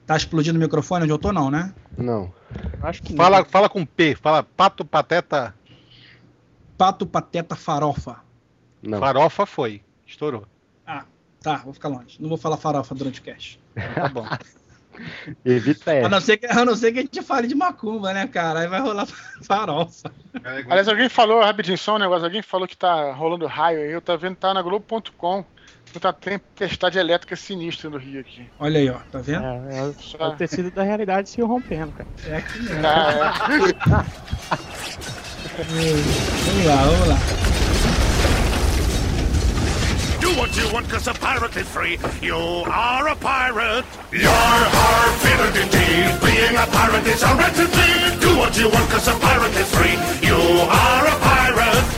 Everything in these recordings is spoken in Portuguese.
Tá explodindo o microfone onde eu tô, não, né? Não. Acho que Fala com P, fala Pato Pateta. Pato, pateta, farofa. Não. Farofa foi, estourou. Ah, tá, vou ficar longe. Não vou falar farofa durante o cast. Tá bom. Evita A essa. não ser que a gente fale de macumba, né, cara? Aí vai rolar farofa. Aliás, alguém falou, rapidinho, só um negócio, alguém falou que tá rolando raio aí, eu tô vendo que tá na Globo.com. Tá tempestade elétrica sinistra no Rio aqui. Olha aí, ó, tá vendo? é o tecido da realidade se rompendo, cara. É aqui mesmo. Vamos lá. Do what you want, 'cause a pirate is free. You are a pirate. You're hard-fitted indeed. Being a pirate is a wretched deed. Do what you want, 'cause a pirate is free. You are a pirate.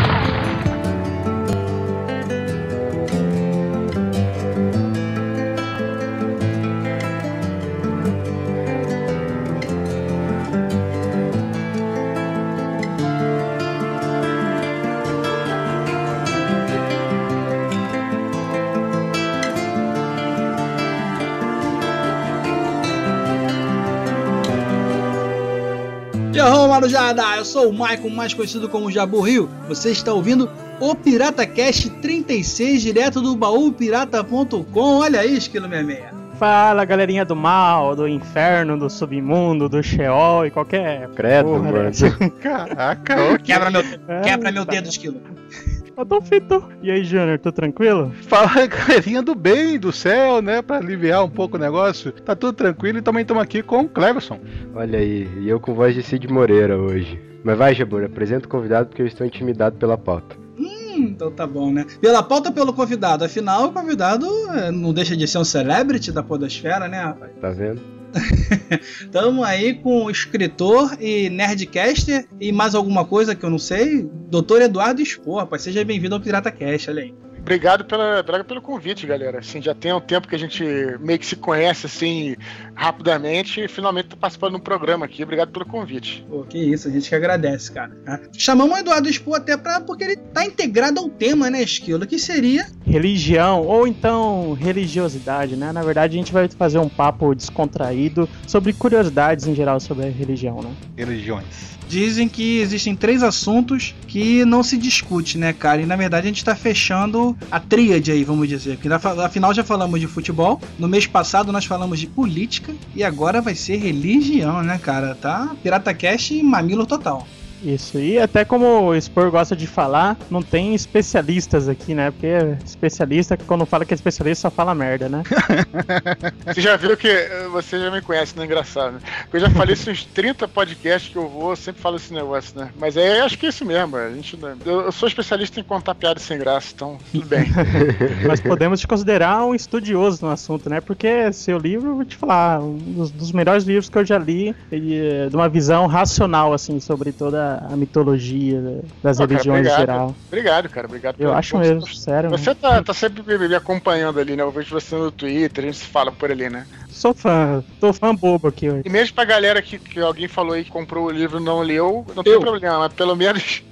Yahoo, Marujada! Eu sou o Maicon, mais conhecido como Jabu Rio. Você está ouvindo o PirataCast 36, direto do baúpirata.com. Olha aí, Esquilo 66. Fala, galerinha do mal, do inferno, do submundo, do Sheol e qualquer... Credo, porra mano. dessa. Caraca, Quebra meu dedo, Esquilo. Eu tô feito. E aí, Júnior, tô tranquilo? fala galerinha do bem, do céu, né? Pra aliviar um pouco o negócio. Tá tudo tranquilo e também estamos aqui com o Cleverson. Olha aí, e eu com voz de Cid Moreira hoje. Mas vai, Jabur, apresenta o convidado porque eu estou intimidado pela pauta. Então tá bom, né? Pela pauta, pelo convidado. Afinal, o convidado não deixa de ser um celebrity da podosfera, né, rapaz? Tá vendo? Tamo aí com o escritor e nerdcaster e mais alguma coisa que eu não sei. Dr. Eduardo Expor, rapaz. Seja bem-vindo ao PirataCast, olha aí. Obrigado pelo convite, galera. Assim, já tem um tempo que a gente meio que se conhece assim rapidamente e finalmente tô participando de um programa aqui. Obrigado pelo convite. Pô, que isso, a gente que agradece, cara. Chamamos o Eduardo Expor até porque ele tá integrado ao tema, né, Esquilo? Que seria... Religião, ou então religiosidade, né? Na verdade, a gente vai fazer um papo descontraído sobre curiosidades em geral sobre a religião, né? Religiões. Dizem que existem 3 assuntos que não se discute, né, cara? E na verdade a gente tá fechando a tríade aí, vamos dizer. Porque afinal já falamos de futebol, no mês passado nós falamos de política e agora vai ser religião, né, cara? Tá PirataCast mamilo total. Isso, e até como o Spor gosta de falar, não tem especialistas aqui, né? Porque especialista, quando fala que é especialista, só fala merda, né? Você já viu que você já me conhece, não é engraçado, né? Eu já falei isso uns 30 podcasts que eu vou, eu sempre falo esse negócio, né? Mas aí acho que é isso mesmo, a gente, eu sou especialista em contar piadas sem graça, então tudo bem. Mas podemos te considerar um estudioso no assunto, né? Porque seu livro, vou te falar, um dos melhores livros que eu já li, e, de uma visão racional, assim, sobre toda a mitologia das religiões em geral. Obrigado, cara. Obrigado. Eu acho mesmo, sério. Você tá sempre me acompanhando ali, né? Eu vejo você no Twitter, a gente se fala por ali, né? Sou fã, tô fã bobo aqui hoje. E mesmo pra galera que alguém falou aí que comprou o livro e não leu, não tem problema, mas pelo menos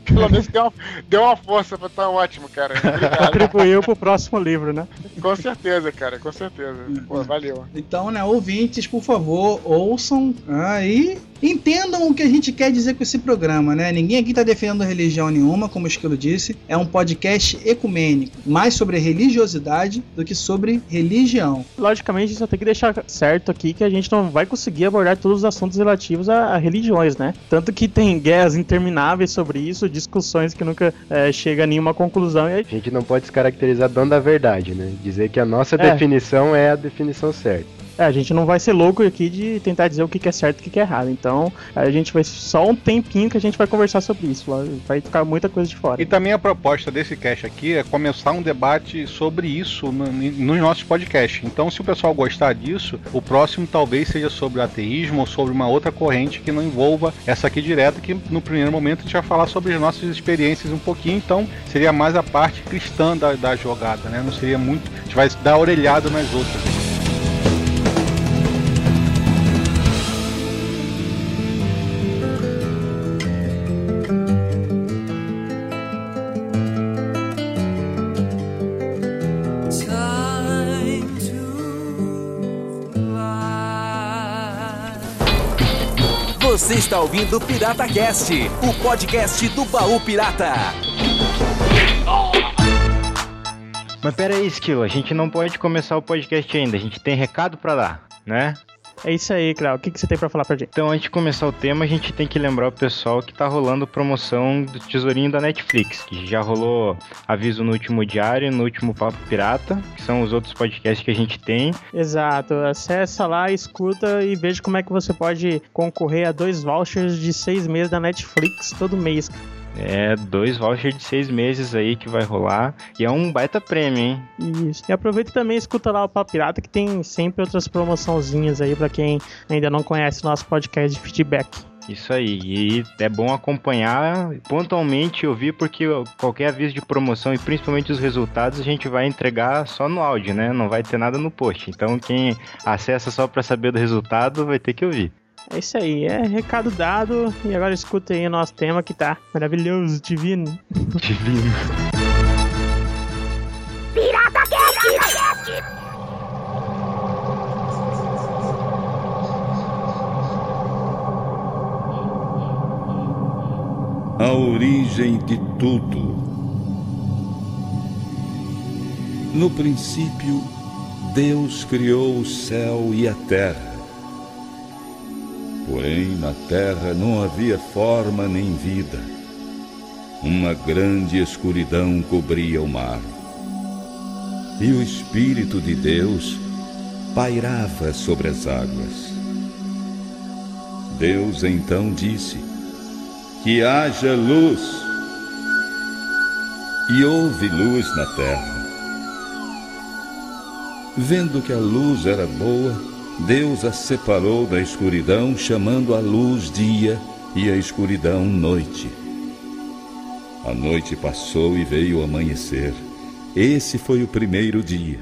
deu uma força pra tá ótimo, cara. Obrigado. Contribuiu pro próximo livro, né? Com certeza, cara, com certeza. Pô, valeu. Então, né, ouvintes, por favor, ouçam aí. Entendam o que a gente quer dizer com esse programa, né? Ninguém aqui tá defendendo religião nenhuma, como o Esquilo disse. É um podcast ecumênico, mais sobre religiosidade do que sobre religião. Logicamente, só tem que deixar certo aqui que a gente não vai conseguir abordar todos os assuntos relativos a religiões, né? Tanto que tem guerras intermináveis sobre isso, discussões que nunca chega a nenhuma conclusão. A gente não pode se caracterizar dono da verdade, né? Dizer que a nossa definição é a definição certa. A gente não vai ser louco aqui de tentar dizer o que é certo e o que é errado. Então, a gente vai só um tempinho que a gente vai conversar sobre isso. Vai ficar muita coisa de fora. E também a proposta desse cast aqui é começar um debate sobre isso nos nossos podcasts. Então, se o pessoal gostar disso, o próximo talvez seja sobre o ateísmo ou sobre uma outra corrente que não envolva essa aqui direto, que no primeiro momento a gente vai falar sobre as nossas experiências um pouquinho. Então, seria mais a parte cristã da jogada, né? Não seria muito... A gente vai dar orelhada nas outras. Time to fly. Você está ouvindo o PirataCast, o podcast do Baú Pirata. Mas pera aí, Esquilo, a gente não pode começar o podcast ainda, a gente tem recado pra dar, né? É isso aí, Cléo. O que você tem pra falar pra gente? Então, antes de começar o tema, a gente tem que lembrar o pessoal que tá rolando promoção do Tesourinho da Netflix, que já rolou aviso no último Diário, no último Papo Pirata, que são os outros podcasts que a gente tem. Exato. Acessa lá, escuta e veja como é que você pode concorrer a 2 vouchers de 6 meses da Netflix todo mês. 2 vouchers de 6 meses aí que vai rolar. E é um baita prêmio, hein? Isso. E aproveita e também escuta lá o Papo Pirata, que tem sempre outras promoçãozinhas aí pra quem ainda não conhece o nosso podcast de feedback. Isso aí, e é bom acompanhar, pontualmente ouvir, porque qualquer aviso de promoção e principalmente os resultados a gente vai entregar só no áudio, né? Não vai ter nada no post. Então quem acessa só pra saber do resultado vai ter que ouvir. É isso aí, recado dado. E agora escuta aí o nosso tema que tá maravilhoso, divino. Divino. PirataCast! A origem de tudo. No princípio, Deus criou o céu e a terra. Porém, na terra não havia forma nem vida. Uma grande escuridão cobria o mar. E o Espírito de Deus pairava sobre as águas. Deus então disse: que haja luz. E houve luz na terra. Vendo que a luz era boa, Deus a separou da escuridão, chamando a luz dia e a escuridão noite. A noite passou e veio o amanhecer. Esse foi o primeiro dia.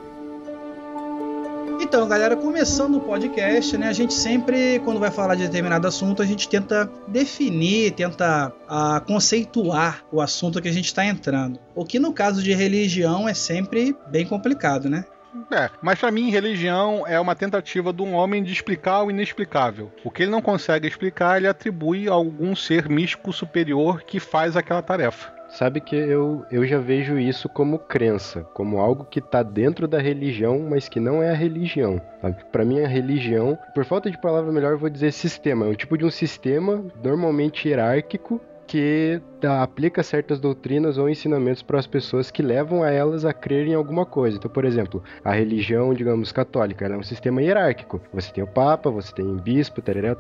Então, galera, começando o podcast, né, a gente sempre, quando vai falar de determinado assunto, a gente tenta definir, tenta conceituar o assunto que a gente está entrando. O que no caso de religião é sempre bem complicado, né? Mas pra mim, religião é uma tentativa de um homem de explicar o inexplicável. O que ele não consegue explicar, ele atribui a algum ser místico superior que faz aquela tarefa. Sabe que eu já vejo isso como crença, como algo que tá dentro da religião, mas que não é a religião, sabe? Pra mim a religião, por falta de palavra melhor, eu vou dizer sistema. É um tipo de um sistema normalmente hierárquico que aplica certas doutrinas ou ensinamentos para as pessoas que levam a elas a crer em alguma coisa. Então, por exemplo, a religião, digamos, católica, ela é um sistema hierárquico. Você tem o Papa, você tem bispo, tararel.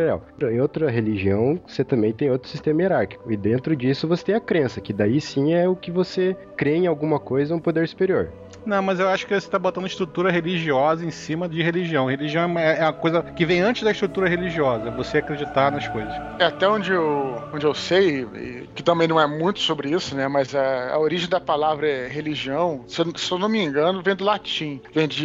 Em outra religião, você também tem outro sistema hierárquico. E dentro disso você tem a crença, que daí sim é o que você crê em alguma coisa, um poder superior. Não, mas eu acho que você está botando estrutura religiosa em cima de religião. Religião é a coisa que vem antes da estrutura religiosa, você acreditar nas coisas. Até onde eu sei, que também não é muito sobre isso, né? Mas a origem da palavra é religião, se eu não me engano, vem do latim. Vem de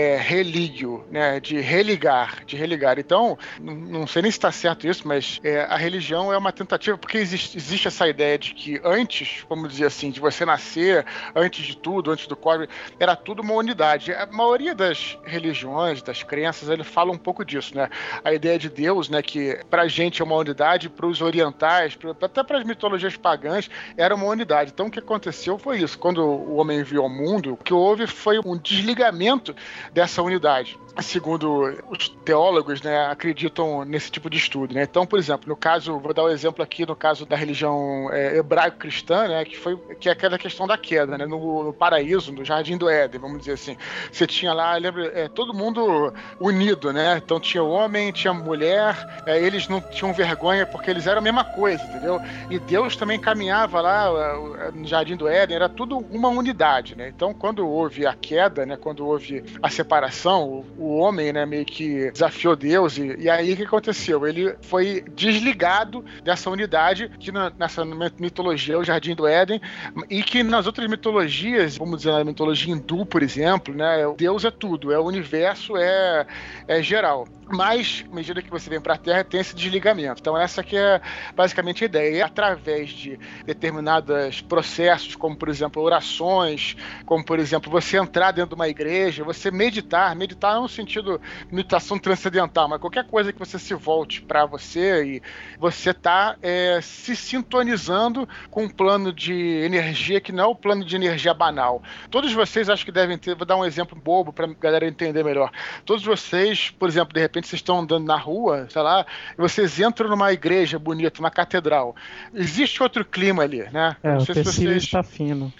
religio, né? De religar. Então, não sei nem se está certo isso, mas a religião é uma tentativa, porque existe essa ideia de que antes, vamos dizer assim, de você nascer, antes de tudo, antes do código, era tudo uma unidade. A maioria das religiões, das crenças, ele fala um pouco disso, né? A ideia de Deus, né, que pra gente é uma unidade, para os orientais, até para as mitologias pagãs, era uma unidade. Então o que aconteceu foi isso. Quando o homem enviou ao mundo, o que houve foi um desligamento dessa unidade. Segundo os teólogos, né, acreditam nesse tipo de estudo, né? Então, por exemplo, no caso, vou dar um exemplo aqui, no caso da religião hebraico-cristã, né, que é aquela questão da queda, né? No paraíso, no Jardim do Éden, vamos dizer assim. Você tinha lá, lembra, todo mundo unido, né? Então tinha homem, tinha mulher, eles não tinham vergonha porque eles eram a mesma coisa, entendeu? E Deus também caminhava lá no Jardim do Éden, era tudo uma unidade, né? Então, quando houve a queda, né, quando houve a separação, o homem, né, meio que desafiou Deus, e aí o que aconteceu? Ele foi desligado dessa unidade que nessa mitologia é o Jardim do Éden, e que nas outras mitologias, vamos dizer, na mitologia mitologia hindu, por exemplo, né? Deus é tudo, é o universo, é geral. Mas, à medida que você vem para a Terra, tem esse desligamento. Então, essa que é basicamente a ideia. E através de determinados processos, como, por exemplo, orações, como, por exemplo, você entrar dentro de uma igreja, você meditar não no sentido meditação transcendental, mas qualquer coisa que você se volte para você e você tá se sintonizando com um plano de energia que não é o plano de energia banal. Todos vocês acho que devem ter, vou dar um exemplo bobo para a galera entender melhor. Todos vocês, por exemplo, de repente vocês estão andando na rua, sei lá, e vocês entram numa igreja bonita, uma catedral. Existe outro clima ali, né? O tecido está fino.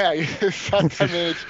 Exatamente.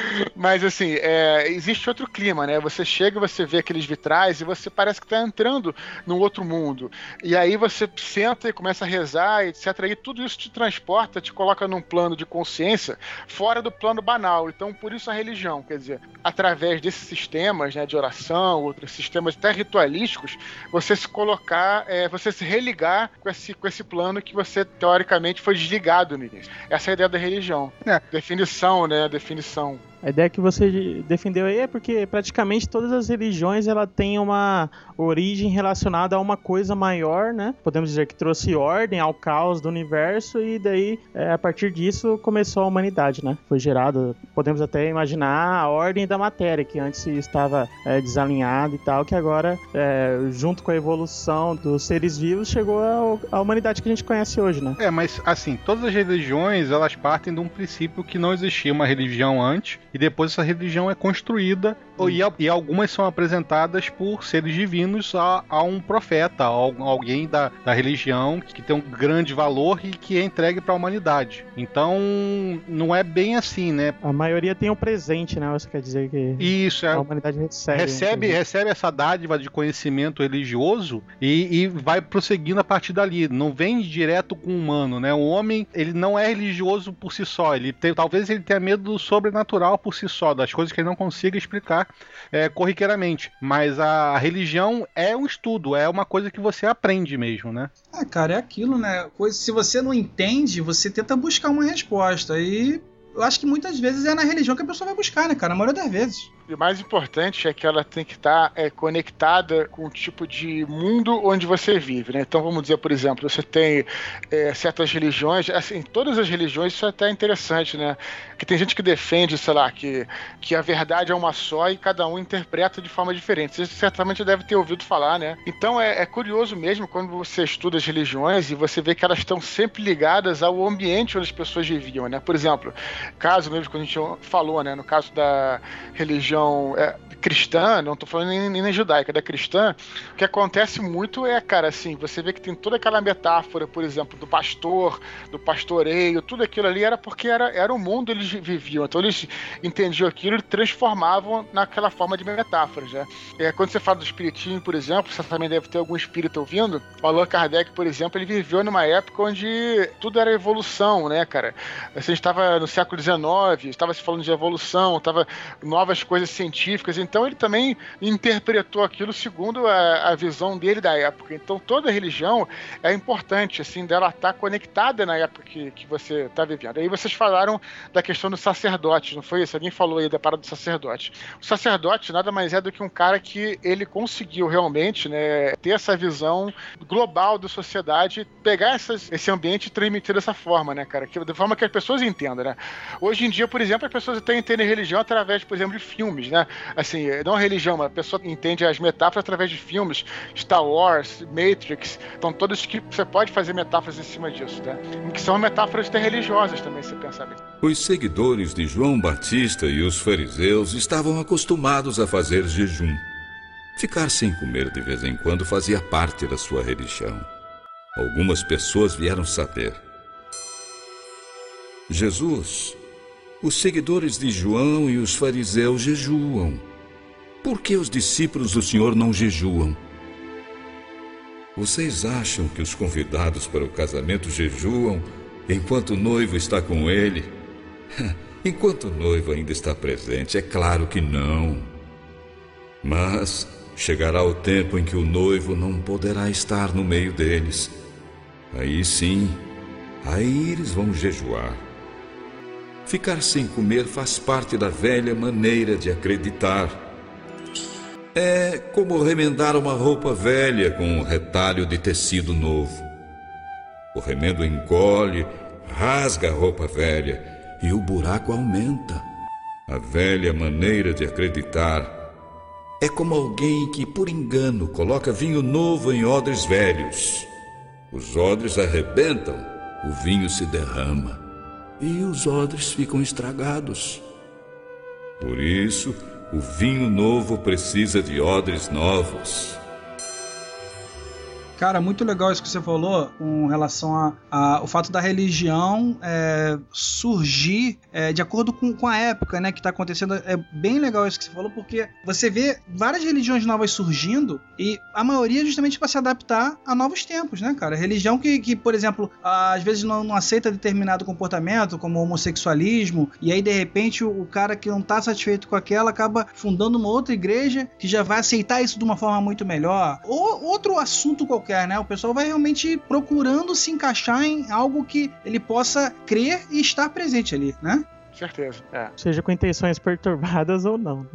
Mas assim, existe outro clima, né? Você chega e você vê aqueles vitrais e você parece que está entrando num outro mundo. E aí você senta e começa a rezar, etc. E tudo isso te transporta, te coloca num plano de consciência fora do plano banal. Então, por isso a religião, quer dizer, através desses sistemas, né, de oração, outros sistemas até ritualísticos, você se colocar, você se religar com esse plano que você, teoricamente, foi desligado no início. Essa é a ideia da religião. Definição, né? Definição. A ideia que você defendeu aí é porque praticamente todas as religiões ela tem uma origem relacionada a uma coisa maior, né? Podemos dizer que trouxe ordem ao caos do universo e daí, a partir disso, começou a humanidade, né? Foi gerado, podemos até imaginar a ordem da matéria, que antes estava desalinhada e tal, que agora, junto com a evolução dos seres vivos, chegou à humanidade que a gente conhece hoje, né? Mas assim, todas as religiões, elas partem de um princípio que não existia uma religião antes, e depois essa religião é construída e algumas são apresentadas por seres divinos a um profeta, a alguém da religião que tem um grande valor e que é entregue para a humanidade. Então, não é bem assim, né? A maioria tem um presente, né? Você quer dizer que isso, a humanidade recebe essa dádiva de conhecimento religioso e vai prosseguindo a partir dali. Não vem direto com o humano, né? O homem, ele não é religioso por si só. Talvez ele tenha medo do sobrenatural por si só, das coisas que ele não consiga explicar corriqueiramente. Mas a religião é um estudo, é uma coisa que você aprende mesmo, né? Cara, é aquilo, né? Se você não entende, você tenta buscar uma resposta. E eu acho que muitas vezes é na religião que a pessoa vai buscar, né, cara? A maioria das vezes. E o mais importante é que ela tem que estar conectada com o tipo de mundo onde você vive, né? Então vamos dizer, por exemplo, você tem certas religiões, assim, todas as religiões, isso é até interessante, né? Que tem gente que defende, sei lá, que a verdade é uma só e cada um interpreta de forma diferente. Você certamente deve ter ouvido falar, né? Então é curioso mesmo quando você estuda as religiões e você vê que elas estão sempre ligadas ao ambiente onde as pessoas viviam, né? Por exemplo, caso mesmo que a gente falou, né? No caso da religião cristã, não estou falando nem na judaica, da cristã, o que acontece muito cara, assim, você vê que tem toda aquela metáfora, por exemplo, do pastor, do pastoreio, tudo aquilo ali era porque era o mundo eles viviam, então eles entendiam aquilo e transformavam naquela forma de metáforas, né? Quando você fala do espiritismo, por exemplo, você também deve ter algum espírito ouvindo, o Allan Kardec, por exemplo, ele viveu numa época onde tudo era evolução, né, cara? A gente estava no século XIX, estava se falando de evolução, estava novas coisas científicas, então ele também interpretou aquilo segundo a visão dele da época. Então toda religião é importante, assim, dela estar conectada na época que você está vivendo. Aí vocês falaram da questão do sacerdote, não foi isso? Alguém falou aí da parada do sacerdote. O sacerdote nada mais é do que um cara que ele conseguiu realmente, né, ter essa visão global da sociedade, pegar esse ambiente e transmitir dessa forma, né, cara? Da forma que as pessoas entendam, né? Hoje em dia, por exemplo, as pessoas até entendem religião através, por exemplo, de filmes, né? Assim, não a religião, mas a pessoa entende as metáforas através de filmes, Star Wars, Matrix, então todos que você pode fazer metáforas em cima disso, né? Que são metáforas até religiosas também, se pensar bem. Os seguidores de João Batista e os fariseus estavam acostumados a fazer jejum. Ficar sem comer de vez em quando fazia parte da sua religião. Algumas pessoas vieram saber: Jesus, os seguidores de João e os fariseus jejuam. Por que os discípulos do Senhor não jejuam? Vocês acham que os convidados para o casamento jejuam enquanto o noivo está com ele? Enquanto o noivo ainda está presente, é claro que não. Mas chegará o tempo em que o noivo não poderá estar no meio deles. Aí sim, aí eles vão jejuar. Ficar sem comer faz parte da velha maneira de acreditar. É como remendar uma roupa velha com um retalho de tecido novo. O remendo encolhe, rasga a roupa velha e o buraco aumenta. A velha maneira de acreditar é como alguém que, por engano, coloca vinho novo em odres velhos. Os odres arrebentam, o vinho se derrama e os odres ficam estragados. Por isso, o vinho novo precisa de odres novos. Cara, muito legal isso que você falou com relação ao fato da religião surgir de acordo com a época, né, que está acontecendo. É bem legal isso que você falou, porque você vê várias religiões novas surgindo e a maioria justamente para se adaptar a novos tempos, né, cara? Religião que, por exemplo, às vezes não aceita determinado comportamento, como o homossexualismo, e aí, de repente, o cara que não está satisfeito com aquela acaba fundando uma outra igreja que já vai aceitar isso de uma forma muito melhor. Ou outro assunto qualquer, né? O pessoal vai realmente procurando se encaixar em algo que ele possa crer e estar presente ali, né? Certeza. Seja com intenções perturbadas ou não.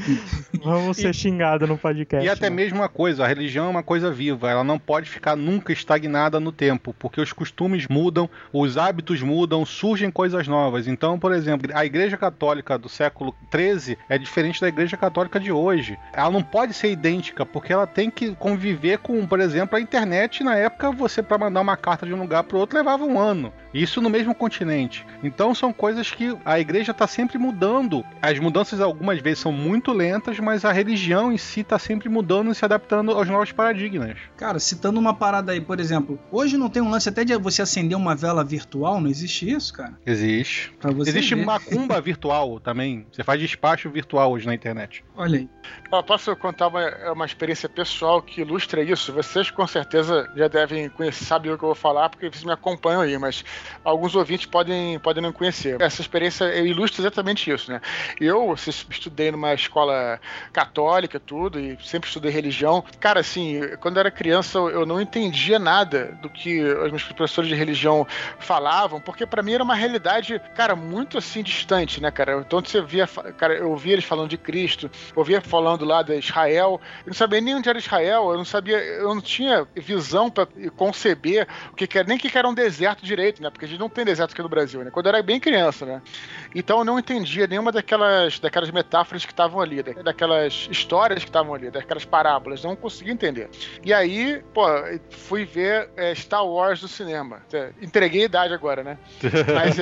Vamos ser xingados no podcast. E até mesmo uma coisa, a religião é uma coisa viva, ela não pode ficar nunca estagnada no tempo, porque os costumes mudam, os hábitos mudam, surgem coisas novas. Então, por exemplo, a Igreja Católica do século XIII é diferente da Igreja Católica de hoje. Ela não pode ser idêntica, porque ela tem que conviver com, por exemplo, a internet. Na época, você, para mandar uma carta de um lugar para o outro, levava um ano. Isso no mesmo continente. Então, são coisas que a igreja está sempre mudando. As mudanças algumas vezes são muito lentas, mas a religião em si está sempre mudando e se adaptando aos novos paradigmas. Cara, citando uma parada aí, por exemplo, hoje não tem um lance até de você acender uma vela virtual? Não existe isso, cara? Existe. Existe macumba virtual também. Você faz despacho virtual hoje na internet. Olha aí. Posso contar uma experiência pessoal que ilustra isso? Vocês com certeza já devem conhecer, sabem o que eu vou falar, porque vocês me acompanham aí, mas alguns ouvintes podem não conhecer. Essa experiência ilustra exatamente isso, né? Eu estudei numa escola católica, tudo, e sempre estudei religião. Cara, assim, quando eu era criança, eu não entendia nada do que os meus professores de religião falavam, porque pra mim era uma realidade, cara, muito assim, distante, né, cara? Então você via, cara, eu ouvia eles falando de Cristo, eu ouvia falando lá de Israel, eu não sabia nem onde era Israel, eu não tinha visão pra conceber o que era, nem o que era um deserto direito, né? Porque a gente não tem deserto aqui no Brasil, né? Quando eu era bem criança, né? Então eu não entendia nenhuma daquelas metáforas que estavam ali, daquelas histórias que estavam ali, daquelas parábolas, não conseguia entender. E aí, pô, fui ver Star Wars no cinema. Entreguei a idade agora, né? Mas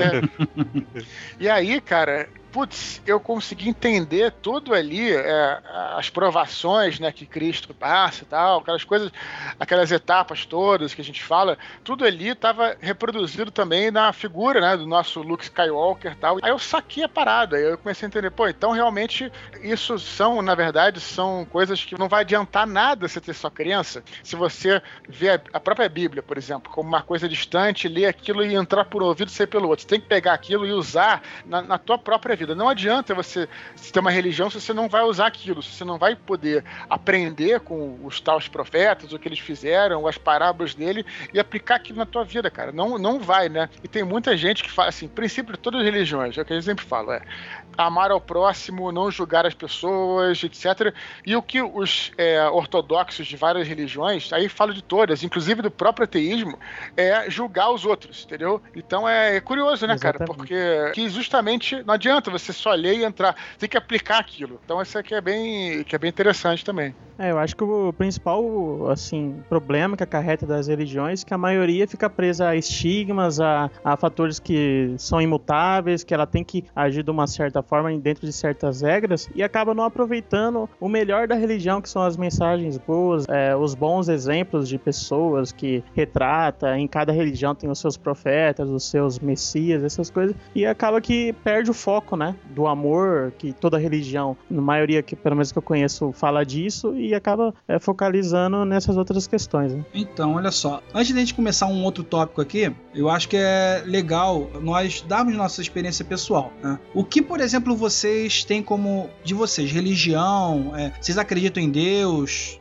E aí, cara, putz, eu consegui entender tudo ali, as provações, né, que Cristo passa e tal, aquelas coisas, aquelas etapas todas que a gente fala, tudo ali estava reproduzido também na figura, né, do nosso Luke Skywalker e tal. Aí eu saquei a parada, aí eu comecei a entender, pô, então realmente isso na verdade, são coisas que não vai adiantar nada você ter sua crença, se você vê a própria Bíblia, por exemplo, como uma coisa distante, ler aquilo e entrar por um ouvido e sair pelo outro. Você tem que pegar aquilo e usar na tua própria vida. Não adianta você ter uma religião se você não vai usar aquilo, se você não vai poder aprender com os tais profetas, o que eles fizeram, as parábolas dele, e aplicar aquilo na tua vida, cara. Não vai, né? E tem muita gente que fala assim, princípio de todas as religiões, é o que eu sempre falo, amar ao próximo, não julgar as pessoas, etc. E o que os ortodoxos de várias religiões, aí falo de todas, inclusive do próprio ateísmo, é julgar os outros, entendeu? Então é curioso, né, cara? Porque justamente não adianta você só ler e entrar, tem que aplicar aquilo. Então isso aqui é bem interessante também. Eu acho que o principal, assim, problema que acarreta das religiões é que a maioria fica presa a estigmas, a fatores que são imutáveis, que ela tem que agir de uma certa forma dentro de certas regras, e acaba não aproveitando o melhor da religião, que são as mensagens boas, os bons exemplos de pessoas que retrata. Em cada religião tem os seus profetas, os seus messias, essas coisas, e acaba que perde o foco, né, do amor, que toda religião, na maioria, que pelo menos que eu conheço, fala disso, e acaba focalizando nessas outras questões, né? Então, olha só, antes de a gente começar um outro tópico aqui, eu acho que é legal nós darmos nossa experiência pessoal, né? O que, por exemplo, vocês têm como de vocês? Religião? Vocês acreditam em Deus?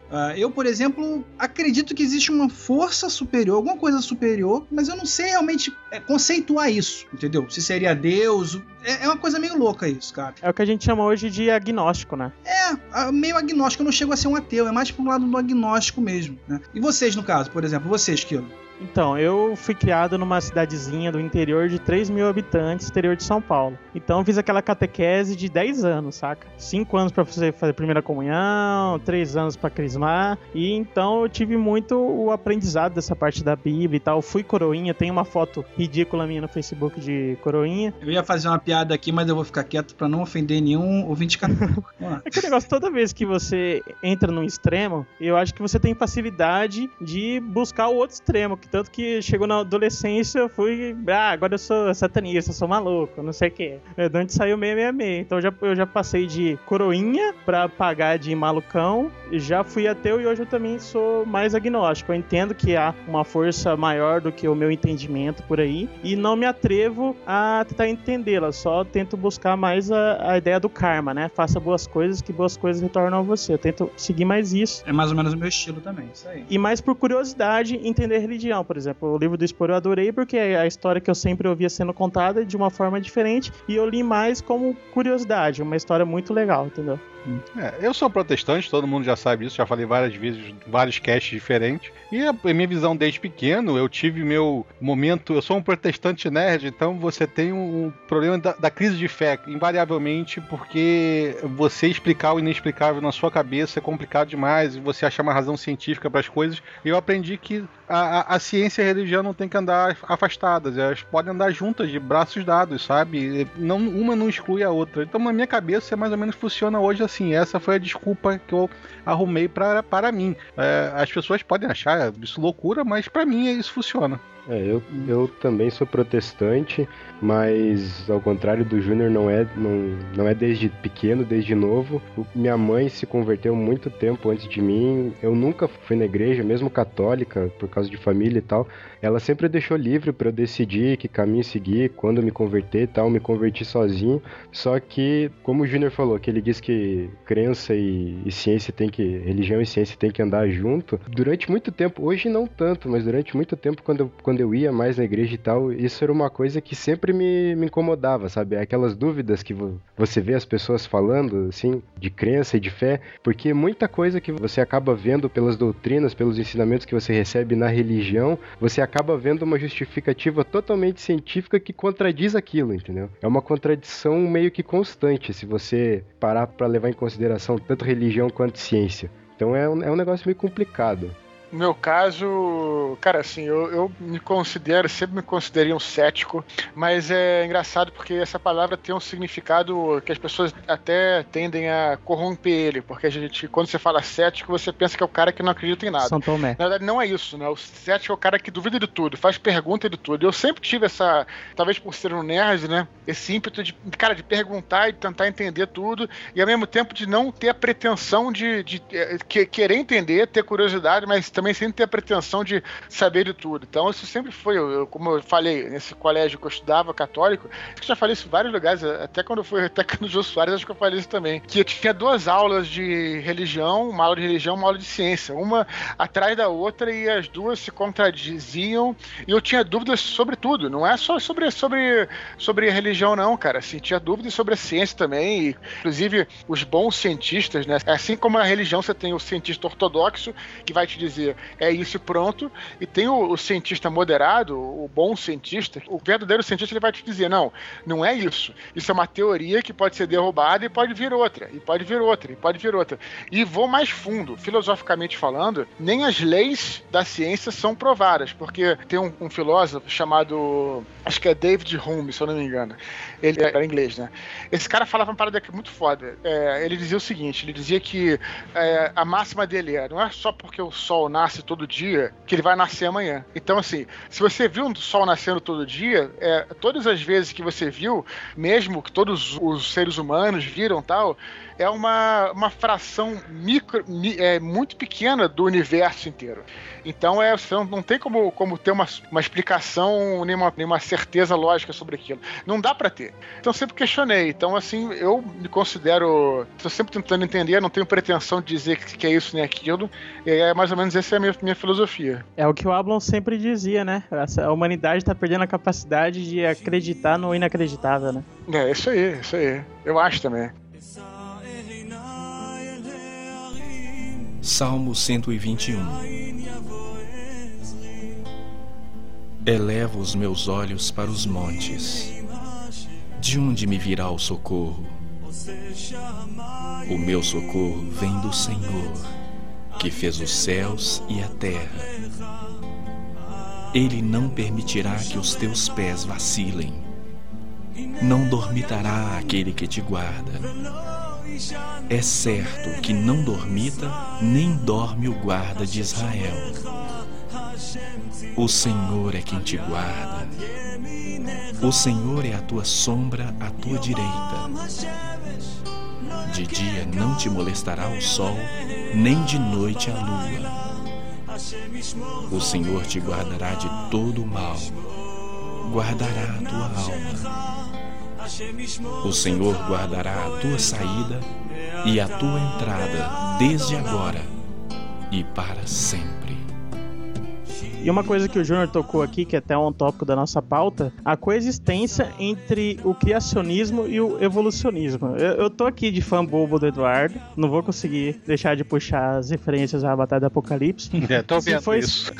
Eu, por exemplo, acredito que existe uma força superior, alguma coisa superior, mas eu não sei realmente conceituar isso, entendeu? Se seria Deus. É uma coisa meio louca isso, cara. É o que a gente chama hoje de agnóstico, né? Meio agnóstico. Eu não chego a ser um ateu, é mais pro lado do agnóstico mesmo, né? E vocês, no caso, por exemplo, vocês, Kilo? Então, eu fui criado numa cidadezinha do interior de 3 mil habitantes, interior de São Paulo. Então, eu fiz aquela catequese de 10 anos, saca? 5 anos pra fazer primeira comunhão, 3 anos pra crismar. E então, eu tive muito o aprendizado dessa parte da Bíblia e tal. Fui coroinha, tem uma foto ridícula minha no Facebook de coroinha. Eu ia fazer uma piada aqui, mas eu vou ficar quieto pra não ofender nenhum ouvinte católico. É que o negócio, toda vez que você entra num extremo, eu acho que você tem facilidade de buscar o outro extremo, tanto que chegou na adolescência, eu fui... agora eu sou satanista, eu sou maluco, não sei o que. De onde saiu 666. Então eu já passei de coroinha pra pagar de malucão, já fui ateu e hoje eu também sou mais agnóstico. Eu entendo que há uma força maior do que o meu entendimento por aí e não me atrevo a tentar entendê-la, só tento buscar mais a ideia do karma, né? Faça boas coisas que boas coisas retornam a você. Eu tento seguir mais isso. É mais ou menos o meu estilo também, isso aí. E mais por curiosidade, entender a religião. Por exemplo, o livro do Spor eu adorei porque é a história que eu sempre ouvia sendo contada de uma forma diferente e eu li mais como curiosidade, uma história muito legal, entendeu? Eu sou protestante, todo mundo já sabe isso, já falei várias vezes, vários casts diferentes. E a minha visão desde pequeno, eu tive meu momento, eu sou um protestante nerd, então você tem um problema da crise de fé, invariavelmente, porque você explicar o inexplicável na sua cabeça é complicado demais, e você achar uma razão científica para as coisas. Eu aprendi que a ciência e a religião não tem que andar afastadas, elas podem andar juntas, de braços dados, sabe? Uma não exclui a outra. Então na minha cabeça mais ou menos funciona hoje assim. Essa foi a desculpa que eu arrumei para mim. As pessoas podem achar isso loucura, mas para mim isso funciona. Eu também sou protestante, mas ao contrário do Júnior, não é desde pequeno, desde novo. Minha mãe se converteu muito tempo antes de mim. Eu nunca fui na igreja, mesmo católica, por causa de família e tal. Ela sempre deixou livre para eu decidir que caminho seguir, quando me converter e tal. Me converti sozinho. Só que, como o Júnior falou, que ele diz que crença e ciência religião e ciência tem que andar junto. Durante muito tempo, hoje não tanto, mas durante muito tempo, quando eu ia mais na igreja e tal, isso era uma coisa que sempre me incomodava, sabe? Aquelas dúvidas que você vê as pessoas falando, assim, de crença e de fé, porque muita coisa que você acaba vendo pelas doutrinas, pelos ensinamentos que você recebe na religião, você acaba vendo uma justificativa totalmente científica que contradiz aquilo, entendeu? É uma contradição meio que constante, se você parar para levar em consideração tanto religião quanto ciência. Então é um negócio meio complicado. No meu caso, cara, assim, eu sempre me considerei um cético, mas é engraçado porque essa palavra tem um significado que as pessoas até tendem a corromper ele, porque quando você fala cético, você pensa que é o cara que não acredita em nada. São Tomé. Na verdade, não é isso, né? O cético é o cara que duvida de tudo, faz pergunta de tudo. Eu sempre tive talvez por ser um nerd, né? Esse ímpeto de perguntar e tentar entender tudo, e ao mesmo tempo de não ter a pretensão de querer entender, ter curiosidade, mas também sem ter a pretensão de saber de tudo. Então isso sempre foi, como eu falei, nesse colégio que eu estudava, católico, acho que já falei isso em vários lugares, até quando eu fui até no Jô Soares, acho que eu falei isso também, que eu tinha 2 aulas de religião, uma aula de religião, uma aula de ciência, uma atrás da outra, e as duas se contradiziam, e eu tinha dúvidas sobre tudo, não é só sobre a religião não, cara, assim, tinha dúvidas sobre a ciência também, e, inclusive os bons cientistas, né, assim como a religião você tem o cientista ortodoxo, que vai te dizer é isso e pronto, e tem o cientista moderado, o bom cientista, o verdadeiro cientista, ele vai te dizer, não é isso é uma teoria que pode ser derrubada e pode vir outra, e pode vir outra, e pode vir outra. E vou mais fundo, filosoficamente falando, nem as leis da ciência são provadas, porque tem um filósofo chamado, acho que é David Hume, se eu não me engano, ele era inglês, né? Esse cara falava uma parada aqui muito foda, ele dizia o seguinte, ele dizia que a máxima dele não é só porque o sol nasce todo dia que ele vai nascer amanhã. Então, assim, se você viu o sol nascendo todo dia, todas as vezes que você viu, mesmo que todos os seres humanos viram tal, é uma fração muito pequena do universo inteiro. Então você não tem como ter uma explicação, nenhuma certeza lógica sobre aquilo. Não dá pra ter. Então eu sempre questionei. Então, assim, eu me considero... Estou sempre tentando entender, não tenho pretensão de dizer que é isso nem aquilo. E mais ou menos essa é a minha filosofia. É o que o Ablon sempre dizia, né? A humanidade tá perdendo a capacidade de acreditar no inacreditável, né? É, isso aí. Eu acho também. Salmo 121. Elevo os meus olhos para os montes. De onde me virá o socorro? O meu socorro vem do Senhor, que fez os céus e a terra. Ele não permitirá que os teus pés vacilem. Não dormitará aquele que te guarda. É certo que não dormita, nem dorme o guarda de Israel. O Senhor é quem te guarda. O Senhor é a tua sombra à tua direita. De dia não te molestará o sol, nem de noite a lua. O Senhor te guardará de todo o mal, guardará a tua alma. O Senhor guardará a tua saída e a tua entrada desde agora e para sempre. E uma coisa que o Júnior tocou aqui, que é até um tópico da nossa pauta, a coexistência entre o criacionismo e o evolucionismo. Eu tô aqui de fã bobo do Eduardo, não vou conseguir deixar de puxar as referências à Batalha do Apocalipse. Tô vendo isso.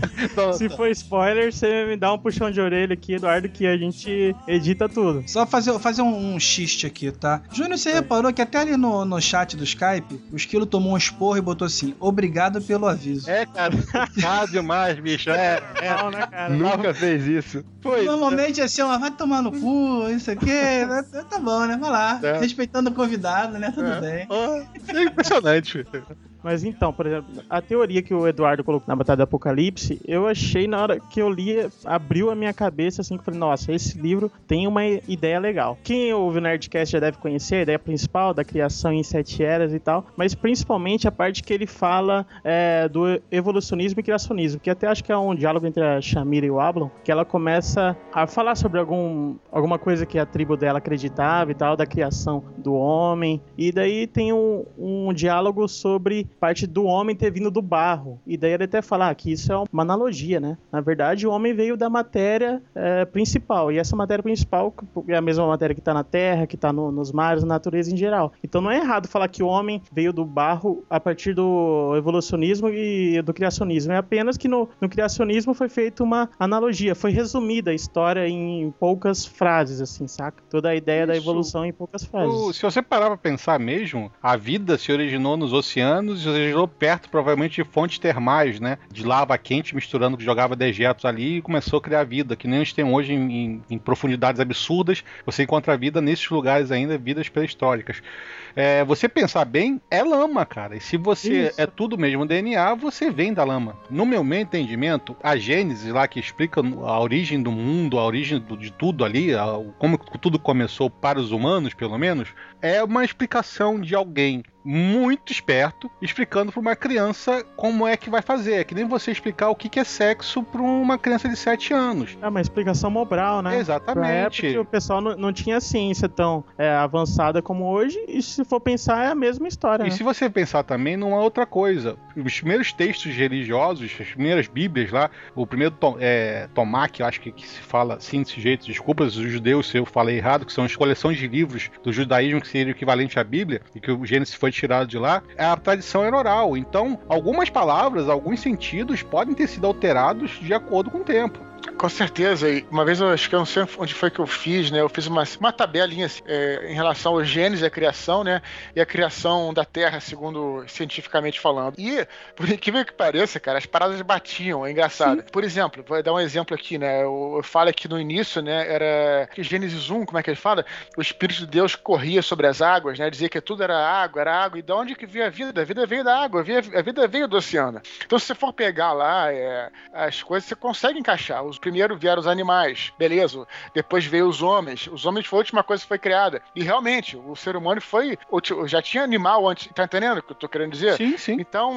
Se for spoiler, você me dá um puxão de orelha aqui, Eduardo, que a gente edita tudo. Só fazer um xiste aqui, tá? Júnior, você reparou que até ali no chat do Skype, o Esquilo tomou um esporro e botou assim, obrigado pelo aviso. É, cara, tá demais, bicho. Não, né, cara? Nunca fez isso. Normalmente é assim, ó, vai tomar no cu, isso aqui, tá bom, né? Vai lá, respeitando o convidado, né? Tudo bem. É impressionante. Mas então, por exemplo, a teoria que o Eduardo colocou na Batalha do Apocalipse, eu achei na hora que eu li, abriu a minha cabeça assim, que eu falei, nossa, esse livro tem uma ideia legal. Quem ouve o Nerdcast já deve conhecer a ideia principal da criação em 7 eras e tal, mas principalmente a parte que ele fala do evolucionismo e criacionismo, que até acho que é um diálogo entre a Shamira e o Ablon, que ela começa a falar sobre alguma coisa que a tribo dela acreditava e tal, da criação do homem, e daí tem um diálogo sobre parte do homem ter vindo do barro. E daí ele até fala que isso é uma analogia, né? Na verdade, o homem veio da matéria principal. E essa matéria principal é a mesma matéria que está na terra, que está nos mares, na natureza em geral. Então não é errado falar que o homem veio do barro a partir do evolucionismo e do criacionismo. É apenas que no criacionismo foi feita uma analogia. Foi resumida a história em poucas frases, assim, saca? Toda a ideia da evolução em poucas frases. Se você parar pra pensar mesmo, a vida se originou nos oceanos, se originou perto, provavelmente, de fontes termais, né? De lava quente misturando que jogava dejetos ali e começou a criar vida, que nem a gente tem hoje em profundidades absurdas. Você encontra vida nesses lugares ainda, vidas pré-históricas. Você pensar bem, é lama, cara. E se você é tudo mesmo DNA, você vem da lama. No meu entendimento, a Gênesis lá que explica a origem do mundo, a origem de tudo ali, como tudo começou para os humanos, pelo menos, é uma explicação de alguém muito esperto, explicando para uma criança como é que vai fazer. É que nem você explicar o que é sexo para uma criança de 7 anos. É uma explicação Mobral, né? Exatamente. Pra época, o pessoal não tinha ciência tão avançada como hoje, e se for pensar, é a mesma história. E se você pensar também numa outra coisa, os primeiros textos religiosos, as primeiras bíblias lá, o primeiro Tomá, que eu acho que se fala assim desse jeito, desculpa os judeus se eu falei errado, que são as coleções de livros do judaísmo, que seria o equivalente à Bíblia, e que o Gênesis foi tirado de lá, a tradição era oral. Então, algumas palavras, alguns sentidos podem ter sido alterados de acordo com o tempo. Com certeza. E uma vez, eu acho que eu não sei onde foi que eu fiz, né? Eu fiz uma tabelinha assim, em relação ao Gênesis, a criação, né? E a criação da Terra, segundo cientificamente falando. E, por incrível que pareça, cara, as paradas batiam, é engraçado. Sim. Por exemplo, vou dar um exemplo aqui, né? Eu falo aqui no início, né? Era Gênesis 1, como é que ele fala? O Espírito de Deus corria sobre as águas, né? Dizia que tudo era água. E de onde que veio a vida? A vida veio da água, a vida veio do oceano. Então, se você for pegar lá as coisas, você consegue encaixar. Primeiro vieram os animais, beleza. Depois veio os homens. Os homens foi a última coisa que foi criada. E realmente, o ser humano já tinha animal antes. Tá entendendo o que eu tô querendo dizer? Sim, sim. Então,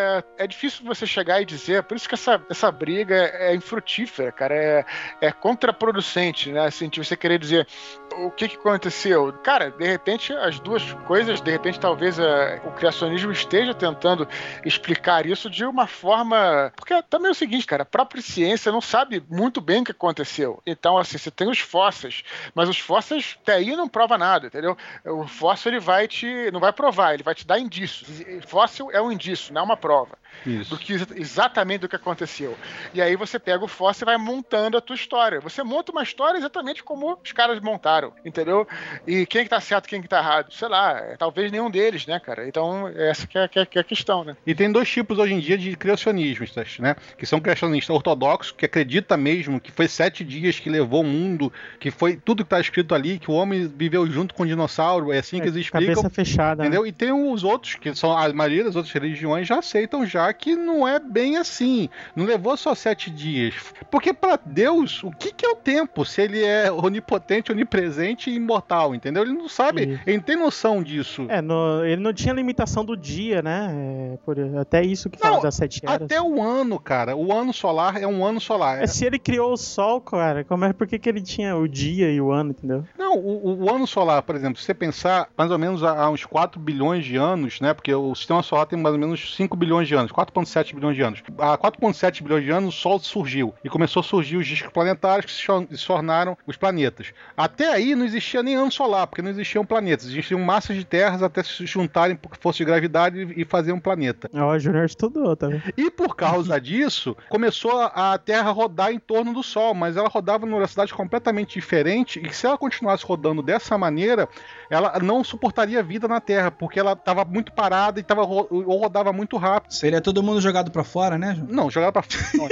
é difícil você chegar e dizer, por isso que essa briga é infrutífera, cara, é contraproducente, né, assim, de você querer dizer o que aconteceu. Cara, de repente, as duas coisas, de repente, talvez o criacionismo esteja tentando explicar isso de uma forma... Porque também é o seguinte, cara, a própria ciência não sabe muito bem o que aconteceu. Então, assim, você tem os fósseis, mas os fósseis até aí não prova nada, entendeu? O fóssil, ele não vai provar, ele vai te dar indícios. Fóssil é um indício, não é uma prova. Isso. Exatamente do que aconteceu. E aí você pega o fóssil e vai montando a tua história. Você monta uma história exatamente como os caras montaram, entendeu? E quem que tá certo, quem que tá errado? Sei lá, talvez nenhum deles, né, cara? Então, essa que é a questão, né? E tem dois tipos hoje em dia de criacionistas, né? Que são criacionistas ortodoxos, que acredita mesmo que foi 7 dias que levou o mundo, que foi tudo que tá escrito ali, que o homem viveu junto com o dinossauro, é assim que eles explicam. Cabeça fechada. Entendeu? Né? E tem os outros, que são a maioria das outras religiões, já aceitam já que não é bem assim. Não levou só 7 dias. Porque para Deus, o que é o tempo? Se ele é onipotente, onipresente e imortal, entendeu? Ele não sabe, ele não tem noção disso. Ele não tinha limitação do dia, né? Até isso que fala das 7 horas. Até o ano, cara. O ano solar é um ano solar. Se ele criou o Sol, cara, por que ele tinha o dia e o ano, entendeu? Não, o ano solar, por exemplo, se você pensar mais ou menos há uns 4 bilhões de anos, né? Porque o sistema solar tem mais ou menos 5 bilhões de anos, 4,7 bilhões de anos. Há 4,7 bilhões de anos o Sol surgiu e começou a surgir os discos planetários que se tornaram os planetas. Até aí não existia nem ano solar, porque não existiam planetas. Existiam massas de terras até se juntarem por força de gravidade e fazer um planeta. O Júnior estudou, tá vendo? E por causa disso, começou a Terra rodar em torno do Sol, mas ela rodava numa velocidade completamente diferente e se ela continuasse rodando dessa maneira, ela não suportaria vida na Terra, porque ela estava muito parada e ou rodava muito rápido. Seria todo mundo jogado pra fora, né, João? Não, jogado pra fora.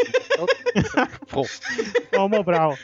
Ó, o Mobral.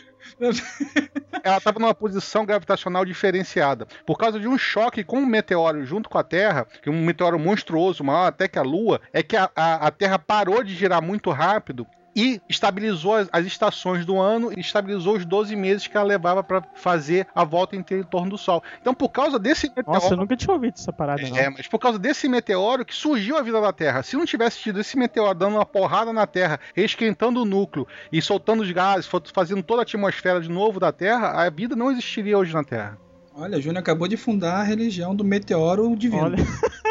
Ela estava numa posição gravitacional diferenciada. Por causa de um choque com um meteoro junto com a Terra, que é um meteoro monstruoso, maior até que a Lua, é que a Terra parou de girar muito rápido e estabilizou as estações do ano e estabilizou os 12 meses que ela levava para fazer a volta inteira em torno do Sol. Então, por causa desse meteoro... Nossa, eu nunca tinha ouvido essa parada, não. Mas por causa desse meteoro que surgiu a vida da Terra. Se não tivesse tido esse meteoro dando uma porrada na Terra, esquentando o núcleo e soltando os gases, fazendo toda a atmosfera de novo da Terra, a vida não existiria hoje na Terra. Olha, o Júnior acabou de fundar a religião do meteoro divino. Olha.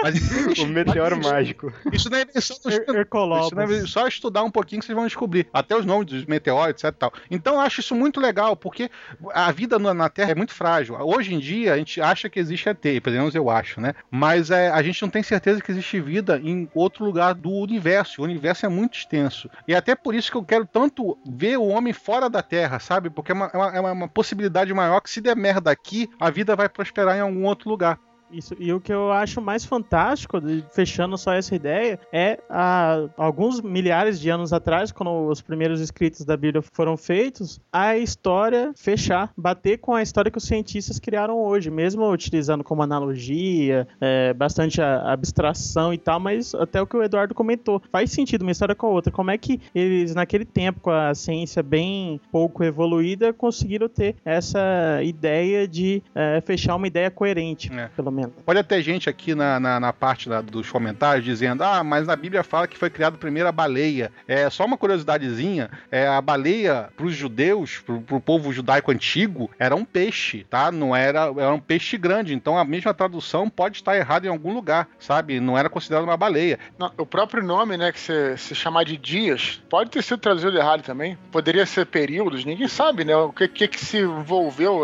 O meteoro mágico. Isso não é invenção do Hercolobos. Isso é só estudar um pouquinho que vocês vão descobrir. Até os nomes dos meteoros, etc. Tal. Então eu acho isso muito legal, porque a vida na Terra é muito frágil. Hoje em dia a gente acha que existe ET, pelo menos eu acho, né? Mas a gente não tem certeza que existe vida em outro lugar do universo. O universo é muito extenso. E até por isso que eu quero tanto ver o homem fora da Terra, sabe? Porque é uma possibilidade maior que se der merda aqui, a vida vai prosperar em algum outro lugar. Isso, e o que eu acho mais fantástico, fechando só essa ideia, é alguns milhares de anos atrás, quando os primeiros escritos da Bíblia foram feitos, a história fechar, bater com a história que os cientistas criaram hoje, mesmo utilizando como analogia, bastante abstração e tal, mas até o que o Eduardo comentou, faz sentido uma história com a outra. Como é que eles, naquele tempo, com a ciência bem pouco evoluída, conseguiram ter essa ideia de fechar uma ideia coerente, pelo menos. Pode ter gente aqui na parte dos comentários dizendo, mas na Bíblia fala que foi criada primeiro a baleia. Só uma curiosidadezinha, a baleia para os judeus, para o povo judaico antigo, era um peixe, tá? Não era um peixe grande, então a mesma tradução pode estar errada em algum lugar, sabe? Não era considerado uma baleia. Não, o próprio nome, né, que se chamar de dias, pode ter sido traduzido errado também. Poderia ser períodos, ninguém sabe, né? O que se envolveu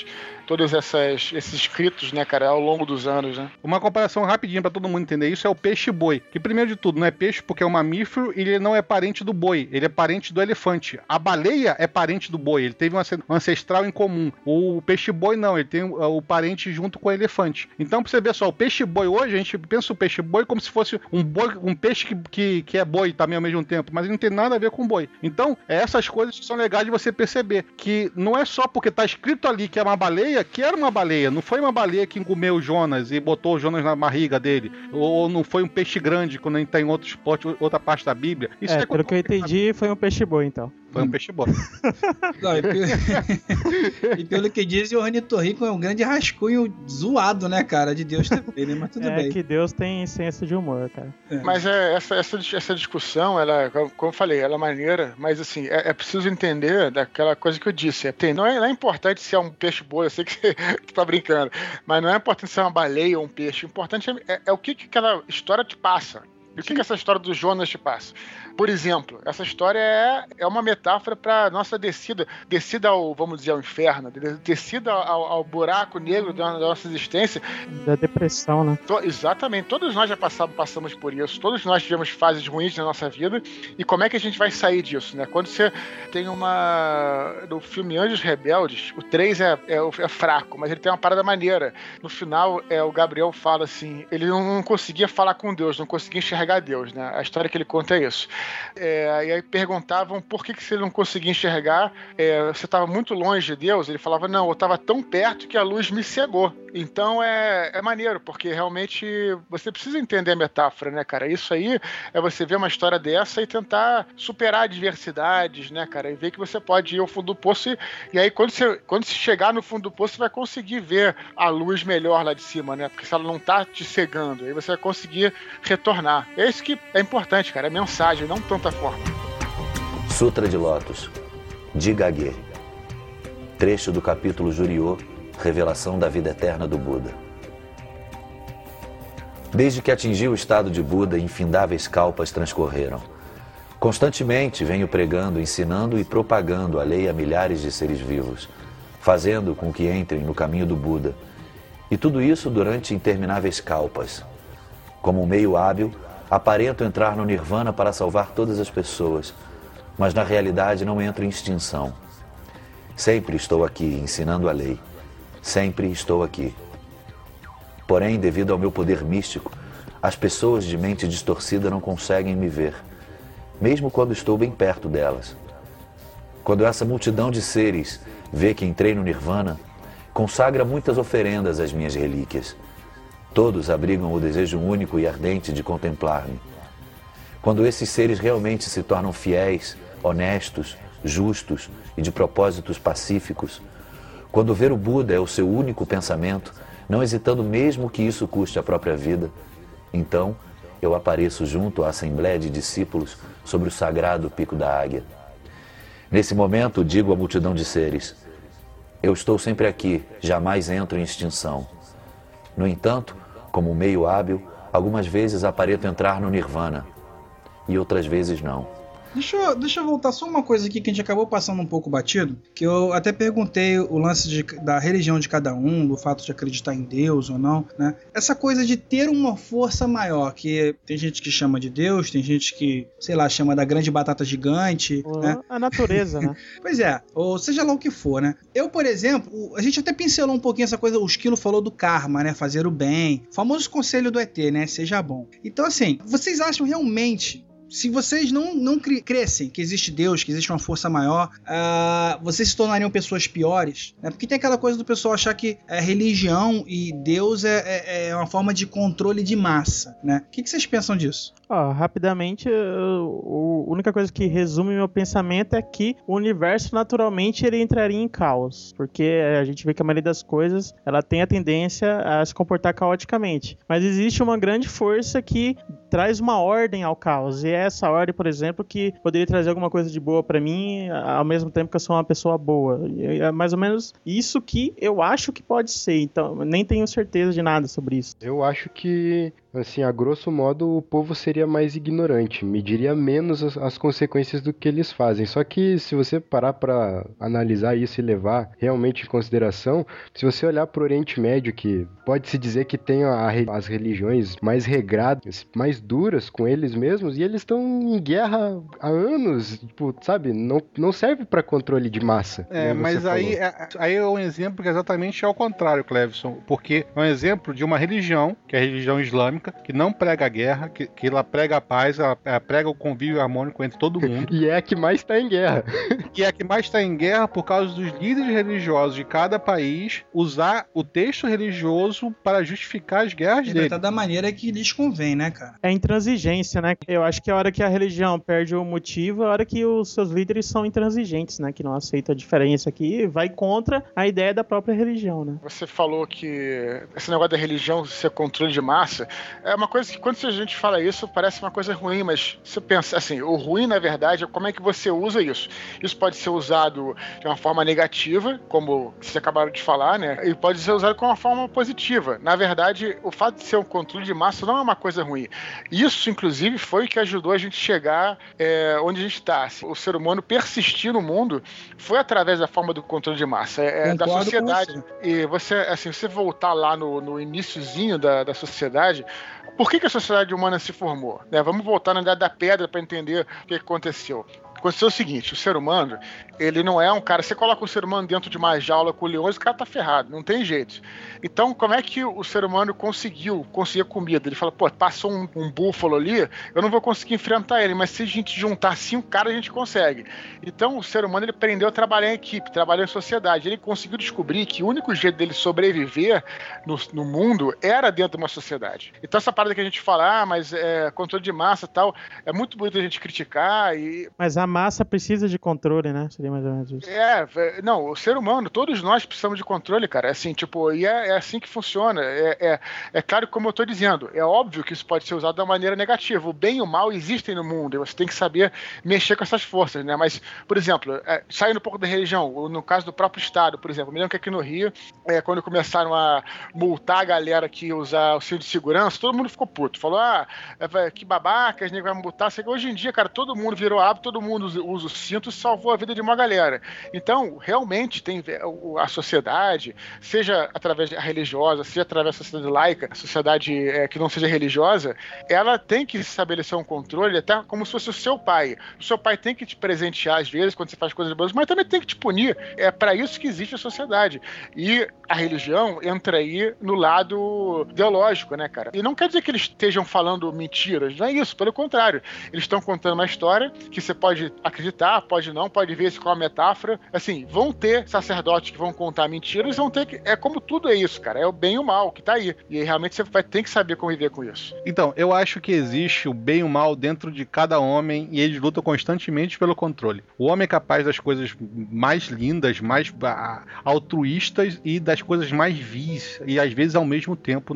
todos esses escritos, né, cara, ao longo dos anos, né? Uma comparação rapidinha pra todo mundo entender isso é o peixe-boi, que primeiro de tudo não é peixe porque é um mamífero e ele não é parente do boi, ele é parente do elefante. A baleia é parente do boi, ele teve um ancestral em comum. O peixe-boi não, ele tem o parente junto com o elefante. Então, pra você ver só, o peixe-boi hoje, a gente pensa o peixe-boi como se fosse um peixe que é boi também ao mesmo tempo, mas ele não tem nada a ver com boi. Então, essas coisas que são legais de você perceber, que não é só porque tá escrito ali que é uma baleia, que era uma baleia, não foi uma baleia que engomeu o Jonas e botou o Jonas na barriga dele, ou não foi um peixe grande quando a gente tá em outra parte da Bíblia. Isso pelo que eu entendi, foi um peixe-boi, então. Foi um peixe boi. Não, e pelo que diz, o ornitorrinco é um grande rascunho zoado, né, cara? De Deus também, né? Mas tudo bem. É que Deus tem senso de humor, cara. Mas essa discussão, ela, como eu falei, ela é maneira, mas assim, é preciso entender daquela coisa que eu disse. Não é importante se é um peixe boi, eu sei que você tá brincando, mas não é importante se é uma baleia ou um peixe. O importante é o que aquela história te passa. E o que essa história do Jonas te passa? Por exemplo, essa história é uma metáfora para nossa descida ao, vamos dizer, ao inferno, descida ao buraco negro da nossa existência. Da depressão, né? Exatamente. Todos nós já passamos por isso. Todos nós tivemos fases ruins na nossa vida. E como é que a gente vai sair disso, né? Quando você tem no filme Anjos Rebeldes, o 3 é fraco, mas ele tem uma parada maneira. No final, o Gabriel fala assim, ele não conseguia falar com Deus, não conseguia enxergar Deus, né? A história que ele conta é isso. E aí perguntavam por que você não conseguia enxergar, você estava muito longe de Deus. Ele falava, não, eu estava tão perto que a luz me cegou. Então é maneiro, porque realmente você precisa entender a metáfora, né, cara? Isso aí é você ver uma história dessa e tentar superar adversidades, né, cara? E ver que você pode ir ao fundo do poço e aí quando você chegar no fundo do poço, você vai conseguir ver a luz melhor lá de cima, né? Porque se ela não tá te cegando, aí você vai conseguir retornar. É isso que é importante, cara, é mensagem, não tanta forma. Sutra de Lótus, de Gagê. Trecho do capítulo Juriô, Revelação da Vida Eterna do Buda. Desde que atingi o estado de Buda, infindáveis kalpas transcorreram. Constantemente venho pregando, ensinando e propagando a lei a milhares de seres vivos, fazendo com que entrem no caminho do Buda. E tudo isso durante intermináveis kalpas. Como um meio hábil, aparento entrar no Nirvana para salvar todas as pessoas, mas na realidade não entro em extinção. Sempre estou aqui ensinando a lei. Sempre estou aqui. Porém, devido ao meu poder místico, as pessoas de mente distorcida não conseguem me ver, mesmo quando estou bem perto delas. Quando essa multidão de seres vê que entrei no Nirvana, consagra muitas oferendas às minhas relíquias. Todos abrigam o desejo único e ardente de contemplar-me. Quando esses seres realmente se tornam fiéis, honestos, justos e de propósitos pacíficos, quando ver o Buda é o seu único pensamento, não hesitando mesmo que isso custe a própria vida, então eu apareço junto à assembleia de discípulos sobre o sagrado pico da águia. Nesse momento, digo à multidão de seres, eu estou sempre aqui, jamais entro em extinção. No entanto, como meio hábil, algumas vezes aparento entrar no Nirvana, e outras vezes não. Deixa eu voltar só uma coisa aqui que a gente acabou passando um pouco batido, que eu até perguntei o lance da religião de cada um, do fato de acreditar em Deus ou não, né? Essa coisa de ter uma força maior, que tem gente que chama de Deus, tem gente que, sei lá, chama da grande batata gigante, né? A natureza, né? Pois é, ou seja lá o que for, né? Eu, por exemplo, a gente até pincelou um pouquinho essa coisa, o Esquilo falou do karma, né? Fazer o bem, o famoso conselho do ET, né? Seja bom. Então, assim, vocês acham realmente... Se vocês não crescem que existe Deus, que existe uma força maior, vocês se tornariam pessoas piores, né? Porque tem aquela coisa do pessoal achar que religião e Deus é uma forma de controle de massa, né? O que vocês pensam disso? Rapidamente, a única coisa que resume meu pensamento é que o universo naturalmente ele entraria em caos, porque a gente vê que a maioria das coisas ela tem a tendência a se comportar caoticamente, mas existe uma grande força que traz uma ordem ao caos, e é essa ordem, por exemplo, que poderia trazer alguma coisa de boa pra mim, ao mesmo tempo que eu sou uma pessoa boa. E é mais ou menos isso que eu acho que pode ser, então nem tenho certeza de nada sobre isso. Eu acho que, assim, a grosso modo, o povo seria mais ignorante, mediria menos as consequências do que eles fazem. Só que se você parar pra analisar isso e levar realmente em consideração, se você olhar pro Oriente Médio, que pode-se dizer que tem as religiões mais regradas, mais duras com eles mesmos, e eles estão em guerra há anos, tipo, sabe? Não serve pra controle de massa. Mas aí é um exemplo que exatamente é ao contrário, Cleveson, porque é um exemplo de uma religião, que é a religião islâmica, islâmica, que não prega a guerra, que ela prega a paz, ela prega o convívio harmônico entre todo mundo. E é a que mais está em guerra. E é a que mais está em guerra por causa dos líderes religiosos de cada país usar o texto religioso para justificar as guerras dele. Da maneira que lhes convém, né, cara? É intransigência, né? Eu acho que a hora que a religião perde o motivo, é a hora que os seus líderes são intransigentes, né? Que não aceitam a diferença aqui, vai contra a ideia da própria religião, né? Você falou que esse negócio da religião ser controle de massa é uma coisa que quando a gente fala isso parece uma coisa ruim, mas você pensa assim, o ruim na verdade é como é que você usa isso. Isso pode ser usado de uma forma negativa, como vocês acabaram de falar, né? E pode ser usado de uma forma positiva. Na verdade, o fato de ser um controle de massa não é uma coisa ruim. Isso, inclusive, foi o que ajudou a gente chegar onde a gente está. O ser humano persistir no mundo foi através da forma do controle de massa, da sociedade. E você voltar lá no iniciozinho da sociedade, por que a sociedade humana se formou? Né? Vamos voltar na Idade da Pedra para entender o que aconteceu. Aconteceu o seguinte, o ser humano, ele não é um cara... Você coloca o ser humano dentro de uma jaula com leões, o cara tá ferrado, não tem jeito. Então, como é que o ser humano conseguia comida? Ele fala, passou um búfalo ali, eu não vou conseguir enfrentar ele, mas se a gente juntar 5 caras, a gente consegue. Então, o ser humano, ele aprendeu a trabalhar em equipe, trabalhar em sociedade. Ele conseguiu descobrir que o único jeito dele sobreviver no mundo era dentro de uma sociedade. Então, essa parada que a gente fala, mas controle de massa e tal, é muito bonito a gente criticar e... Mas a massa precisa de controle, né? Seria mais ou menos isso. Não, o ser humano, todos nós precisamos de controle, cara. É assim, e é assim que funciona. É claro, como eu tô dizendo, é óbvio que isso pode ser usado de uma maneira negativa. O bem e o mal existem no mundo, e você tem que saber mexer com essas forças, né? Mas, por exemplo, saindo um pouco da religião, no caso do próprio Estado, por exemplo, me lembro que aqui no Rio, quando começaram a multar a galera que ia usar o cinto de segurança, todo mundo ficou puto. Falou, que babaca, a gente vai multar. Hoje em dia, cara, todo mundo virou hábito, todo mundo usa o cinto e salvou a vida de uma galera. Então, realmente, tem a sociedade, seja através da religiosa, seja através da sociedade laica, a sociedade que não seja religiosa, ela tem que estabelecer um controle, até como se fosse o seu pai. O seu pai tem que te presentear, às vezes, quando você faz coisas boas, mas também tem que te punir. É para isso que existe a sociedade. E a religião entra aí no lado ideológico, né, cara? E não quer dizer que eles estejam falando mentiras, não é isso, pelo contrário. Eles estão contando uma história que você pode acreditar, pode não, pode ver isso como uma metáfora. Assim, vão ter sacerdotes que vão contar mentiras, vão ter que... É como tudo é isso, cara. É o bem e o mal que tá aí. E realmente você vai ter que saber conviver com isso. Então, eu acho que existe o bem e o mal dentro de cada homem e eles lutam constantemente pelo controle. O homem é capaz das coisas mais lindas, mais altruístas e das coisas mais vis. E às vezes ao mesmo tempo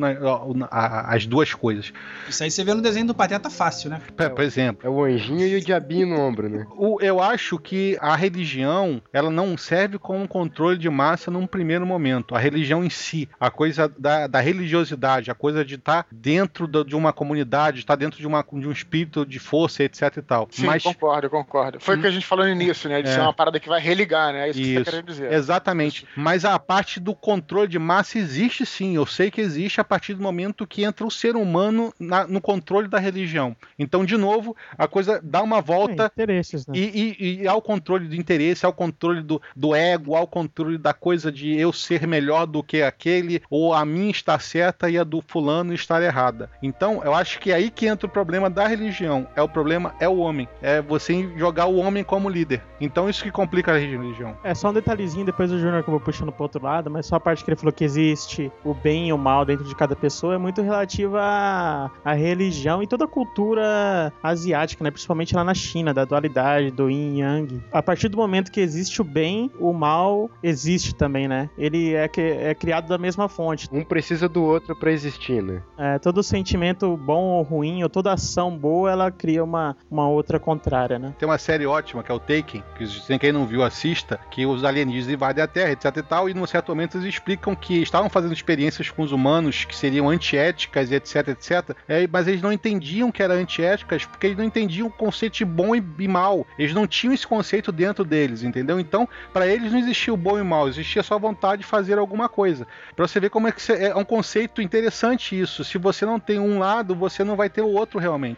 as duas coisas. Isso aí você vê no desenho do Pateta fácil, né? Por exemplo. É o anjinho e o diabinho no ombro, né? Eu acho que a religião, ela não serve como controle de massa num primeiro momento. A religião em si, a coisa da religiosidade, a coisa de estar dentro de uma comunidade, estar dentro de um espírito de força, etc e tal. Sim, mas... concordo. Foi o que a gente falou no início, né? De ser uma parada que vai religar, né? É isso que você tá querendo dizer. Exatamente. Mas a parte do controle de massa existe sim. Eu sei que existe a partir do momento que entra o ser humano no controle da religião. Então, de novo, a coisa dá uma volta interesses, né? e ao controle do interesse, ao controle do ego, ao controle da coisa de eu ser melhor do que aquele, ou a minha estar certa e a do fulano estar errada. Então, eu acho que é aí que entra o problema da religião. O problema é o homem. É você jogar o homem como líder. Então, isso que complica a religião. É só um detalhezinho, depois o Júnior que eu vou puxando pro outro lado, mas só a parte que ele falou que existe o bem e o mal dentro de cada pessoa é muito relativa à religião e toda a cultura asiática, né? Principalmente lá na China, da dualidade, do yin e yang. A partir do momento que existe o bem, o mal existe também, né? Ele é criado da mesma fonte. Um precisa do outro pra existir, né? Todo sentimento bom ou ruim, ou toda ação boa, ela cria uma outra contrária, né? Tem uma série ótima, que é o Taken, que quem não viu, assista, que os alienígenas invadem a Terra, etc e tal, e num certo momento eles explicam que estavam fazendo experiências com os humanos que seriam antiéticas, etc, etc, mas eles não entendiam que eram antiéticas, porque eles não entendiam o conceito de bom e mal. Eles não tinham esse conceito dentro deles, entendeu? Então, para eles não existia o bom e o mal, existia só a vontade de fazer alguma coisa. Pra você ver como é um conceito interessante isso. Se você não tem um lado, você não vai ter o outro realmente, né?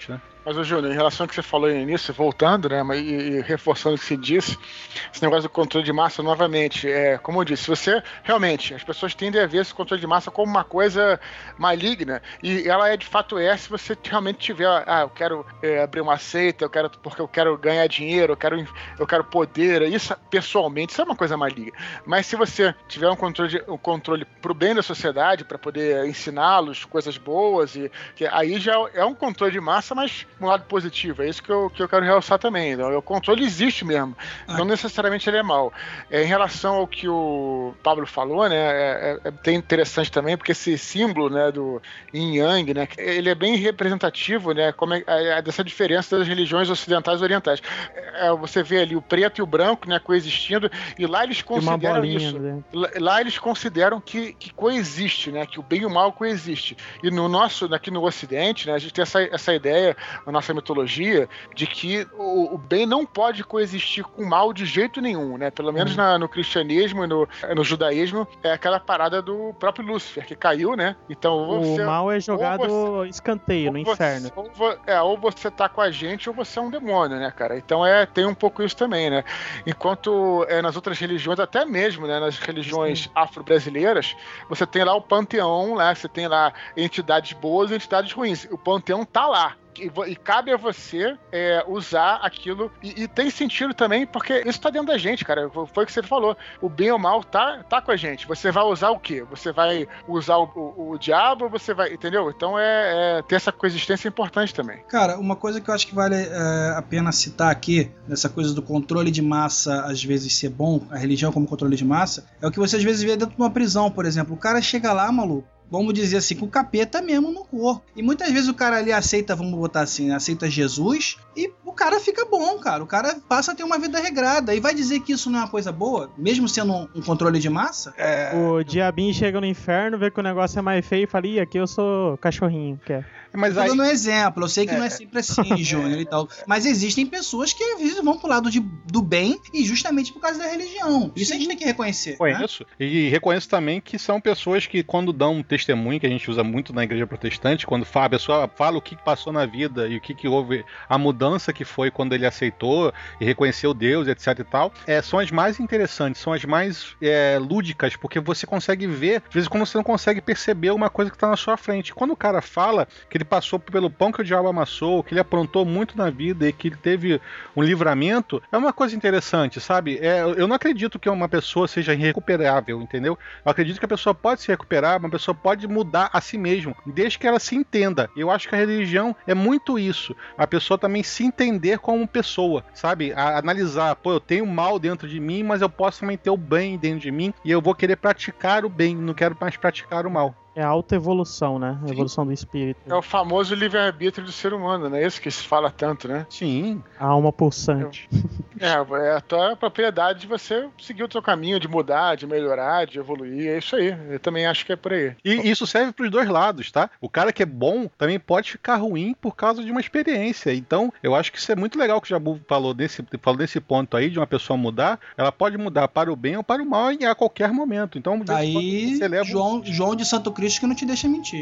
Mas, Júnior, em relação ao que você falou no início, voltando, né, e reforçando o que você disse, esse negócio do controle de massa, novamente, como eu disse, você realmente, as pessoas tendem a ver esse controle de massa como uma coisa maligna, e ela de fato se você realmente tiver, eu quero abrir uma seita, porque eu quero ganhar dinheiro, eu quero poder, isso, pessoalmente, isso é uma coisa maligna. Mas se você tiver um controle pro bem da sociedade, para poder ensiná-los coisas boas, aí já é um controle de massa, mas um lado positivo, é isso que eu quero realçar também. Então, o controle existe mesmo, não necessariamente ele é mau. Em relação ao que o Pablo falou, né, é bem interessante também, porque esse símbolo, né, do Yin Yang, né, ele é bem representativo, né, como dessa diferença das religiões ocidentais e orientais. Você vê ali o preto e o branco, né, coexistindo, e lá eles consideram isso. Né? Lá eles consideram que coexiste, né, que o bem e o mal coexiste. E aqui no Ocidente, né, a gente tem essa ideia na nossa mitologia de que o bem não pode coexistir com o mal de jeito nenhum, né? Pelo menos no cristianismo e no judaísmo é aquela parada do próprio Lúcifer que caiu, né? Então o mal é jogado escanteio no inferno. Ou você tá com a gente ou você é um demônio, né, cara? Então tem um pouco isso também, né? Enquanto nas outras religiões, até mesmo, né, nas religiões afro-brasileiras, você tem lá o panteão, né? Você tem lá entidades boas e entidades ruins. O panteão tá lá. E cabe a você usar aquilo, e tem sentido também, porque isso tá dentro da gente, cara. Foi o que você falou, o bem ou mal tá com a gente. Você vai usar o quê? Você vai usar o diabo ou você vai, entendeu? Então ter essa coexistência importante também. Cara, uma coisa que eu acho que vale a pena citar aqui, nessa coisa do controle de massa às vezes ser bom, a religião como controle de massa, é o que você às vezes vê dentro de uma prisão, por exemplo. O cara chega lá, maluco, vamos dizer assim, com o capeta mesmo no corpo. E muitas vezes o cara ali aceita, vamos botar assim, aceita Jesus, e o cara fica bom, cara. O cara passa a ter uma vida regrada. E vai dizer que isso não é uma coisa boa, mesmo sendo um controle de massa? O diabinho chega no inferno, vê que o negócio é mais feio e fala, aqui eu sou cachorrinho, quer. Mas tô dando um exemplo, eu sei que não é sempre assim, Júnior e tal, mas existem pessoas que às vezes vão pro lado do bem e justamente por causa da religião. Isso a gente tem que reconhecer. Conheço. Né? E reconheço também que são pessoas que, quando dão um testemunho, que a gente usa muito na igreja protestante, quando a pessoa fala o que passou na vida e o que houve, a mudança que foi quando ele aceitou e reconheceu Deus, etc e tal, são as mais interessantes, são as mais lúdicas, porque você consegue ver, às vezes quando você não consegue perceber uma coisa que tá na sua frente. Quando o cara fala que ele passou pelo pão que o diabo amassou, que ele aprontou muito na vida e que ele teve um livramento, é uma coisa interessante, sabe? Eu não acredito que uma pessoa seja irrecuperável, entendeu? Eu acredito que a pessoa pode se recuperar, uma pessoa pode mudar a si mesma, desde que ela se entenda. Eu acho que a religião é muito isso. A pessoa também se entender como pessoa, sabe? Analisar, eu tenho o mal dentro de mim, mas eu posso também ter o bem dentro de mim e eu vou querer praticar o bem, não quero mais praticar o mal. É a autoevolução, né? A evolução do espírito. É o famoso livre-arbítrio do ser humano, não é isso que se fala tanto, né? Sim. A alma pulsante. É a tua propriedade de você seguir o teu caminho, de mudar, de melhorar, de evoluir, é isso aí. Eu também acho que é por aí. E isso serve pros dois lados, tá? O cara que é bom também pode ficar ruim por causa de uma experiência. Então, eu acho que isso é muito legal que o Jabu falou desse ponto aí, de uma pessoa mudar. Ela pode mudar para o bem ou para o mal a qualquer momento. Então, aí, você leva João de Santo Cristo que não te deixa mentir.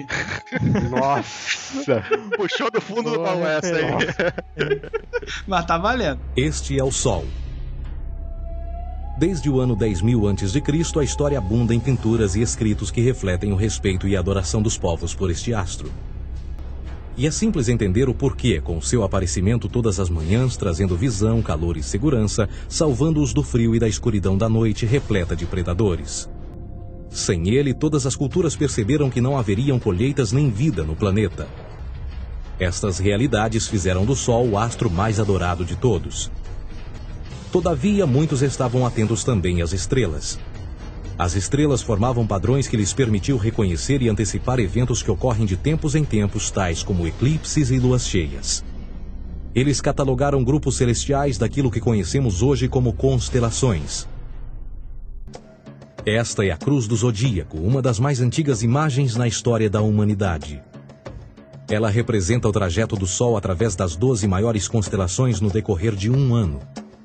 Nossa! Puxou do fundo do baú essa aí. Mas tá valendo. Este é o Sol. Desde o ano 10.000 a.C., a história abunda em pinturas e escritos que refletem o respeito e a adoração dos povos por este astro. E é simples entender o porquê, com seu aparecimento todas as manhãs, trazendo visão, calor e segurança, salvando-os do frio e da escuridão da noite repleta de predadores. Sem ele, todas as culturas perceberam que não haveriam colheitas nem vida no planeta. Estas realidades fizeram do Sol o astro mais adorado de todos. Todavia, muitos estavam atentos também às estrelas. As estrelas formavam padrões que lhes permitiu reconhecer e antecipar eventos que ocorrem de tempos em tempos, tais como eclipses e luas cheias. Eles catalogaram grupos celestiais daquilo que conhecemos hoje como constelações. Esta é a Cruz do Zodíaco, uma das mais antigas imagens na história da humanidade. Ela representa o trajeto do Sol através das 12 maiores constelações no decorrer de um ano.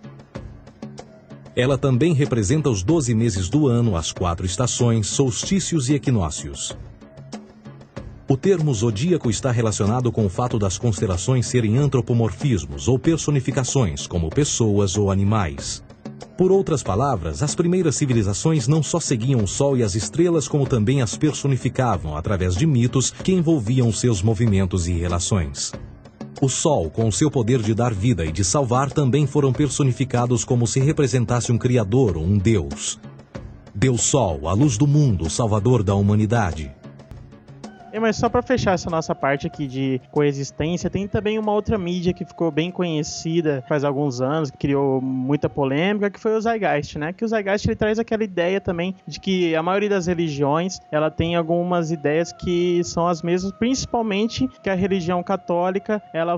Ela também representa os 12 meses do ano, as 4 estações, solstícios e equinócios. O termo zodíaco está relacionado com o fato das constelações serem antropomorfismos ou personificações, como pessoas ou animais. Por outras palavras, as primeiras civilizações não só seguiam o Sol e as estrelas, como também as personificavam através de mitos que envolviam seus movimentos e relações. O Sol, com o seu poder de dar vida e de salvar, também foram personificados como se representasse um criador ou um deus. Deus Sol, a luz do mundo, o salvador da humanidade. Mas só para fechar essa nossa parte aqui de coexistência, tem também uma outra mídia que ficou bem conhecida faz alguns anos, que criou muita polêmica, que foi o Zeitgeist, né? Que o Zeitgeist ele traz aquela ideia também de que a maioria das religiões, ela tem algumas ideias que são as mesmas, principalmente que a religião católica, ela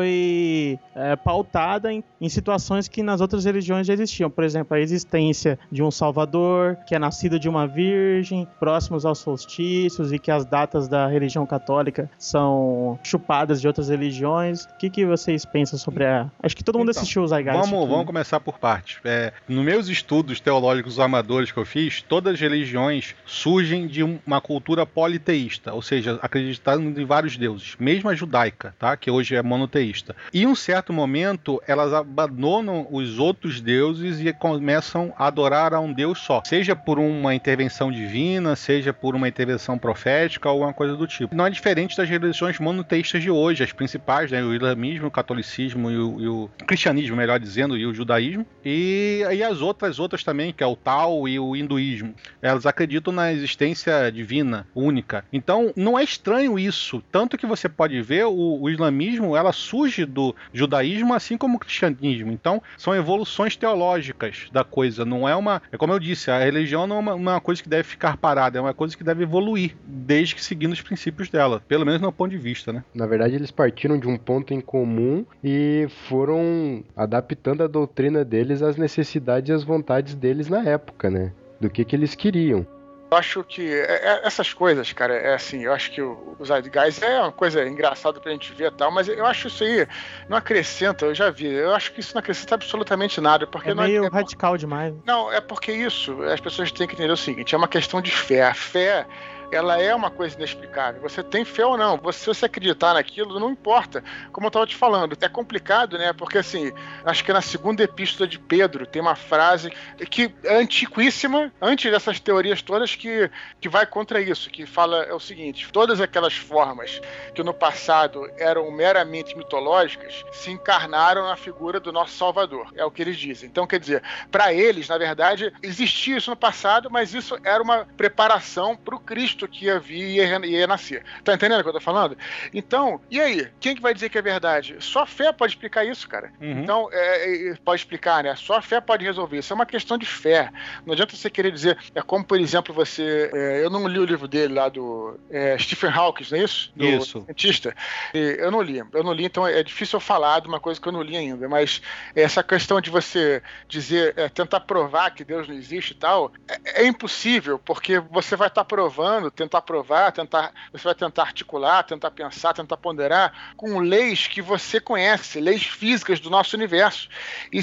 foi pautada em situações que nas outras religiões já existiam. Por exemplo, a existência de um Salvador, que é nascido de uma virgem, próximos aos solstícios, e que as datas da religião católica são chupadas de outras religiões. O que vocês pensam sobre a... Acho que todo mundo assistiu o Zeitgeist. Vamos começar por partes. Nos meus estudos teológicos amadores que eu fiz, todas as religiões surgem de uma cultura politeísta, ou seja, acreditando em vários deuses, mesmo a judaica, tá? Que hoje é monoteísta. E em um certo momento, elas abandonam os outros deuses e começam a adorar a um deus só, seja por uma intervenção divina, seja por uma intervenção profética ou alguma coisa do tipo. Não é diferente das religiões monoteístas de hoje, as principais, né, o islamismo, o catolicismo e o cristianismo, melhor dizendo, e o judaísmo, e as outras também, que é o Tao e o hinduísmo. Elas acreditam na existência divina, única. Então, não é estranho isso, tanto que você pode ver o islamismo, ela surge do judaísmo, assim como o cristianismo. Então, são evoluções teológicas da coisa, não é uma... É como eu disse, a religião não é uma coisa que deve ficar parada, é uma coisa que deve evoluir, desde que seguindo os princípios dela, pelo menos no ponto de vista, né? Na verdade, eles partiram de um ponto em comum e foram adaptando a doutrina deles às necessidades e às vontades deles na época, né? Do que eles queriam. Eu acho que essas coisas, cara, eu acho que o Zeitgeist é uma coisa engraçada pra gente ver e tal, mas eu acho isso aí não acrescenta, eu já vi, eu acho que isso não acrescenta absolutamente nada, porque é meio radical demais. Não, é porque isso, as pessoas têm que entender o seguinte, é uma questão de fé. A fé, ela é uma coisa inexplicável. Você tem fé ou não, se você acreditar naquilo, não importa. Como eu estava te falando, é complicado, né? Porque assim, acho que na segunda epístola de Pedro tem uma frase que é antiquíssima, antes dessas teorias todas, que vai contra isso, que fala o seguinte: todas aquelas formas que no passado eram meramente mitológicas se encarnaram na figura do nosso Salvador. É o que eles dizem. Então, quer dizer, para eles, na verdade, existia isso no passado, mas isso era uma preparação para o Cristo que ia vir e ia nascer. Tá entendendo o que eu tô falando? Então, e aí? Quem que vai dizer que é verdade? Só a fé pode explicar isso, cara. Uhum. Então, pode explicar, né? Só a fé pode resolver. Isso é uma questão de fé. Não adianta você querer dizer... É como, por exemplo, você... eu não li o livro dele lá do Stephen Hawking, não é isso? Isso. Cientista. Eu não li, então é difícil eu falar de uma coisa que eu não li ainda, mas essa questão de você dizer, tentar provar que Deus não existe e tal, é impossível, porque você vai estar provando, tentar provar, você vai tentar articular, tentar pensar, tentar ponderar com leis que você conhece, leis físicas do nosso universo. E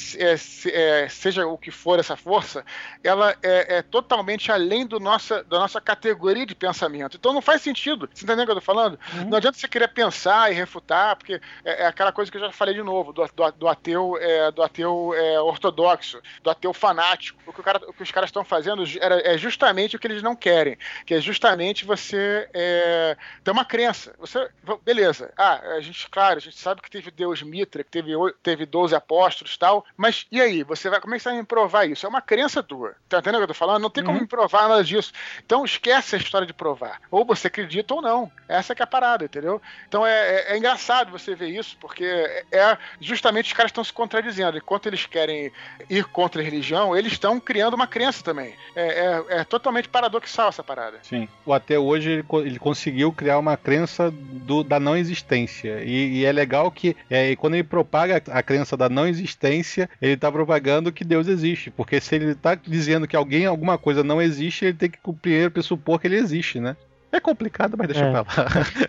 seja o que for essa força, ela é totalmente além da nossa categoria de pensamento. Então não faz sentido. Você entendeu o que eu tô falando? Uhum. Não adianta você querer pensar e refutar, porque é aquela coisa que eu já falei de novo, do ateu ortodoxo, do ateu fanático. O que os caras estão fazendo é justamente o que eles não querem, que é justamente você ter uma crença. Beleza. A gente sabe que teve Deus Mitra, que teve 12 apóstolos e tal, mas e aí? Como é que você vai me provar isso? É uma crença tua. Tá entendendo o que eu tô falando? Não tem como me provar nada disso. Então esquece a história de provar. Ou você acredita ou não. Essa que é a parada, entendeu? Então é engraçado você ver isso, porque justamente os caras estão se contradizendo. Enquanto eles querem ir contra a religião, eles estão criando uma crença também. É totalmente paradoxal essa parada. Sim. Até hoje ele conseguiu criar uma crença da não existência. E é legal que quando ele propaga a crença da não existência, ele está propagando que Deus existe. Porque se ele está dizendo que alguma coisa não existe, ele tem que primeiro pressupor que ele existe, né? É complicado, mas deixa pra lá.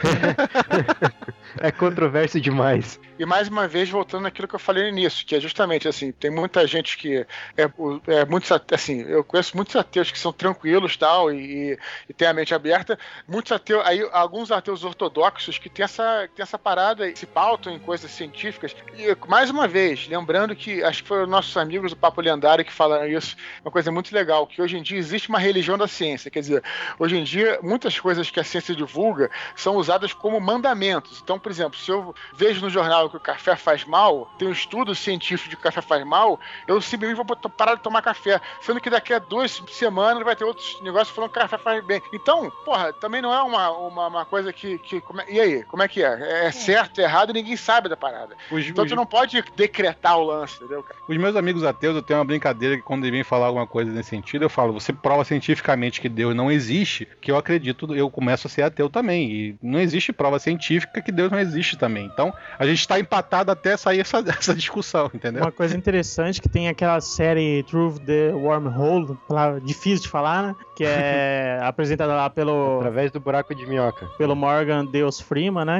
É controverso demais. E mais uma vez, voltando naquilo que eu falei no início, que é justamente assim, tem muita gente que muitos, assim, eu conheço muitos ateus que são tranquilos tal, e tem a mente aberta, muitos ateus, aí alguns ateus ortodoxos que tem essa parada e se pautam em coisas científicas. E mais uma vez, lembrando que acho que foram nossos amigos do Papo Lendário que falaram isso, uma coisa muito legal, que hoje em dia existe uma religião da ciência, quer dizer, hoje em dia muitas coisas que a ciência divulga são usadas como mandamentos. Então, por exemplo, se eu vejo no jornal que o café faz mal, tem um estudo científico de que o café faz mal, eu simplesmente vou parar de tomar café, sendo que daqui a 2 semanas vai ter outros negócios falando que o café faz bem. Então, porra, também não é uma coisa que e aí, como é que é? É certo, é errado, ninguém sabe da parada. Então tu não pode decretar o lance, entendeu, cara? Os meus amigos ateus, eu tenho uma brincadeira que quando eles vêm falar alguma coisa nesse sentido, eu falo, você prova cientificamente que Deus não existe, que eu acredito, eu começo a ser ateu também, e não existe prova científica que Deus não existe também. Então, a gente tá empatado até sair essa discussão, entendeu? Uma coisa interessante que tem aquela série Through the Wormhole, difícil de falar, né? Que é apresentada lá pelo... Através do buraco de minhoca. Pelo Morgan Deus Freeman, né?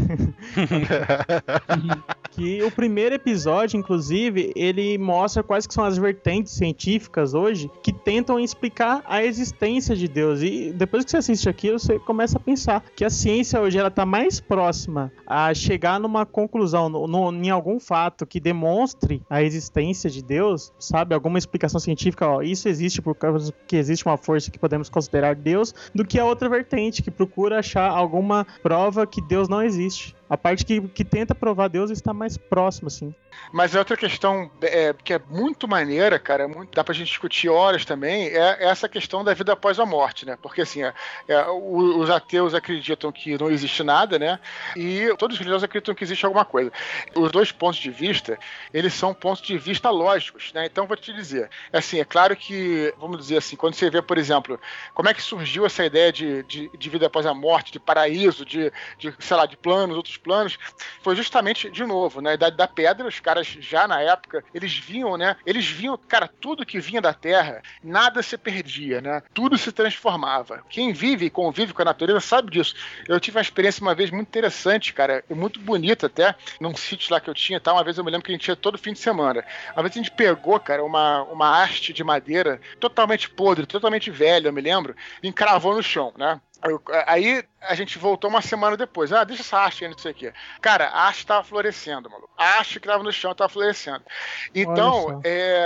Que o primeiro episódio, inclusive, ele mostra quais que são as vertentes científicas hoje que tentam explicar a existência de Deus. E depois que você assiste aquilo, você começa a pensar que a ciência hoje ela tá mais próxima a chegar numa conclusão, em algum fato que demonstre a existência de Deus, sabe? Alguma explicação científica, ó, isso existe por causa que existe uma força que podemos considerar Deus, do que a outra vertente, que procura achar alguma prova que Deus não existe. A parte que tenta provar Deus está mais próxima, assim. Mas a outra questão que é muito maneira, cara, dá pra gente discutir horas também, é essa questão da vida após a morte, né? Porque, assim, os ateus acreditam que não existe nada, né? E todos os religiosos acreditam que existe alguma coisa. Os dois pontos de vista, eles são pontos de vista lógicos, né? Então, vou te dizer, assim, é claro que, vamos dizer assim, quando você vê, por exemplo, como é que surgiu essa ideia de vida após a morte, de paraíso, sei lá, de planos, outros planos, foi justamente, de novo, na Idade da Pedra, os caras já na época, eles viam, cara, tudo que vinha da Terra, nada se perdia, né? Tudo se transformava. Quem vive e convive com a natureza sabe disso. Eu tive uma experiência uma vez muito interessante, cara, e muito bonita até, num sítio lá que eu tinha, tá? Uma vez eu me lembro que a gente ia todo fim de semana. Uma vez a gente pegou, cara, uma haste de madeira totalmente podre, totalmente velha, eu me lembro, e encravou no chão, né? Aí a gente voltou uma semana depois. Deixa essa haste aí, não sei o quê. Cara, a haste tava florescendo, maluco. A haste que tava no chão tava florescendo. Então,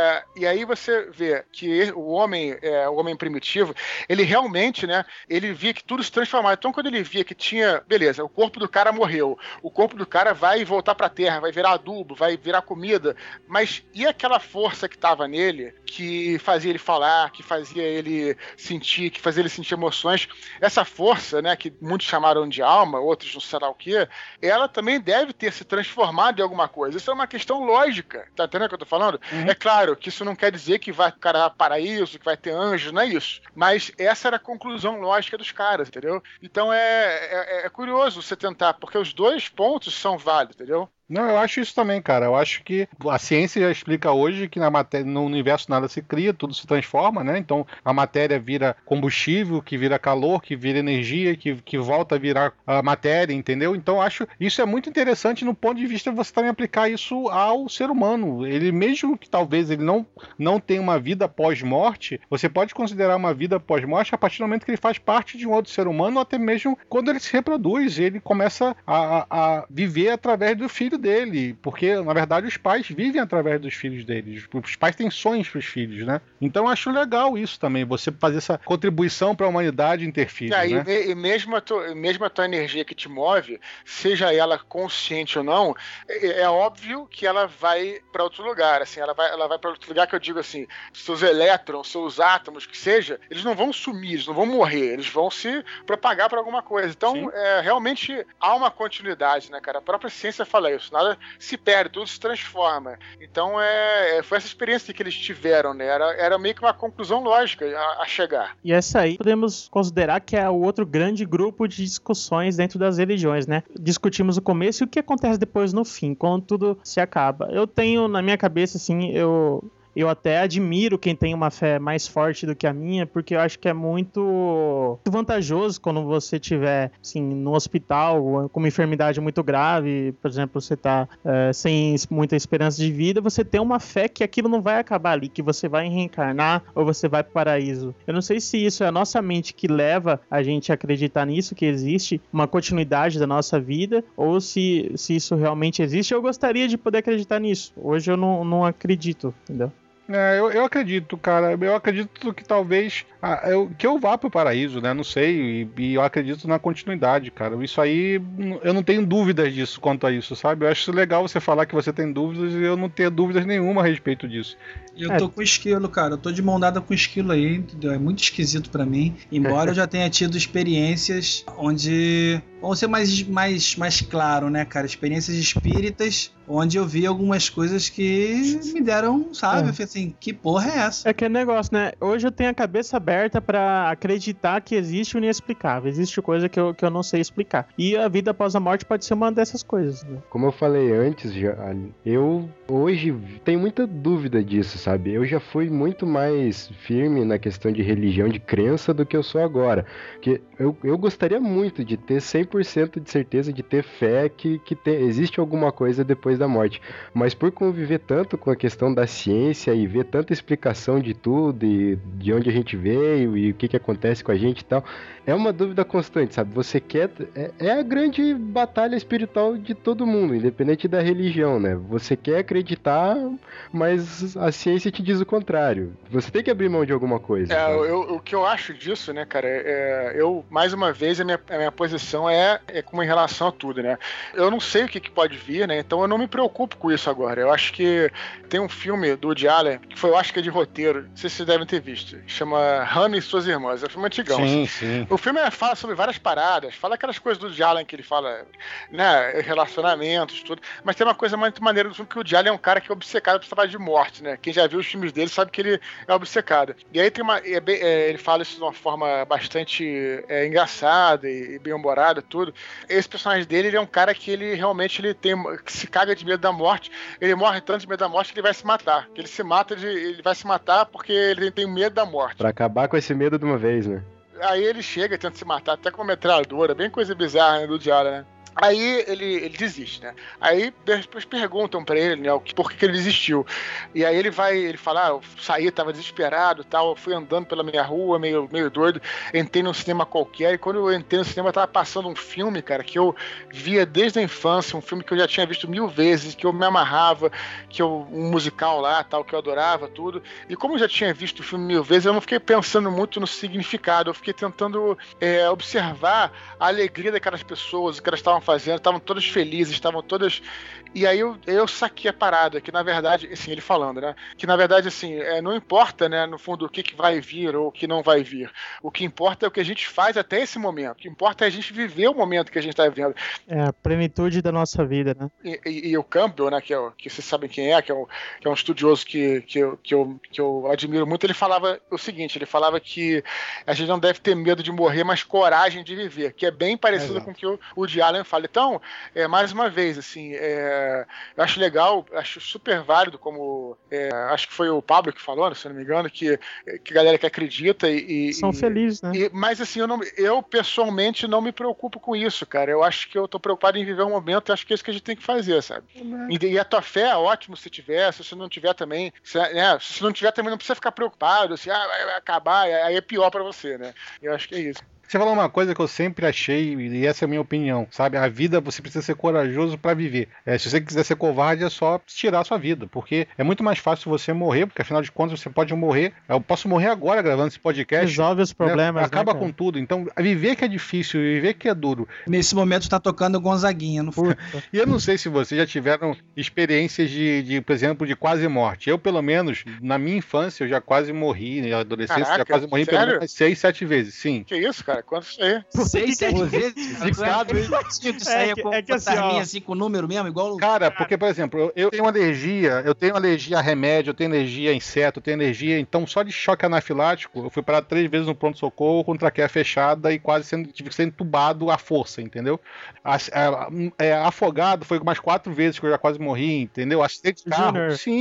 e aí você vê que o homem primitivo, ele realmente, né, ele via que tudo se transformava. Então, quando ele via que tinha, beleza, o corpo do cara morreu, o corpo do cara vai voltar pra terra, vai virar adubo, vai virar comida, mas e aquela força que tava nele, que fazia ele falar, que fazia ele sentir, que fazia ele sentir emoções, essa força, né, que muitos chamaram de alma, outros não sei lá o quê, ela também deve ter se transformado em alguma coisa. Isso é uma questão lógica, tá entendendo o que eu tô falando? É claro que isso não quer dizer que vai ficar paraíso, que vai ter anjos, não é isso. Mas essa era a conclusão lógica dos caras, entendeu? Então é curioso você tentar, porque os dois pontos são válidos, entendeu? Não, eu acho isso também, cara. Eu acho que a ciência já explica hoje que no universo nada se cria, tudo se transforma, né? Então a matéria vira combustível, que vira calor, que vira energia, que volta a virar a matéria, entendeu? Então eu acho isso é muito interessante no ponto de vista de você também aplicar isso ao ser humano. Ele, mesmo que talvez ele não tenha uma vida pós-morte, você pode considerar uma vida pós-morte a partir do momento que ele faz parte de um outro ser humano, ou até mesmo quando ele se reproduz, ele começa a viver através do filho dele, porque na verdade os pais vivem através dos filhos deles, os pais têm sonhos para os filhos, né? Então eu acho legal isso também, você fazer essa contribuição para a humanidade em ter filhos, né? E mesmo a tua energia que te move, seja ela consciente ou não, é óbvio que ela vai para outro lugar, assim, ela vai para outro lugar, que eu digo assim, seus elétrons, seus átomos, que seja, eles não vão sumir, eles não vão morrer, eles vão se propagar para alguma coisa. Então, realmente há uma continuidade, né, cara? A própria ciência fala isso. Nada se perde, tudo se transforma. Então foi essa experiência que eles tiveram, né? Era meio que uma conclusão lógica a chegar. E essa aí podemos considerar que é o outro grande grupo de discussões dentro das religiões, né? Discutimos o começo e o que acontece depois no fim, quando tudo se acaba. Eu tenho na minha cabeça, assim, eu eu até admiro quem tem uma fé mais forte do que a minha, porque eu acho que é muito vantajoso quando você tiver, assim, no hospital com uma enfermidade muito grave, por exemplo, você tá sem muita esperança de vida, você ter uma fé que aquilo não vai acabar ali, que você vai reencarnar ou você vai pro paraíso. Eu não sei se isso é a nossa mente que leva a gente a acreditar nisso, que existe uma continuidade da nossa vida, ou se isso realmente existe. Eu gostaria de poder acreditar nisso. Hoje eu não acredito, entendeu? Eu acredito, cara. Eu acredito que talvez que eu vá pro paraíso, né? Não sei. E eu acredito na continuidade, cara. Isso aí, eu não tenho dúvidas disso quanto a isso, sabe? Eu acho legal você falar que você tem dúvidas e eu não tenho dúvidas nenhuma a respeito disso. Eu tô com o esquilo, cara. Eu tô de mão dada com o esquilo aí, entendeu? É muito esquisito pra mim. Embora eu já tenha tido experiências onde... Vamos ser mais claro, né, cara? Experiências espíritas, onde eu vi algumas coisas que me deram, sabe? Eu falei assim, que porra é essa? É aquele negócio, né? Hoje eu tenho a cabeça aberta pra acreditar que existe o inexplicável. Existe coisa que eu não sei explicar. E a vida após a morte pode ser uma dessas coisas, né? Como eu falei antes, eu hoje tenho muita dúvida disso, sabe? Eu já fui muito mais firme na questão de religião, de crença, do que eu sou agora. Porque eu gostaria muito de ter 100% de certeza, de ter fé que existe alguma coisa depois da morte. Mas por conviver tanto com a questão da ciência e ver tanta explicação de tudo e de onde a gente veio e o que acontece com a gente e tal, é uma dúvida constante, sabe? Você quer... É a grande batalha espiritual de todo mundo, independente da religião, né? Você quer acreditar, mas a ciência te diz o contrário. Você tem que abrir mão de alguma coisa. O que eu acho disso, né, cara, eu, mais uma vez, a minha posição é como em relação a tudo, né? Eu não sei o que pode vir, né? Então eu não me preocupo com isso agora. Eu acho que tem um filme do Woody Allen, que foi, eu acho que é de roteiro, não sei se vocês devem ter visto, chama Hannah e Suas Irmãs. É um filme antigão. Sim, assim. sim. O filme fala sobre várias paradas, fala aquelas coisas do Woody Allen que ele fala, né, relacionamentos, tudo, mas tem uma coisa muito maneira do filme, que o Woody Allen é um cara que é obcecado por trabalho de morte, né? Quem já viu os filmes dele sabe que ele é obcecado. E aí tem ele fala isso de uma forma bastante engraçada e bem-humorada, tudo. Esse personagem dele, ele é um cara que ele realmente que se caga de medo da morte. Ele morre tanto de medo da morte que ele vai se matar. Que ele se mata, ele vai se matar porque ele tem medo da morte. Pra acabar com esse medo de uma vez, né? Aí ele chega e tenta se matar, até com uma metralhadora, bem coisa bizarra, né, do Diário, né? Aí ele desiste, né? Aí depois perguntam pra ele, né, por que ele desistiu. E aí ele fala, eu saí, tava desesperado, tal, eu fui andando pela minha rua, meio doido, entrei num cinema qualquer, e quando eu entrei no cinema, tava passando um filme, cara, que eu via desde a infância, um filme que eu já tinha visto 1000 vezes, que eu me amarrava, um musical lá, tal, que eu adorava, tudo. E como eu já tinha visto o filme 1000 vezes, eu não fiquei pensando muito no significado, eu fiquei tentando observar a alegria daquelas pessoas, o que elas estavam fazendo, estavam todas felizes, estavam todas... E aí eu saquei a parada, que na verdade, assim, ele falando, né, que na verdade, assim, não importa, né, no fundo, o que vai vir ou o que não vai vir. O que importa é o que a gente faz até esse momento. O que importa é a gente viver o momento que a gente tá vivendo. É a plenitude da nossa vida, né? E o Campbell, né, que vocês sabem quem é, que é um estudioso que eu admiro muito, ele falava o seguinte, ele falava que a gente não deve ter medo de morrer, mas coragem de viver, que é bem parecido com o que o Woody Allen fala. Então, mais uma vez, assim, eu acho legal, acho super válido, como acho que foi o Pablo que falou, se eu não me engano, que galera que acredita são felizes, né? Mas assim, eu pessoalmente não me preocupo com isso, cara. Eu acho que eu tô preocupado em viver um momento, eu acho que é isso que a gente tem que fazer, sabe? E a tua fé é ótimo se tiver, se você não tiver também, se não tiver também não precisa ficar preocupado, assim, vai acabar, aí é pior pra você, né? Eu acho que é isso. Você falou uma coisa que eu sempre achei, e essa é a minha opinião, sabe? A vida, você precisa ser corajoso pra viver. Se você quiser ser covarde, é só tirar a sua vida, porque é muito mais fácil você morrer, porque afinal de contas você pode morrer. Eu posso morrer agora gravando esse podcast. Resolve os problemas, né? Acaba com tudo. Então, viver que é difícil, viver que é duro. Nesse momento tá tocando Gonzaguinha no fundo. E eu não sei se vocês já tiveram experiências de, por exemplo, de quase morte. Eu, pelo menos, na minha infância, eu já quase morri, na adolescência, Caraca, já quase morri sério? pelo menos 6, 7 vezes, sim. Que isso, cara? Quantos aí? 6, 7 vezes? Zicado, hein? Tu saia com assim, com o número mesmo, igual... Cara, porque, por exemplo, eu tenho alergia a remédio, eu tenho alergia a inseto, eu tenho alergia, então só de choque anafilático, eu fui parar 3 vezes no pronto-socorro com traqueia fechada e quase tive que ser entubado à força, entendeu? Afogado foi umas 4 vezes que eu já quase morri, entendeu? Acidente de carro, sim, cara.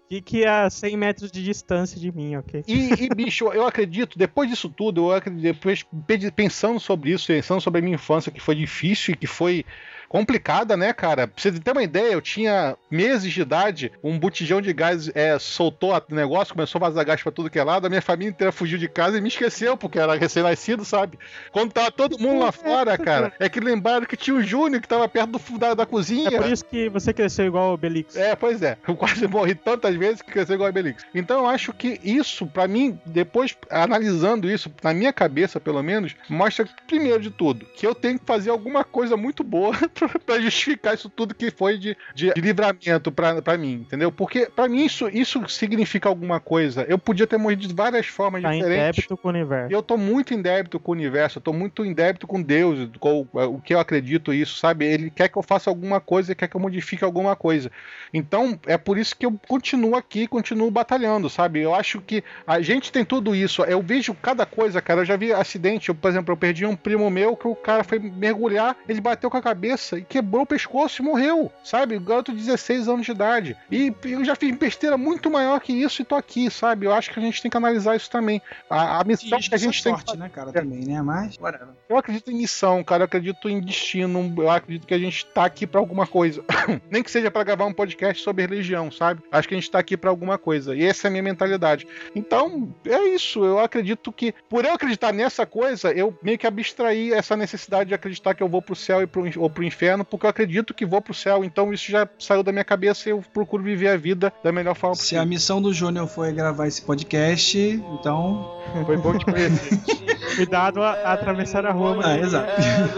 Fique a 100 metros de distância de mim, ok? E bicho, eu acredito, depois disso tudo, depois pensando sobre isso, pensando sobre a minha infância, que foi difícil e que foi complicada, né, cara? Pra você ter uma ideia, eu tinha meses de idade, um botijão de gás soltou o negócio, começou a vazar gás pra tudo que é lado, a minha família inteira fugiu de casa e me esqueceu, porque era recém-nascido, sabe? Quando tava todo mundo lá fora, cara, é que lembraram que tinha o Júnior que tava perto da cozinha. É por isso que você cresceu igual o Obelix. Pois é. Eu quase morri tantas vezes que cresceu igual o Obelix. Então eu acho que isso, pra mim, depois, analisando isso, na minha cabeça, pelo menos, mostra, primeiro de tudo, que eu tenho que fazer alguma coisa muito boa pra justificar isso tudo que foi de livramento pra mim, entendeu? Porque pra mim isso significa alguma coisa. Eu podia ter morrido de várias formas diferentes. Em débito com o universo. Eu tô muito em débito com o universo, eu tô muito em débito com Deus, com o que eu acredito isso, sabe? Ele quer que eu faça alguma coisa, ele quer que eu modifique alguma coisa. Então, é por isso que eu continuo aqui, continuo batalhando, sabe? Eu acho que a gente tem tudo isso. Eu vejo cada coisa, cara. Eu já vi acidente, por exemplo, eu perdi um primo meu que o cara foi mergulhar, ele bateu com a cabeça e quebrou o pescoço e morreu, sabe? O garoto de 16 anos de idade. E eu já fiz besteira muito maior que isso e tô aqui, sabe? Eu acho que a gente tem que analisar isso também. A missão que a gente tem sorte, né, cara, também, né? Mas, whatever. Eu acredito em missão, cara. Eu acredito em destino. Eu acredito que a gente tá aqui pra alguma coisa. Nem que seja pra gravar um podcast sobre religião, sabe? Acho que a gente tá aqui pra alguma coisa. E essa é a minha mentalidade. Então, é isso. Eu acredito que, por eu acreditar nessa coisa, eu meio que abstraí essa necessidade de acreditar que eu vou pro céu ou pro inferno, porque eu acredito que vou pro céu. Então, isso já saiu da minha cabeça e eu procuro viver a vida da melhor forma possível. Se a missão do Júnior foi gravar esse podcast, então... Foi bom te conhecer. Cuidado a atravessar a rua. Exato.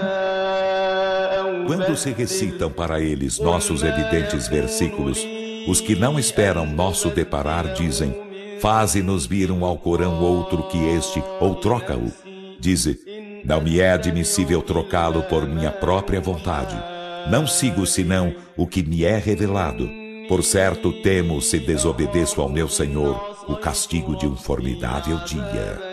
Quando se recitam para eles nossos evidentes versículos, os que não esperam nosso deparar dizem: faze-nos vir um Alcorão outro que este, ou troca-o. Dize: não me é admissível trocá-lo por minha própria vontade. Não sigo senão o que me é revelado. Por certo, temo, se desobedeço ao meu Senhor, o castigo de um formidável dia.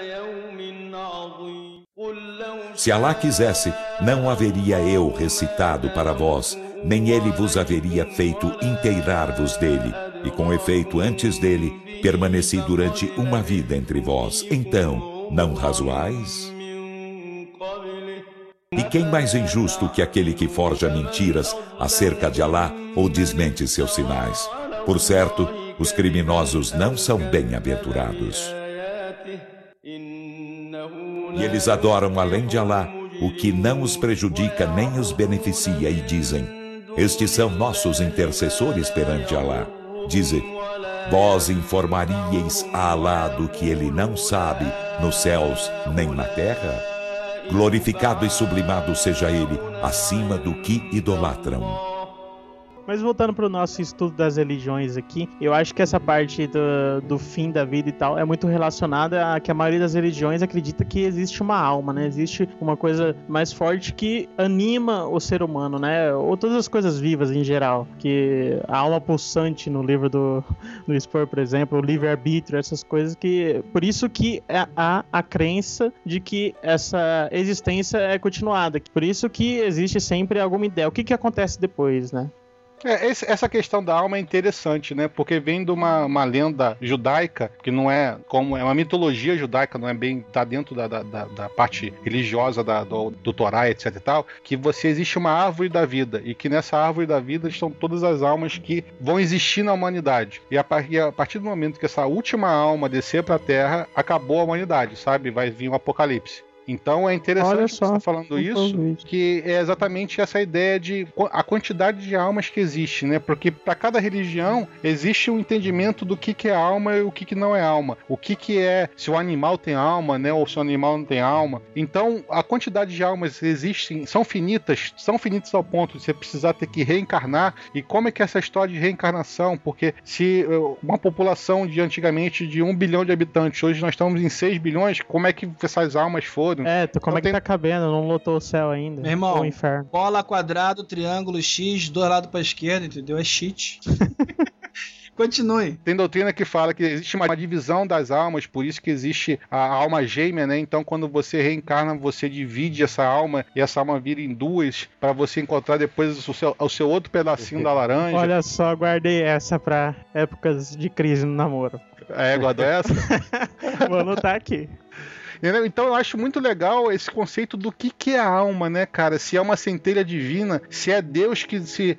Se Alá quisesse, não haveria eu recitado para vós, nem ele vos haveria feito inteirar-vos dele, e com efeito, antes dele, permaneci durante uma vida entre vós. Então, não razoais? E quem mais injusto que aquele que forja mentiras acerca de Alá ou desmente seus sinais? Por certo, os criminosos não são bem-aventurados. E eles adoram além de Alá o que não os prejudica nem os beneficia e dizem: estes são nossos intercessores perante Alá. Dize: vós informaríeis a Alá do que ele não sabe nos céus nem na terra? Glorificado e sublimado seja ele acima do que idolatram. Mas voltando para o nosso estudo das religiões aqui, eu acho que essa parte do fim da vida e tal é muito relacionada a que a maioria das religiões acredita que existe uma alma, né? Existe uma coisa mais forte que anima o ser humano, né? Ou todas as coisas vivas em geral. Que a alma pulsante no livro do Spur, por exemplo, o livre-arbítrio, essas coisas que... Por isso que há a crença de que essa existência é continuada. Por isso que existe sempre alguma ideia. O que acontece depois, né? Essa questão da alma é interessante, né? Porque vem de uma lenda judaica, que não é como... É uma mitologia judaica, não é bem... Tá dentro da parte religiosa do Torá, etc e tal, que existe uma árvore da vida, e que nessa árvore da vida estão todas as almas que vão existir na humanidade. E a partir do momento que essa última alma descer pra Terra, acabou a humanidade, sabe? Vai vir um apocalipse. Então é interessante você estar falando isso, que é exatamente essa ideia de a quantidade de almas que existe, né? Porque para cada religião existe um entendimento do que é alma e o que não é alma. O que é, se o animal tem alma, né? Ou se o animal não tem alma. Então a quantidade de almas existem, são finitas ao ponto de você precisar ter que reencarnar. E como é que é essa história de reencarnação? Porque se uma população de antigamente de 1 bilhão de habitantes, hoje nós estamos em 6 bilhões, como é que essas almas foram? Como é que tá cabendo? Não lotou o céu ainda. Meu irmão, o inferno. Bola, quadrado, triângulo, X, 2 lados pra esquerda, entendeu? É cheat. Continue. Tem doutrina que fala que existe uma divisão das almas, por isso que existe a alma gêmea, né? Então, quando você reencarna, você divide essa alma e essa alma vira em duas para você encontrar depois o seu outro pedacinho da laranja. Olha só, guardei essa pra épocas de crise no namoro. É, guardou essa? Vou anotar aqui. Entendeu? Então eu acho muito legal esse conceito do que é a alma, né, cara? Se é uma centelha divina, se é Deus que se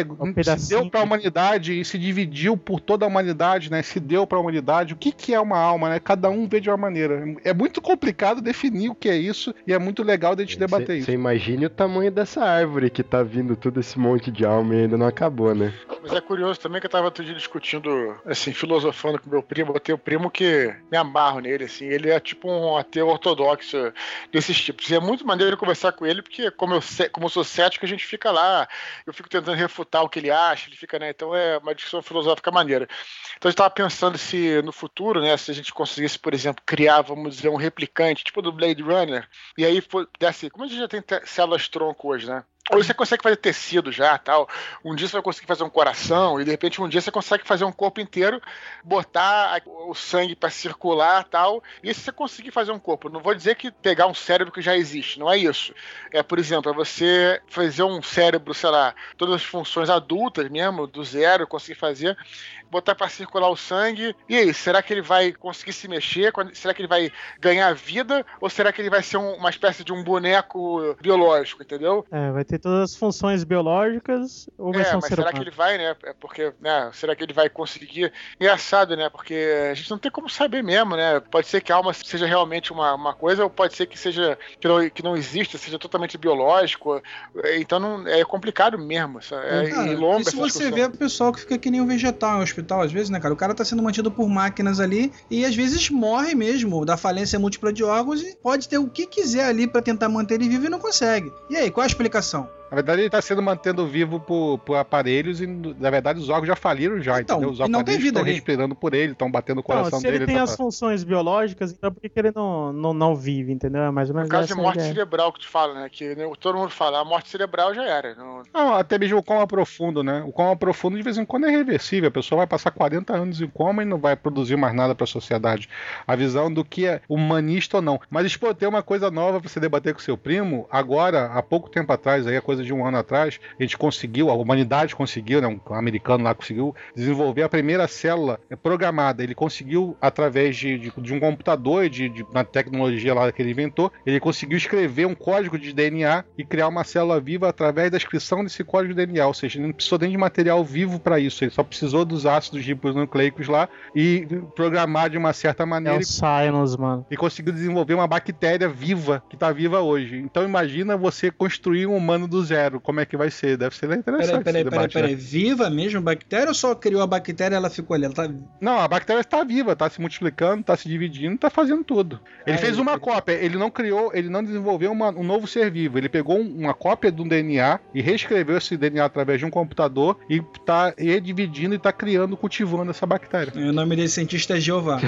deu para a humanidade e se dividiu por toda a humanidade, né? Se deu para a humanidade. O que é uma alma, né? Cada um vê de uma maneira. É muito complicado definir o que é isso e é muito legal de a gente debater isso. Você imagine o tamanho dessa árvore que tá vindo todo esse monte de alma e ainda não acabou, né? Mas é curioso também que eu tava outro dia discutindo, assim, filosofando com meu primo. Eu tenho um primo que me amarro nele, assim. Ele é tipo um ateu ortodoxo desses tipos. E é muito maneiro conversar com ele, porque como eu sou cético, a gente fica lá, eu fico tentando refutar o que ele acha, ele fica, né? Então é uma discussão filosófica maneira. Então a gente tava pensando se no futuro, né, se a gente conseguisse, por exemplo, criar, vamos dizer, um replicante, tipo do Blade Runner, e aí desse, como a gente já tem células-tronco hoje, né? Ou você consegue fazer tecido já, tal. Um dia você vai conseguir fazer um coração e de repente um dia você consegue fazer um corpo inteiro, botar o sangue para circular, tal. E se você conseguir fazer um corpo, não vou dizer que pegar um cérebro que já existe, não é isso. É, por exemplo, é você fazer um cérebro, sei lá, todas as funções adultas mesmo, do zero, conseguir fazer, botar para circular o sangue. E aí, será que ele vai conseguir se mexer? Será que ele vai ganhar vida? Ou será que ele vai ser uma espécie de um boneco biológico, entendeu? É, vai ter todas as funções biológicas ou vai ser um mas ser será humano? que ele vai, né? É porque, né? Será que ele vai conseguir? Engraçado, né? Porque a gente não tem como saber mesmo, né? Pode ser que a alma seja realmente uma coisa, ou pode ser que seja que não exista, seja totalmente biológico. Então não, é complicado mesmo. Cara, e longa e se essa você discussão. vê o pessoal que fica que nem um vegetal em hospital, às vezes, né, cara? O cara tá sendo mantido por máquinas ali e às vezes morre mesmo da falência múltipla de órgãos e pode ter o que quiser ali pra tentar manter ele vivo e não consegue. E aí, qual a explicação? Na verdade, ele está sendo mantido vivo por aparelhos e, na verdade, os órgãos já faliram já, Então, entendeu? Os e não tem aparelhos vida estão ali. respirando por ele, estão batendo o coração Se ele dele. tem as funções biológicas, então por que ele não vive, entendeu? É mais ou menos No caso de essa morte ideia. cerebral que tu fala, né? Que né, todo mundo fala, a morte cerebral já era. Não, até mesmo o coma profundo, né? O coma profundo, de vez em quando, é reversível. A pessoa vai passar 40 anos em coma e não vai produzir mais nada para a sociedade. A visão do que é humanista ou não. Mas, pô, tem uma coisa nova pra você debater com seu primo. Agora, há pouco tempo atrás, aí, a coisa de um ano atrás, a gente conseguiu, a humanidade conseguiu, né? Um americano lá conseguiu desenvolver a primeira célula programada. Ele conseguiu, através de um computador e na tecnologia lá que ele inventou, ele conseguiu escrever um código de DNA e criar uma célula viva através da inscrição desse código de DNA. Ou seja, ele não precisou nem de material vivo para isso. Ele só precisou dos ácidos ribonucleicos lá e programar de uma certa maneira. É o Science, mano. E conseguiu desenvolver uma bactéria viva, que tá viva hoje. Então imagina você construir um humano do zero. Como é que vai ser? Deve ser interessante. Peraí. Viva mesmo a bactéria ou só criou a bactéria e ela ficou ali? Ela tá... Não, a bactéria está viva, tá se multiplicando, tá se dividindo, tá fazendo tudo. Ele fez uma cópia, ele não criou, ele não desenvolveu um novo ser vivo. Ele pegou uma cópia de um DNA e reescreveu esse DNA através de um computador e tá redividindo e tá criando, cultivando essa bactéria. O nome desse cientista é Jeová.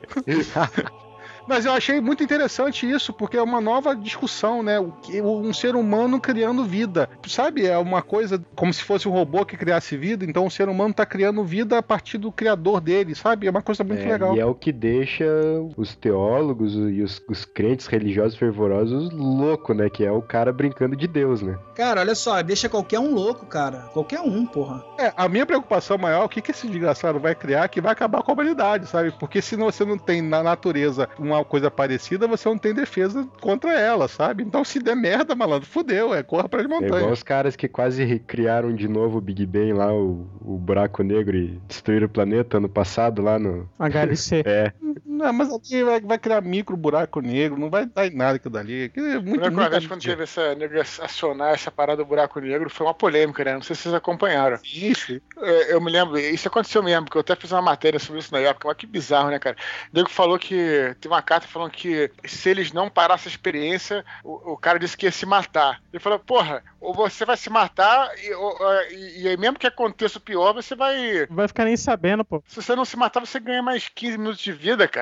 Mas eu achei muito interessante isso, porque é uma nova discussão, né? Um ser humano criando vida. Sabe? É uma coisa como se fosse um robô que criasse vida, então o ser humano tá criando vida a partir do criador dele, sabe? É uma coisa muito legal. E é o que deixa os teólogos e os crentes religiosos fervorosos loucos, né? Que é o cara brincando de Deus, né? Cara, olha só, deixa qualquer um louco, cara. Qualquer um, porra. A minha preocupação maior é o que esse desgraçado vai criar que vai acabar com a humanidade, sabe? Porque se você não tem na natureza uma coisa parecida, você não tem defesa contra ela, sabe? Então se der merda, malandro, fudeu, corra para as montanhas. É igual os caras que quase criaram de novo o Big Bang lá, o buraco negro, e destruíram o planeta ano passado lá no... HLC. Não, mas aqui vai criar micro buraco negro, não vai dar em nada aquilo dali. É muito, uma vez quando teve essa acionar essa parada do buraco negro, foi uma polêmica, né? Não sei se vocês acompanharam. Isso. Eu me lembro, isso aconteceu mesmo, porque eu até fiz uma matéria sobre isso na época, mas que bizarro, né, cara? O nego falou que, tem uma carta falando que se eles não parassem a experiência, o cara disse que ia se matar. Ele falou, porra, ou você vai se matar e aí mesmo que aconteça o pior, você vai... Não vai ficar nem sabendo, pô. Se você não se matar, você ganha mais 15 minutos de vida, cara.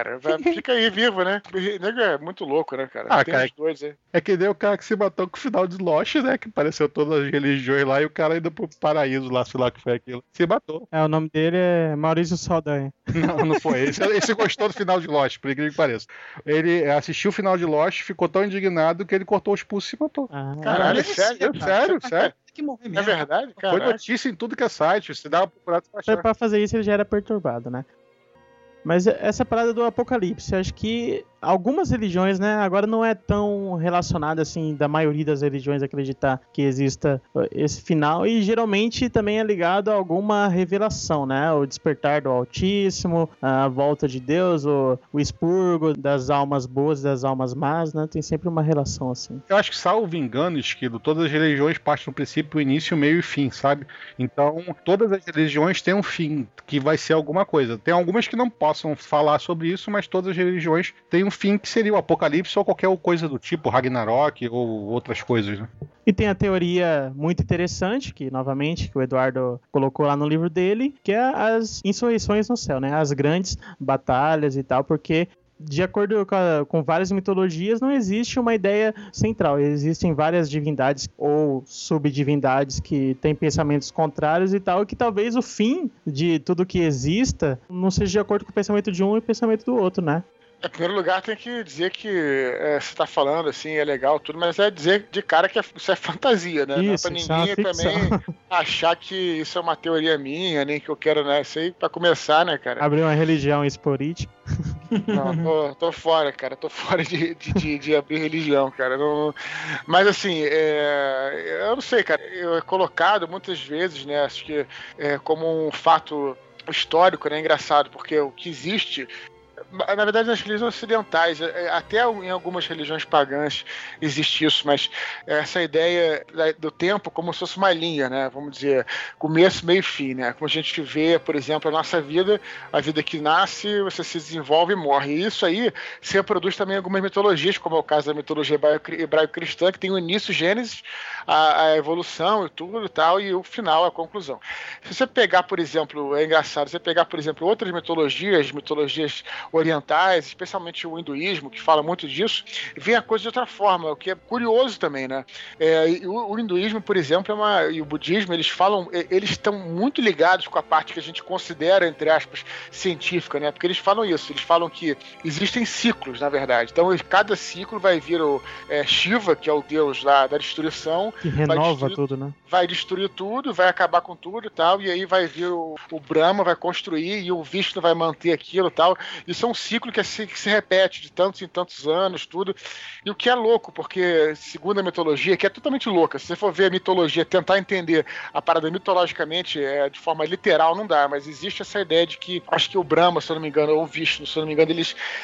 cara. Fica aí vivo, né? O nego é muito louco, né, cara? Ah, tem cara, os dois aí. é que nem o cara que se matou com o final de Lost, né? Que apareceu todas as religiões lá e o cara indo pro paraíso lá, sei lá o que foi aquilo. Se matou. O nome dele é Maurício Saldanha. Não foi. Esse gostou do final de Lost, por incrível que pareça. Ele assistiu o final de Lost, ficou tão indignado que ele cortou os pulsos e se matou. Caralho, sério? Sério. Que morrer É mesmo. verdade, cara? Foi notícia em tudo que é site. Você dá uma procurada pra achar. Pra fazer isso ele já era perturbado, né? Mas essa parada do apocalipse, acho que algumas religiões, né, agora não é tão relacionada assim, da maioria das religiões acreditar que exista esse final, e geralmente também é ligado a alguma revelação, né, o despertar do Altíssimo, a volta de Deus, o expurgo das almas boas e das almas más, né, tem sempre uma relação assim. Eu acho que, salvo engano, Esquilo, todas as religiões partem do princípio, início, meio e fim, sabe? Então, todas as religiões têm um fim, que vai ser alguma coisa. Tem algumas que não possam falar sobre isso, mas todas as religiões têm um fim que seria o apocalipse ou qualquer coisa do tipo, Ragnarok ou outras coisas, né? E tem a teoria muito interessante, que novamente, que o Eduardo colocou lá no livro dele, que é as insurreições no céu, né? As grandes batalhas e tal, porque de acordo com várias mitologias, não existe uma ideia central. Existem várias divindades ou subdivindades que têm pensamentos contrários e tal, e que talvez o fim de tudo que exista não seja de acordo com o pensamento de um e o pensamento do outro, né? Em primeiro lugar, tem que dizer que você tá falando assim, é legal tudo, mas é dizer de cara que isso é fantasia, né? Isso, não é pra ninguém também achar que isso é uma teoria minha, nem que eu quero, né? Isso aí pra começar, né, cara? Abrir uma religião esporídica. Não, tô fora, cara. Tô fora de abrir religião, cara. Não, mas assim, eu não sei, cara. É colocado muitas vezes, né? Acho que como um fato histórico, né? Engraçado, porque o que existe. Na verdade, nas religiões ocidentais, até em algumas religiões pagãs existe isso, mas essa ideia do tempo como se fosse uma linha, né? Vamos dizer, começo, meio e fim, né? Como a gente vê, por exemplo, a nossa vida, a vida que nasce, você se desenvolve e morre. E isso aí se reproduz também em algumas mitologias, como é o caso da mitologia hebraico-cristã, que tem o início, Gênesis, a evolução e tudo e tal, e o final, a conclusão. Se você pegar, por exemplo, é engraçado, se você pegar, por exemplo, outras mitologias orientais, especialmente o hinduísmo, que fala muito disso, vê a coisa de outra forma, o que é curioso também, né? O hinduísmo, por exemplo, e o budismo, eles estão muito ligados com a parte que a gente considera, entre aspas, científica, né? Porque eles falam isso, eles falam que existem ciclos, na verdade. Então, cada ciclo vai vir o Shiva, que é o deus lá da destruição, que renova tudo, né? Vai destruir tudo, vai acabar com tudo e tal, e aí vai vir o Brahma, vai construir, e o Vishnu vai manter aquilo e tal. Isso é um ciclo que se repete de tantos em tantos anos, tudo. E o que é louco, porque, segundo a mitologia, que é totalmente louca, se você for ver a mitologia, tentar entender a parada mitologicamente, de forma literal, não dá, mas existe essa ideia de que, acho que o Brahma, se eu não me engano, ou o Vishnu, se eu não me engano,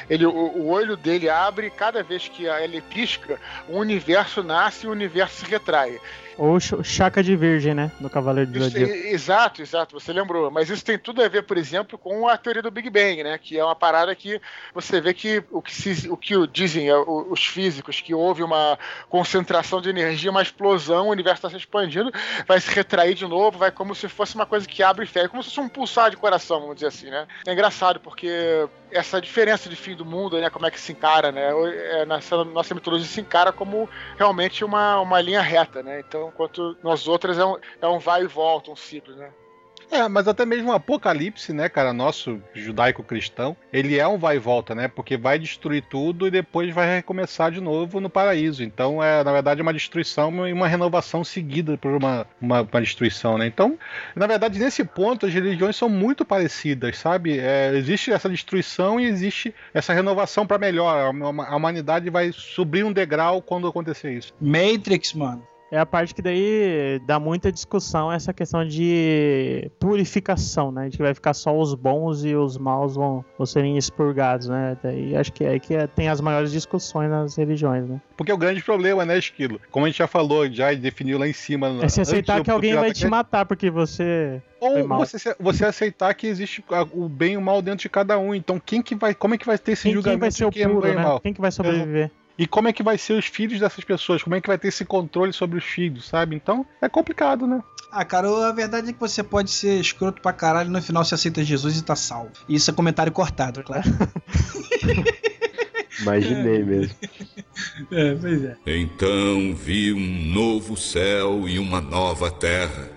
o olho dele abre, e cada vez que ele pisca, o universo nasce e o universo se retrai. Ou Chaka de Virgem, né? No Cavaleiro do Zodíaco. Exato, você lembrou. Mas isso tem tudo a ver, por exemplo, com a teoria do Big Bang, né? Que é uma parada que você vê que o que dizem os físicos, que houve uma concentração de energia, uma explosão, o universo está se expandindo, vai se retrair de novo, vai como se fosse uma coisa que abre e fecha, como se fosse um pulsar de coração, vamos dizer assim, né? É engraçado, porque essa diferença de fim do mundo, né? Como é que se encara, né? Nossa mitologia se encara como realmente uma linha reta, né? Então, enquanto nós outras é um vai e volta, um ciclo, né? Mas até mesmo o Apocalipse, né, cara, nosso judaico-cristão, ele é um vai e volta, né, porque vai destruir tudo e depois vai recomeçar de novo no paraíso. Então, na verdade, é uma destruição e uma renovação seguida por uma destruição, né. Então, na verdade, nesse ponto, as religiões são muito parecidas, sabe? Existe essa destruição e existe essa renovação para melhor. A humanidade vai subir um degrau quando acontecer isso. Matrix, mano. É a parte que daí dá muita discussão, essa questão de purificação, né? De que vai ficar só os bons e os maus vão serem expurgados, né? Daí acho que é aí que tem as maiores discussões nas religiões, né? Porque o grande problema, né, Esquilo? Como a gente já falou, já definiu lá em cima... É se aceitar que alguém vai te matar porque você... Ou você aceitar que existe o bem e o mal dentro de cada um. Então como é que vai ter esse julgamento? Quem vai ser o puro, né? Quem que vai sobreviver? E como é que vai ser os filhos dessas pessoas? Como é que vai ter esse controle sobre os filhos, sabe? Então, é complicado, né? Cara, a verdade é que você pode ser escroto pra caralho e no final você aceita Jesus e tá salvo. Isso é comentário cortado, claro. Imaginei mesmo. Pois é. Então vi um novo céu e uma nova terra.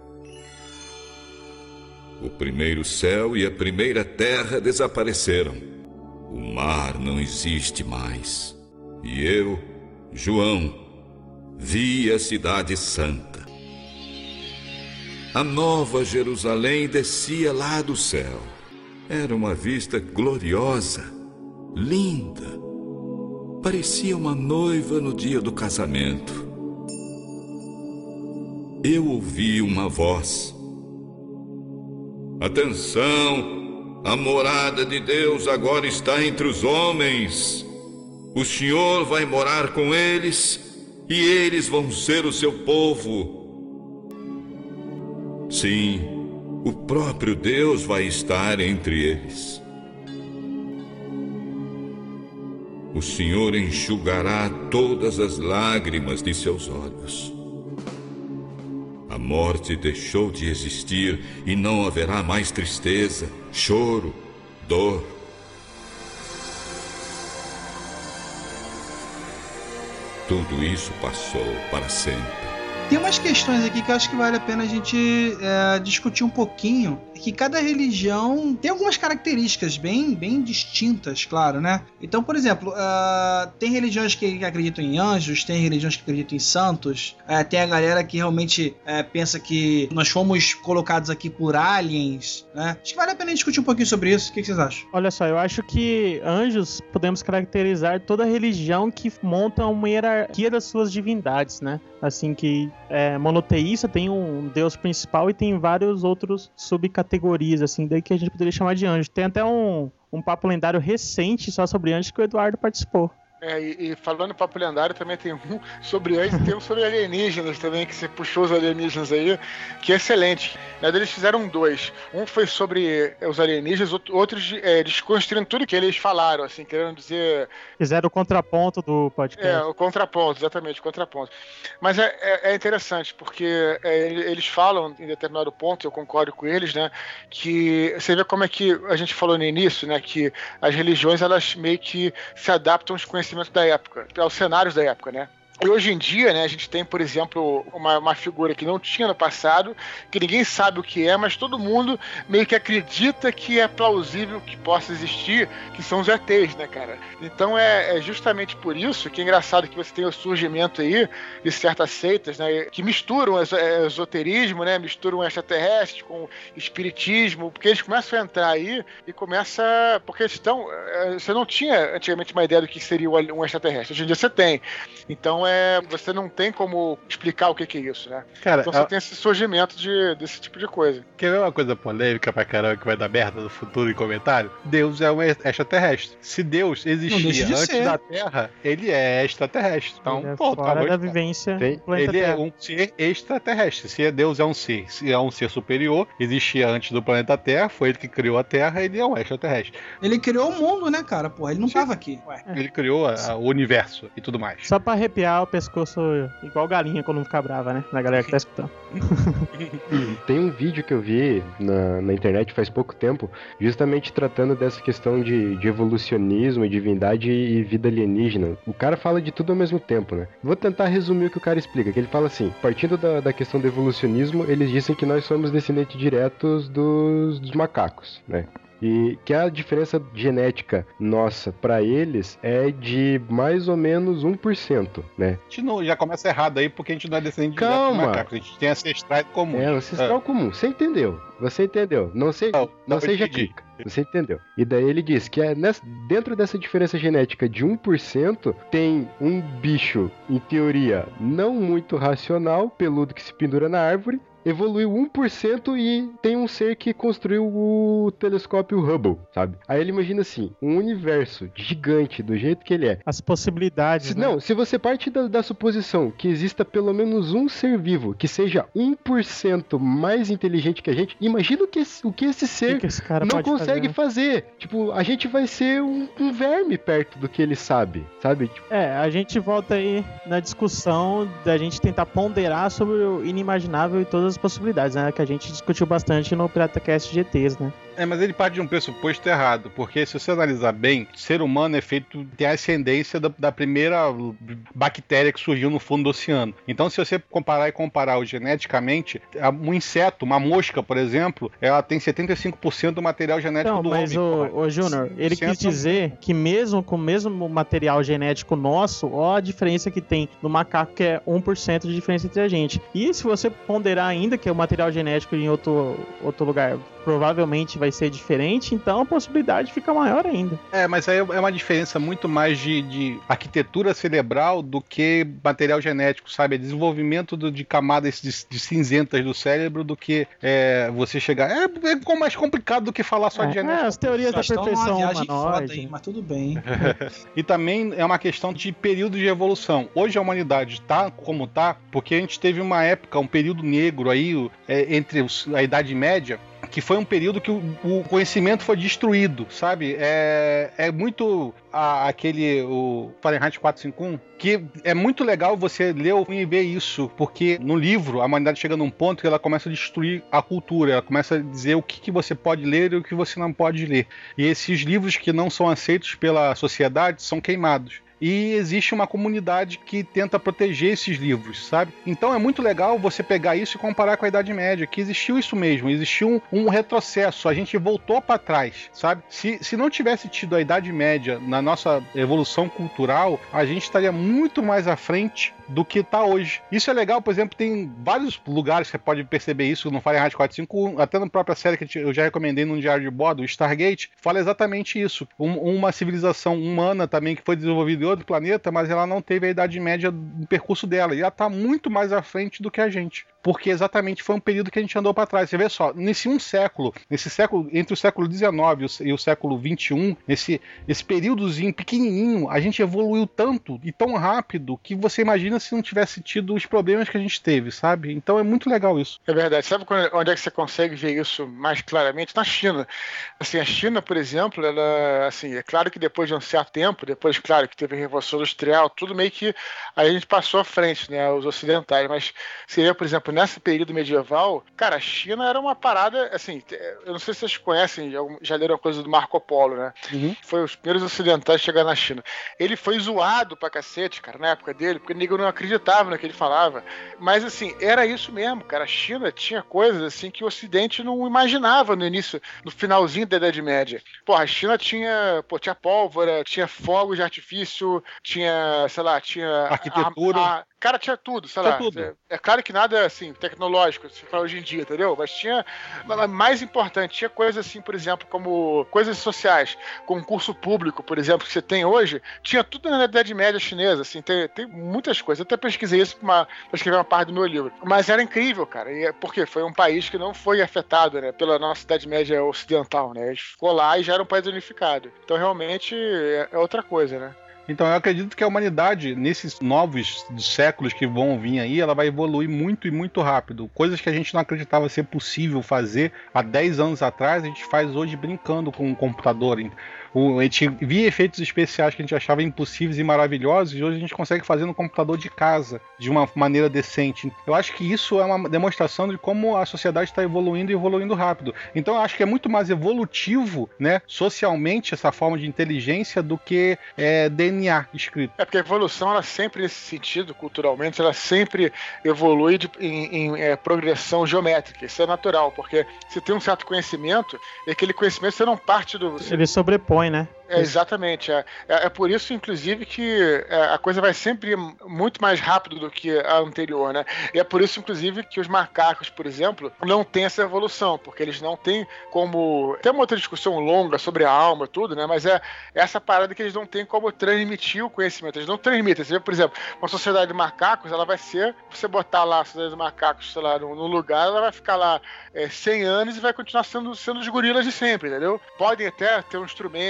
O primeiro céu e a primeira terra desapareceram. O mar não existe mais. E eu, João, vi a cidade santa. A nova Jerusalém descia lá do céu. Era uma vista gloriosa, linda. Parecia uma noiva no dia do casamento. Eu ouvi uma voz. Atenção! A morada de Deus agora está entre os homens. O Senhor vai morar com eles e eles vão ser o seu povo. Sim, o próprio Deus vai estar entre eles. O Senhor enxugará todas as lágrimas de seus olhos. A morte deixou de existir e não haverá mais tristeza, choro, dor. Tudo isso passou para sempre. Tem umas questões aqui que eu acho que vale a pena a gente discutir um pouquinho. Que cada religião tem algumas características bem distintas, claro, né? Então, por exemplo, tem religiões que acreditam em anjos, tem religiões que acreditam em santos, tem a galera que realmente pensa que nós fomos colocados aqui por aliens, né? Acho que vale a pena discutir um pouquinho sobre isso. O que vocês acham? Olha só, eu acho que anjos podemos caracterizar toda religião que monta uma hierarquia das suas divindades, né? Assim, que monoteísta tem um deus principal e tem vários outros subcategorias, assim, daí que a gente poderia chamar de anjo. Tem até um papo lendário recente só sobre anjos que o Eduardo participou. E falando em papo lendário, também tem um sobre anjos e tem um sobre alienígenas também, que você puxou os alienígenas aí, que é excelente. Eles fizeram dois. Um foi sobre os alienígenas, outros desconstruindo tudo que eles falaram, assim, querendo dizer... Fizeram o contraponto do podcast. O contraponto, exatamente, o contraponto. Mas é interessante, porque eles falam, em determinado ponto, eu concordo com eles, né, que você vê como é que a gente falou no início, né, que as religiões, elas meio que se adaptam aos conhecimentos da época, aos cenários da época, né? E hoje em dia, né, a gente tem, por exemplo, uma figura que não tinha no passado, que ninguém sabe o que é, mas todo mundo meio que acredita que é plausível que possa existir, que são os ETs, né, cara? Então é justamente por isso que é engraçado que você tem o surgimento aí de certas seitas, né, que misturam esoterismo, né, misturam extraterrestre com espiritismo, porque eles começam a entrar aí e porque você não tinha antigamente uma ideia do que seria um extraterrestre, hoje em dia você tem. Então você não tem como explicar o que é isso, né? Cara, então você tem esse surgimento desse tipo de coisa. Quer ver uma coisa polêmica pra caramba que vai dar merda no futuro em comentário? Deus é um extraterrestre. Se Deus existia antes da Terra, ele é extraterrestre. Então, fora da vivência do planeta Terra. Terra. É um ser extraterrestre. Se Deus é um ser, se é um ser superior, existia antes do planeta Terra, foi ele que criou a Terra, ele é um extraterrestre. Ele criou o mundo, né, cara? Porra, ele não tava aqui. Ele criou o universo e tudo mais. Só pra arrepiar o pescoço igual galinha quando não ficar brava, né? Na galera que tá escutando. Tem um vídeo que eu vi na internet faz pouco tempo, justamente tratando dessa questão de evolucionismo, divindade e vida alienígena. O cara fala de tudo ao mesmo tempo, né? Vou tentar resumir o que o cara explica, que ele fala assim, partindo da questão do evolucionismo, eles dizem que nós somos descendentes diretos dos macacos, né? E que a diferença genética nossa pra eles é de mais ou menos 1%, né? A gente já começa errado aí, porque a gente não é descendente direto do macaco, a gente tem ancestrais comuns. Ancestral comum, você entendeu. Não seja clica. Você entendeu. E daí ele diz que dentro dessa diferença genética de 1%, tem um bicho, em teoria, não muito racional, peludo que se pendura na árvore, evoluiu 1% e tem um ser que construiu o telescópio Hubble, sabe? Aí ele imagina assim, um universo gigante do jeito que ele é. As possibilidades, Não, se você parte da suposição que exista pelo menos um ser vivo que seja 1% mais inteligente que a gente, imagina o que esse ser que esse cara não consegue fazer. Tipo, a gente vai ser um verme perto do que ele sabe? Tipo... a gente volta aí na discussão da gente tentar ponderar sobre o inimaginável e todas as possibilidades, né? Que a gente discutiu bastante no PirataCast GTs, né? Mas ele parte de um pressuposto errado, porque se você analisar bem, o ser humano é feito, tem a ascendência da primeira bactéria que surgiu no fundo do oceano. Então, se você comparar geneticamente, um inseto, uma mosca, por exemplo, ela tem 75% do material genético do homem. Mas, ô Júnior, ele quis dizer que mesmo com o mesmo material genético nosso, ó a diferença que tem no macaco, que é 1% de diferença entre a gente. E se você ponderar ainda que o material genético em outro lugar provavelmente vai ser diferente, então a possibilidade fica maior ainda. Mas aí é uma diferença muito mais de arquitetura cerebral do que material genético, sabe? É desenvolvimento de camadas de cinzentas do cérebro do que você chegar... É mais complicado do que falar só de genética. As teorias da perfeição humanoide. Mas tudo bem. E também é uma questão de período de evolução. Hoje a humanidade tá como tá, porque a gente teve uma época, um período negro aí, entre a Idade Média, que foi um período que o conhecimento foi destruído, sabe? É muito o Fahrenheit 451, que é muito legal você ler e ver isso, porque no livro a humanidade chega num ponto que ela começa a destruir a cultura, ela começa a dizer o que você pode ler e o que você não pode ler. E esses livros que não são aceitos pela sociedade são queimados. E existe uma comunidade que tenta proteger esses livros, sabe? Então é muito legal você pegar isso e comparar com a Idade Média, que existiu isso mesmo, existiu um retrocesso, a gente voltou para trás, sabe? Se não tivesse tido a Idade Média na nossa evolução cultural, a gente estaria muito mais à frente do que está hoje. Isso é legal, por exemplo, tem vários lugares que você pode perceber isso no Fahrenheit 451, até na própria série que eu já recomendei no Diário de Bordo, o Stargate, fala exatamente isso. Uma civilização humana também que foi desenvolvida em outro planeta, mas ela não teve a Idade Média no percurso dela, e ela está muito mais à frente do que a gente, porque exatamente foi um período que a gente andou para trás. Você vê só, nesse século, entre o século XIX e o século XXI, esse períodozinho pequenininho, a gente evoluiu tanto e tão rápido que você imagina se não tivesse tido os problemas que a gente teve, sabe? Então é muito legal isso. É verdade. Sabe onde é que você consegue ver isso mais claramente? Na China. Assim, a China, por exemplo, ela, assim, é claro que depois de um certo tempo, depois, claro, que teve a Revolução Industrial, tudo meio que a gente passou à frente, né, os ocidentais, mas seria, por exemplo, nesse período medieval, cara, a China era uma parada, assim, eu não sei se vocês conhecem, já leram a coisa do Marco Polo, né? Uhum. Foi os primeiros ocidentais a chegar na China. Ele foi zoado pra cacete, cara, na época dele, porque o nego não acreditava no que ele falava. Mas, assim, era isso mesmo, cara. A China tinha coisas, assim, que o Ocidente não imaginava no início, no finalzinho da Idade Média. Porra, a China tinha pólvora, tinha fogos de artifício, tinha, sei lá, tinha... arquitetura. Cara, tinha tudo, sei lá. Tudo. É claro que nada, assim, tecnológico, se fala hoje em dia, entendeu? Mas tinha, mais importante, tinha coisas assim, por exemplo, como coisas sociais, concurso público, por exemplo, que você tem hoje, tinha tudo na Idade Média chinesa, assim, tem muitas coisas. Eu até pesquisei isso pra escrever uma parte do meu livro. Mas era incrível, cara, porque foi um país que não foi afetado, né, pela nossa Idade Média ocidental, né? Ele ficou lá e já era um país unificado. Então, realmente, é outra coisa, né? Então eu acredito que a humanidade, nesses novos séculos que vão vir aí, ela vai evoluir muito e muito rápido. Coisas que a gente não acreditava ser possível fazer há 10 anos atrás, a gente faz hoje brincando com o computador. A gente via efeitos especiais que a gente achava impossíveis e maravilhosos, e hoje a gente consegue fazer no computador de casa, de uma maneira decente. Eu acho que isso é uma demonstração de como a sociedade está evoluindo e evoluindo rápido. Então eu acho que é muito mais evolutivo, né, socialmente, essa forma de inteligência do que DNA escrito. É porque a evolução, ela sempre, nesse sentido, culturalmente, ela sempre evolui em progressão geométrica. Isso é natural, porque você tem um certo conhecimento, e aquele conhecimento você não parte do... Ele sobrepõe, né? Exatamente. É por isso, inclusive, que a coisa vai sempre muito mais rápido do que a anterior, né? E é por isso, inclusive, que os macacos, por exemplo, não têm essa evolução, porque eles não têm como... Tem uma outra discussão longa sobre a alma e tudo, né? Mas é essa parada que eles não têm como transmitir o conhecimento. Eles não transmitem. Você vê, por exemplo, uma sociedade de macacos, ela vai ser... Você botar lá a sociedade de macacos, sei lá, no lugar, ela vai ficar lá 100 anos e vai continuar sendo os gorilas de sempre, entendeu? Podem até ter um instrumento, tudo,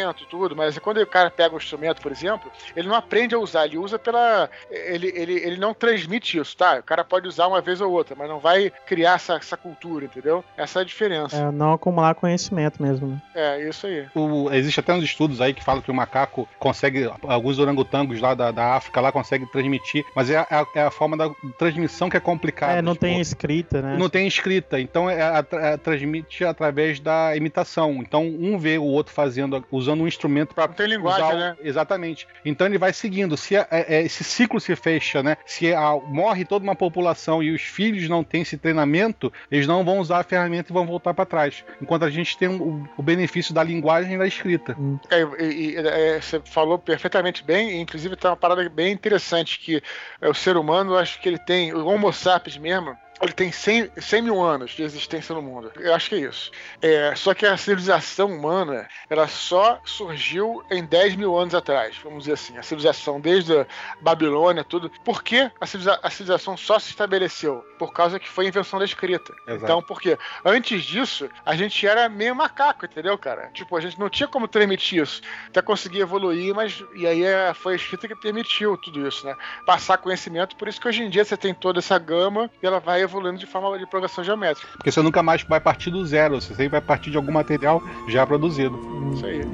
tudo, mas quando o cara pega um instrumento, por exemplo, ele não aprende a usar, ele usa pela... Ele não transmite isso, tá? O cara pode usar uma vez ou outra, mas não vai criar essa cultura, entendeu? Essa é a diferença. Não acumular conhecimento mesmo, né? É, isso aí. Existe até uns estudos aí que falam que o macaco consegue, alguns orangotangos lá da África lá conseguem transmitir, mas é a forma da transmissão que é complicada. Não tem escrita, né? Não tem escrita, então transmite através da imitação. Então um vê o outro fazendo, usando um instrumento para tem linguagem, né? Exatamente. Então ele vai seguindo. Se esse ciclo se fecha, né? Se morre toda uma população e os filhos não têm esse treinamento, eles não vão usar a ferramenta e vão voltar para trás. Enquanto a gente tem o benefício da linguagem e da escrita. Você falou perfeitamente bem, inclusive tem uma parada bem interessante que o ser humano, eu acho que ele tem, o Homo sapiens mesmo, ele tem 100 mil anos de existência no mundo. Eu acho que é isso. Só que a civilização humana, ela só surgiu em 10 mil anos atrás, vamos dizer assim. A civilização desde a Babilônia, tudo. Por que a civilização só se estabeleceu? Por causa que foi a invenção da escrita. Exato. Então, por quê? Antes disso, a gente era meio macaco, entendeu, cara? Tipo, a gente não tinha como transmitir isso. Até conseguir evoluir, e aí foi a escrita que permitiu tudo isso, né? Passar conhecimento. Por isso que hoje em dia você tem toda essa gama e ela vai evoluindo de forma de progressão geométrica. Porque você nunca mais vai partir do zero, você sempre vai partir de algum material já produzido. Isso aí.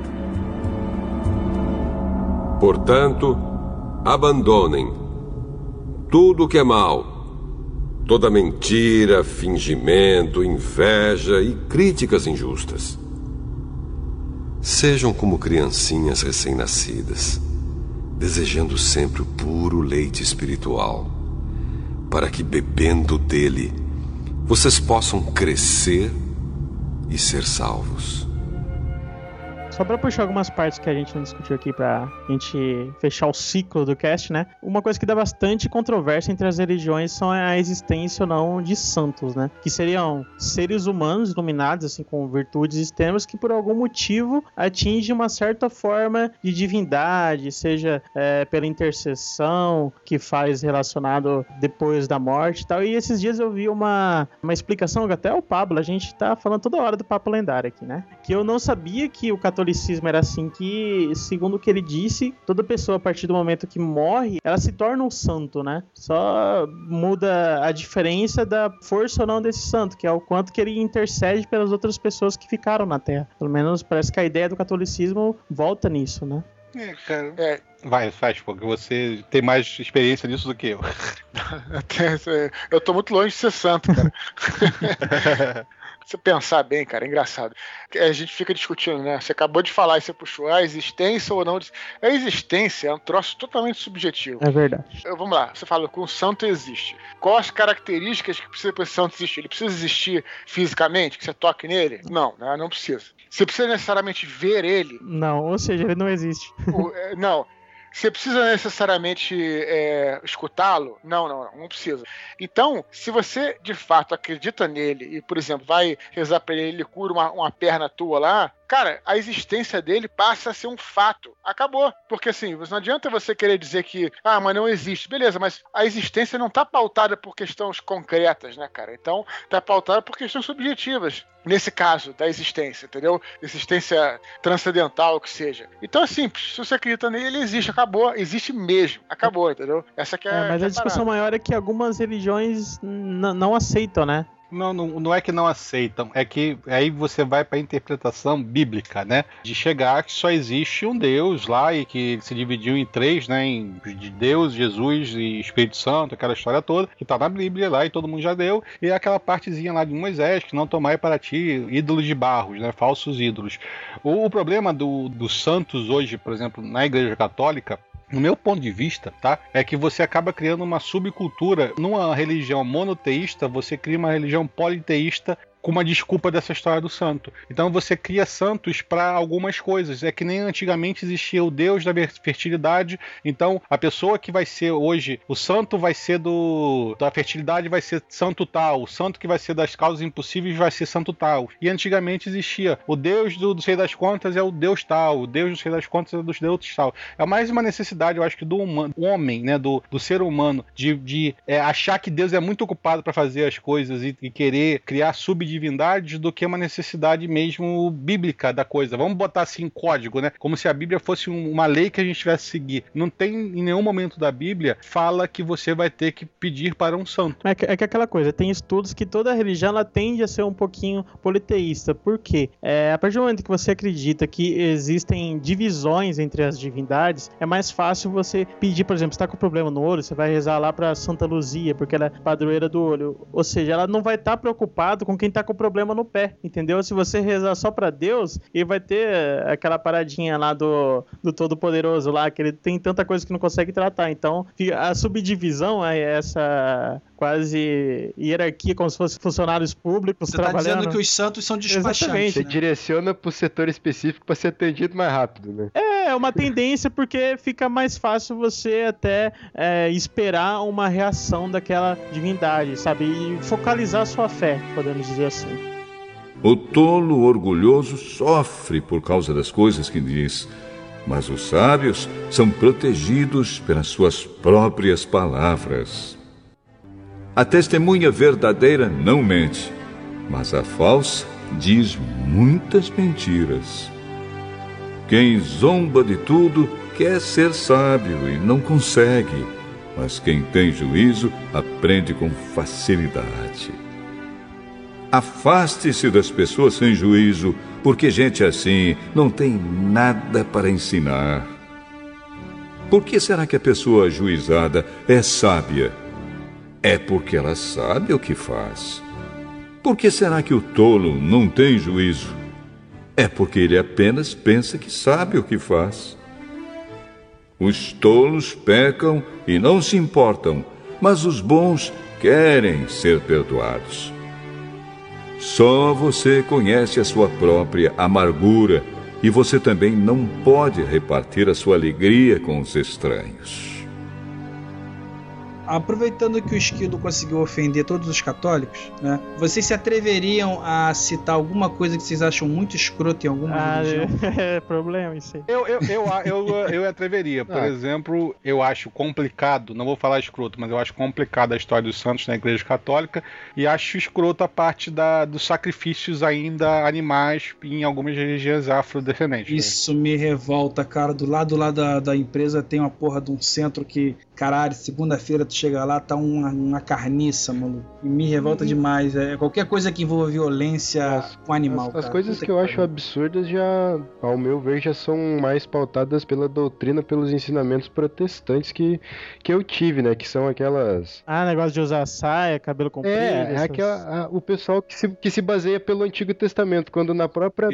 Portanto, abandonem tudo o que é mal, toda mentira, fingimento, inveja e críticas injustas. Sejam como criancinhas recém-nascidas, desejando sempre o puro leite espiritual, para que, bebendo dele, vocês possam crescer e ser salvos. Só pra puxar algumas partes que a gente não discutiu aqui pra gente fechar o ciclo do cast, né? Uma coisa que dá bastante controvérsia entre as religiões são a existência ou não de santos, né? Que seriam seres humanos iluminados, assim, com virtudes extremas que por algum motivo atingem uma certa forma de divindade, seja pela intercessão que faz relacionado depois da morte e tal. E esses dias eu vi uma explicação, até o Pablo, a gente tá falando toda hora do Papo Lendário aqui, né? Que eu não sabia que o catolicismo era assim, que, segundo o que ele disse, toda pessoa, a partir do momento que morre, ela se torna um santo, né? Só muda a diferença da força ou não desse santo, que é o quanto que ele intercede pelas outras pessoas que ficaram na Terra. Pelo menos parece que a ideia do catolicismo volta nisso, né? Cara. Vai, faz, porque você tem mais experiência nisso do que eu. Eu tô muito longe de ser santo, cara. Se você pensar bem, cara, é engraçado. A gente fica discutindo, né? Você acabou de falar e você puxou a existência ou não. A existência é um troço totalmente subjetivo. É verdade. Vamos lá, você fala que um santo existe. Quais as características que precisa para esse santo existir? Ele precisa existir fisicamente, que você toque nele? Não, não precisa. Você precisa necessariamente ver ele? Não, ou seja, ele não existe. Não. Você precisa necessariamente escutá-lo? Não precisa. Então, se você de fato acredita nele e, por exemplo, vai rezar pra ele cura uma perna tua lá, cara, a existência dele passa a ser um fato. Acabou. Porque assim, não adianta você querer dizer que, mas não existe. Beleza, mas a existência não tá pautada por questões concretas, né, cara? Então, tá pautada por questões subjetivas. Nesse caso, da existência, entendeu? Existência transcendental, o que seja. Então é simples. Se você acredita nele, ele existe. Acabou. Existe mesmo. Acabou, entendeu? Essa que é mas a discussão maior é que algumas religiões não aceitam, né? Não é que não aceitam, é que aí você vai para a interpretação bíblica, né? De chegar que só existe um Deus lá e que ele se dividiu em três, né? De Deus, Jesus e Espírito Santo, aquela história toda, que tá na Bíblia lá e todo mundo já deu, e aquela partezinha lá de Moisés, que não tomai para ti ídolos de barros, né? Falsos ídolos. O problema dos santos hoje, por exemplo, na Igreja Católica, no meu ponto de vista, tá? É que você acaba criando uma subcultura. Numa religião monoteísta, você cria uma religião politeísta com uma desculpa dessa história do santo. Então você cria santos para algumas coisas. É que nem antigamente existia o deus da fertilidade. Então a pessoa que vai ser hoje, o santo vai ser da fertilidade, vai ser santo tal. O santo que vai ser das causas impossíveis vai ser santo tal. E antigamente existia o deus do sei das contas é o deus tal. O deus do sei das contas é dos deuses tal. É mais uma necessidade, eu acho que do homem, né, do ser humano, de achar que Deus é muito ocupado para fazer as coisas e querer criar subdivisões subdivindades do que uma necessidade mesmo bíblica da coisa. Vamos botar assim em código, né? Como se a Bíblia fosse uma lei que a gente tivesse que seguir. Não tem em nenhum momento da Bíblia fala que você vai ter que pedir para um santo. É que aquela coisa, tem estudos que toda religião ela tende a ser um pouquinho politeísta. Por quê? A partir do momento que você acredita que existem divisões entre as divindades, é mais fácil você pedir, por exemplo, você está com problema no olho, você vai rezar lá para Santa Luzia, porque ela é padroeira do olho. Ou seja, ela não vai estar preocupada com quem está com problema no pé, entendeu? Se você rezar só para Deus, ele vai ter aquela paradinha lá do Todo-Poderoso lá, que ele tem tanta coisa que não consegue tratar. Então, a subdivisão é essa quase hierarquia, como se fossem funcionários públicos trabalhando. Você tá dizendo que os santos são despachantes. Exatamente. Você direciona pro setor específico para ser atendido mais rápido, né? É uma tendência porque fica mais fácil você até esperar uma reação daquela divindade, sabe? E focalizar a sua fé, podemos dizer assim. O tolo orgulhoso sofre por causa das coisas que diz, mas os sábios são protegidos pelas suas próprias palavras. A testemunha verdadeira não mente, mas a falsa diz muitas mentiras. Quem zomba de tudo quer ser sábio e não consegue, mas quem tem juízo aprende com facilidade. Afaste-se das pessoas sem juízo, porque gente assim não tem nada para ensinar. Por que será que a pessoa ajuizada é sábia? É porque ela sabe o que faz. Por que será que o tolo não tem juízo? É porque ele apenas pensa que sabe o que faz. Os tolos pecam e não se importam, mas os bons querem ser perdoados. Só você conhece a sua própria amargura e você também não pode repartir a sua alegria com os estranhos. Aproveitando que o Esquido conseguiu ofender todos os católicos, né? Vocês se atreveriam a citar alguma coisa que vocês acham muito escroto em alguma religião? É problema isso aí. Eu atreveria. Por exemplo, eu acho complicado, não vou falar escroto, mas eu acho complicado a história dos santos na Igreja Católica e acho escroto a parte dos sacrifícios ainda animais em algumas religiões afrodescendentes. Isso me revolta, cara. Do lado lá da empresa tem uma porra de um centro que, caralho, segunda-feira tu chega lá, tá uma carniça, maluco. E me revolta demais. Qualquer coisa que envolva violência com animal. As coisas que eu acho absurdas já, ao meu ver, já são mais pautadas pela doutrina, pelos ensinamentos protestantes que eu tive, né? Que são aquelas... negócio de usar saia, cabelo comprido. O pessoal que se baseia pelo Antigo Testamento, quando na própria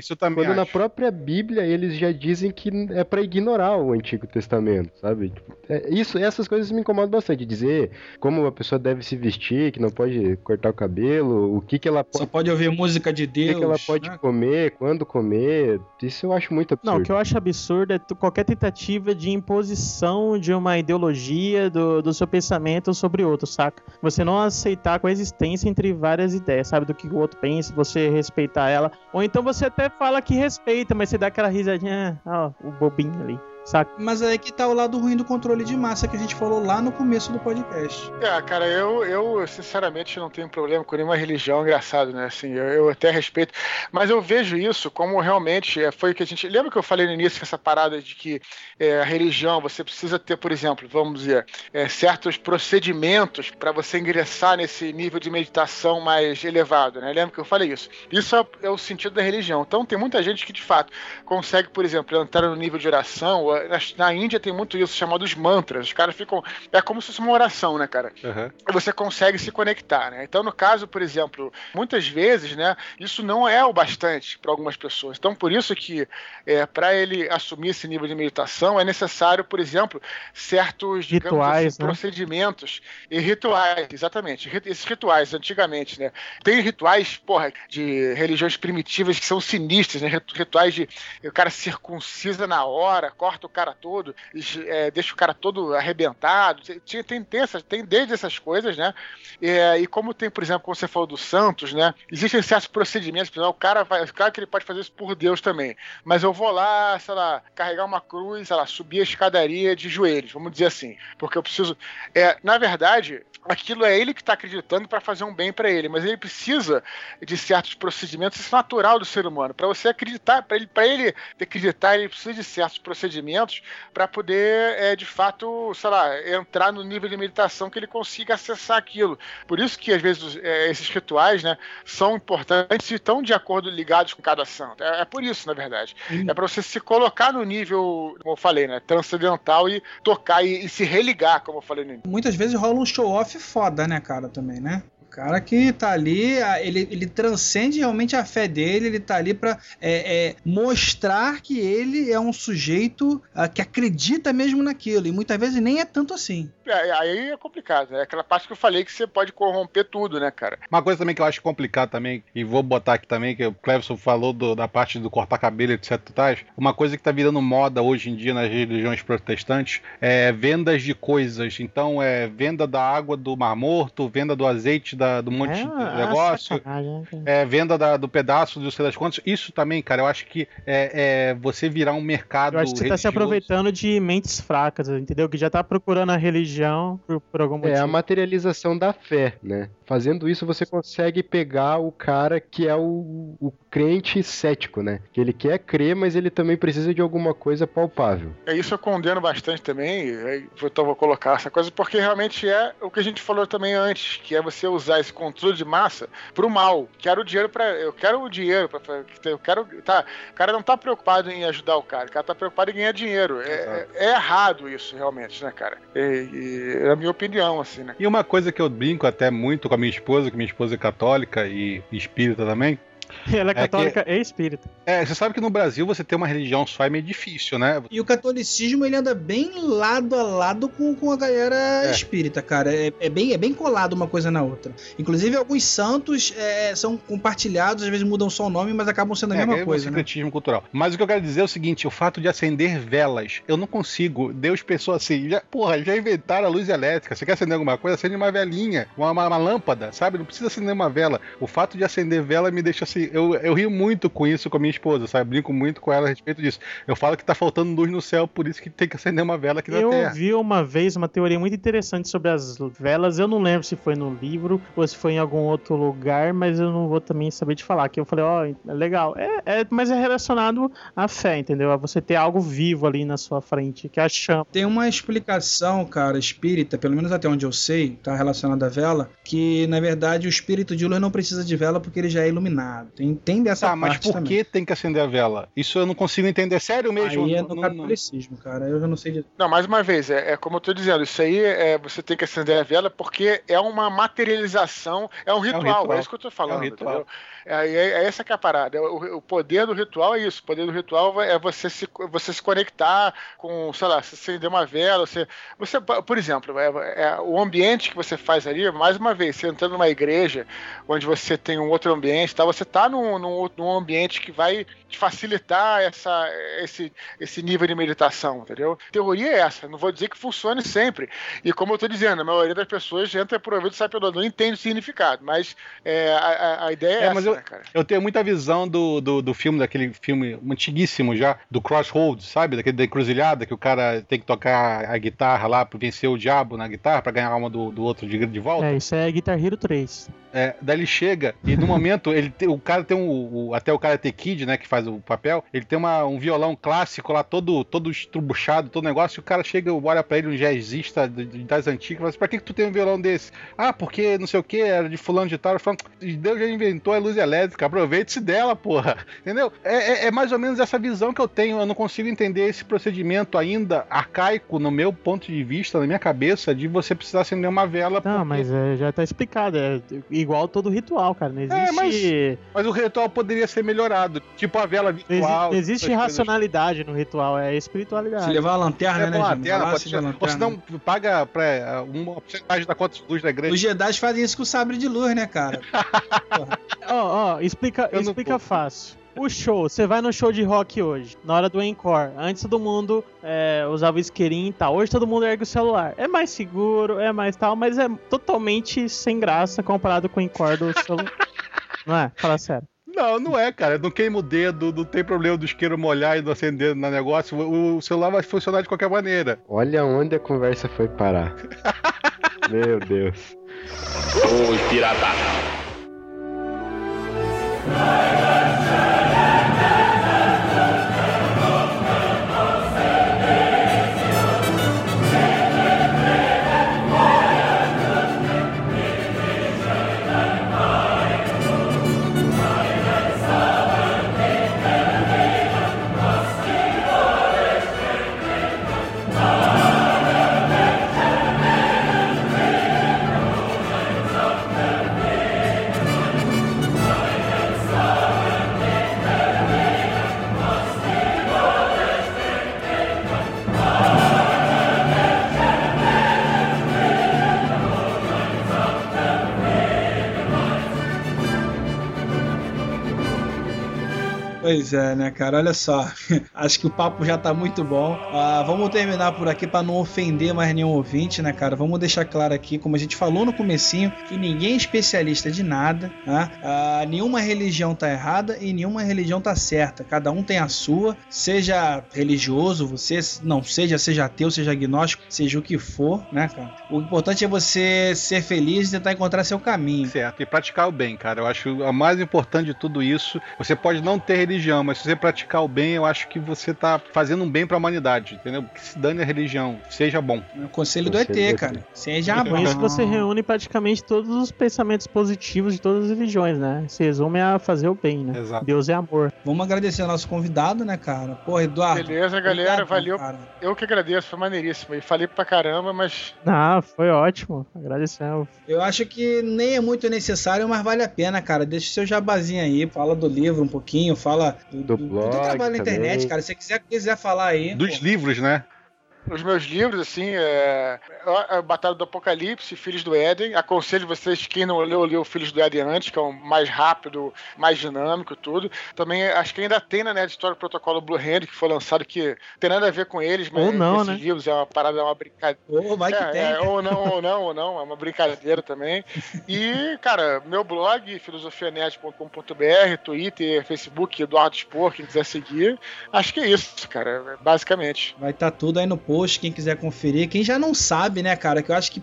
Bíblia eles já dizem que é pra ignorar o Antigo Testamento, sabe? Essas coisas me incomodam bastante. Dizer como a pessoa deve se vestir, que não pode cortar o cabelo, o que ela pode... Só pode ouvir música de Deus. O que ela pode comer, quando comer. Isso eu acho muito absurdo. Não, o que eu acho absurdo é qualquer tentativa de imposição de uma ideologia do seu pensamento sobre outro, saca? Você não aceitar a coexistência entre várias ideias, sabe? Do que o outro pensa, você respeitar ela. Ou então você até fala que respeita, mas você dá aquela risadinha, o bobinho ali. Saca? Mas aí que tá o lado ruim do controle de massa que a gente falou lá no começo do podcast. Cara, eu sinceramente não tenho problema com nenhuma religião, engraçado, né? Assim, eu até respeito, mas eu vejo isso como realmente foi o que a gente... Lembra que eu falei no início essa parada de que a religião, você precisa ter, por exemplo, vamos dizer, certos procedimentos para você ingressar nesse nível de meditação mais elevado, né? Lembra que eu falei isso? Isso é o sentido da religião. Então tem muita gente que de fato consegue, por exemplo, entrar no nível de oração. Na Índia tem muito isso, chamado os mantras. Os caras ficam... É como se fosse uma oração, né, cara? Uhum. E você consegue se conectar, né? Então, no caso, por exemplo, muitas vezes, né, isso não é o bastante para algumas pessoas. Então, por isso que para ele assumir esse nível de meditação, é necessário, por exemplo, certos, digamos rituais, assim, procedimentos e rituais, exatamente. Esses rituais, antigamente, né? Tem rituais, de religiões primitivas que são sinistros, né? Rituais de... O cara circuncisa na hora, corta mata o cara todo, deixa o cara todo arrebentado. Tem desde essas coisas, né? E como tem, por exemplo, como você falou do Santos, né? Existem certos procedimentos, por exemplo, o cara que ele pode fazer isso por Deus também. Mas eu vou lá, sei lá, carregar uma cruz, sei lá, subir a escadaria de joelhos, vamos dizer assim. Porque eu preciso... na verdade, aquilo é ele que está acreditando para fazer um bem para ele, mas ele precisa de certos procedimentos, isso é natural do ser humano. Para você acreditar, para ele acreditar, ele precisa de certos procedimentos para poder, de fato, sei lá, entrar no nível de meditação que ele consiga acessar aquilo. Por isso que, às vezes, esses rituais, né, são importantes e estão de acordo ligados com cada santo. É por isso, na verdade. É para você se colocar no nível, como eu falei, né, transcendental e tocar e se religar, como eu falei no início. Muitas vezes rola um show-off foda, né, cara, também, né? O cara que tá ali, ele transcende realmente a fé dele, ele tá ali pra mostrar que ele é um sujeito que acredita mesmo naquilo, e muitas vezes nem é tanto assim. Aí é complicado, né? Aquela parte que eu falei que você pode corromper tudo, né, cara? Uma coisa também que eu acho complicado também, e vou botar aqui também, que o Cleverson falou da parte do cortar cabelo, etc. Uma coisa que tá virando moda hoje em dia nas religiões protestantes é vendas de coisas. Então, venda da água do Mar Morto, venda do azeite do monte de negócio, venda do pedaço do sei das contas. Isso também, cara, eu acho que você virar um mercado. Eu acho que você tá se aproveitando de mentes fracas, entendeu? Que já tá procurando a religião por algum motivo. É a materialização da fé, né? Fazendo isso, você consegue pegar o cara que é o crente cético, né? Que ele quer crer, mas ele também precisa de alguma coisa palpável. Isso eu condeno bastante também, então vou colocar essa coisa, porque realmente é o que a gente falou também antes, que é você usar esse controle de massa pro mal. Eu quero o dinheiro, o cara não tá preocupado em ajudar o cara tá preocupado em ganhar dinheiro. É errado isso, realmente, né, cara? É a minha opinião, assim, né? E uma coisa que eu brinco até muito com a minha esposa, que minha esposa é católica e espírita também. Ela é católica e espírita. Você sabe que no Brasil você ter uma religião só é meio difícil, né? E o catolicismo, ele anda bem lado a lado com a galera espírita, cara. É bem colado uma coisa na outra. Inclusive, alguns santos são compartilhados, às vezes mudam só o nome, mas acabam sendo a mesma coisa, né? Secretismo cultural. Mas o que eu quero dizer é o seguinte, o fato de acender velas, eu não consigo. Deus pensou assim, já inventaram a luz elétrica. Você quer acender alguma coisa? Acende uma velinha, uma lâmpada, sabe? Não precisa acender uma vela. O fato de acender vela me deixa assim, eu rio muito com isso com a minha esposa, sabe? Brinco muito com ela a respeito disso. Eu falo que tá faltando luz no céu, por isso que tem que acender uma vela aqui na Terra. Eu ouvi uma vez uma teoria muito interessante sobre as velas, eu não lembro se foi no livro ou se foi em algum outro lugar, mas eu não vou também saber te falar, que eu falei, é legal, mas é relacionado à fé, entendeu? A você ter algo vivo ali na sua frente, que é a chama. Tem uma explicação, cara, espírita, pelo menos até onde eu sei, tá relacionada à vela, que na verdade o espírito de luz não precisa de vela porque ele já é iluminado. Tem dessa parte mas por também. Que tem que acender a vela? Isso eu não consigo entender. Sério mesmo? Aí é no catolicismo, cara. Eu já não sei disso. Não, mais uma vez, como eu tô dizendo, isso aí você tem que acender a vela porque é uma materialização, é um ritual. É isso que eu tô falando, entendeu? Essa que é a parada. O poder do ritual é isso. O poder do ritual é você se conectar com, sei lá, você acender uma vela, você por exemplo, o ambiente que você faz ali, mais uma vez, você entrando numa igreja onde você tem um outro ambiente, tá? Você tá num ambiente que vai te facilitar esse nível de meditação, entendeu? A teoria é essa, não vou dizer que funcione sempre. E como eu tô dizendo, a maioria das pessoas entra por ouvido e sai pelo outro, não entende o significado, mas a ideia é essa, mas né, cara? Eu tenho muita visão do filme, daquele filme antiguíssimo já, do Crossroads, sabe? Daquele da encruzilhada, que o cara tem que tocar a guitarra lá pra vencer o diabo na guitarra, pra ganhar a alma do outro de volta. Isso é Guitar Hero 3. Daí ele chega e no momento o cara tem até o Karate Kid, né, que faz o papel, ele tem um violão clássico lá, todo estrubuchado, todo negócio, e o cara chega, olha pra ele, um jazzista das antigas, fala assim, pra que tu tem um violão desse? Porque não sei o que, era de fulano de tal, falando, Deus já inventou a luz elétrica, aproveite-se dela, porra, entendeu? É mais ou menos essa visão que eu tenho, eu não consigo entender esse procedimento ainda arcaico, no meu ponto de vista, na minha cabeça, de você precisar acender uma vela. Não, mas já tá explicado, igual todo ritual, cara, não existe... Mas o ritual poderia ser melhorado, tipo a vela virtual. Não existe racionalidade no ritual, é espiritualidade. Se levar a lanterna, né, lanterna, ou senão paga pra uma porcentagem da conta de luz da igreja. Os Jedi fazem isso com o sabre de luz, né, cara? Explica fácil. O show, você vai no show de rock hoje, na hora do encore. Antes todo mundo usava o isqueirinho e tal. Hoje todo mundo ergue o celular. É mais seguro, é mais tal, mas é totalmente sem graça comparado com o encore do celular. Não é? Fala sério. Não é, cara. Não queima o dedo, não tem problema do isqueiro molhar e não acender no negócio. O celular vai funcionar de qualquer maneira. Olha onde a conversa foi parar. Meu Deus. Oi, pirata. Pois é, né, cara? Olha só. Acho que o papo já tá muito bom. Vamos terminar por aqui pra não ofender mais nenhum ouvinte, né, cara? Vamos deixar claro aqui, como a gente falou no comecinho, que ninguém é especialista de nada, né? Nenhuma religião tá errada e nenhuma religião tá certa. Cada um tem a sua. Seja religioso, você não seja ateu, seja agnóstico, seja o que for, né, cara? O importante é você ser feliz e tentar encontrar seu caminho. Certo, e praticar o bem, cara. Eu acho a mais importante de tudo isso. Você pode não ter religião, mas se você praticar o bem, eu acho que você tá fazendo um bem pra humanidade, entendeu? Que se dane a religião, seja bom. É o conselho do ET, cara. Seja bom. Com isso você reúne praticamente todos os pensamentos positivos de todas as religiões, né? Se resume a fazer o bem, né? Exato. Deus é amor. Vamos agradecer ao nosso convidado, né, cara? Pô, Eduardo. Beleza, galera, valeu. Cara. Eu que agradeço, foi maneiríssimo. E falei pra caramba, mas... Foi ótimo. Agradecemos. Eu acho que nem é muito necessário, mas vale a pena, cara. Deixa o seu jabazinho aí, fala do livro um pouquinho, fala do blog, do trabalho na internet, também. Cara. Se você quiser falar aí. Dos livros, né? Os meus livros, assim, Batalha do Apocalipse, Filhos do Éden. Aconselho vocês, quem não leu Filhos do Éden antes, que é o mais rápido, mais dinâmico, tudo. Também, acho que ainda tem na Nerd Story o Protocolo Blue Hand, que foi lançado, que tem nada a ver com eles, mas esses livros é uma parada, é uma brincadeira. Vai que tem. Ou não, é uma brincadeira também. E, cara, meu blog, filosofianerd.com.br, Twitter, Facebook, Eduardo Spor, quem quiser seguir. Acho que é isso, cara, basicamente. Vai estar tudo aí no post, quem quiser conferir. Quem já não sabe, né, cara, que eu acho que,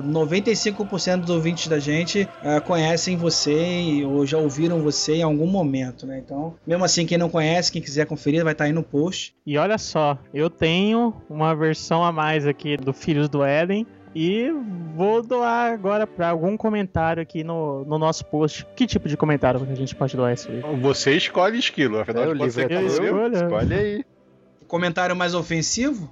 95% dos ouvintes da gente conhecem você ou já ouviram você em algum momento, né? Então, mesmo assim, quem não conhece, quem quiser conferir, vai estar aí no post. E olha só, eu tenho uma versão a mais aqui do Filhos do Éden. E vou doar agora para algum comentário aqui no nosso post. Que tipo de comentário que a gente pode doar esse livro? Você escolhe, Esquilo. Afinal de contas, escolhe aí. Comentário mais ofensivo?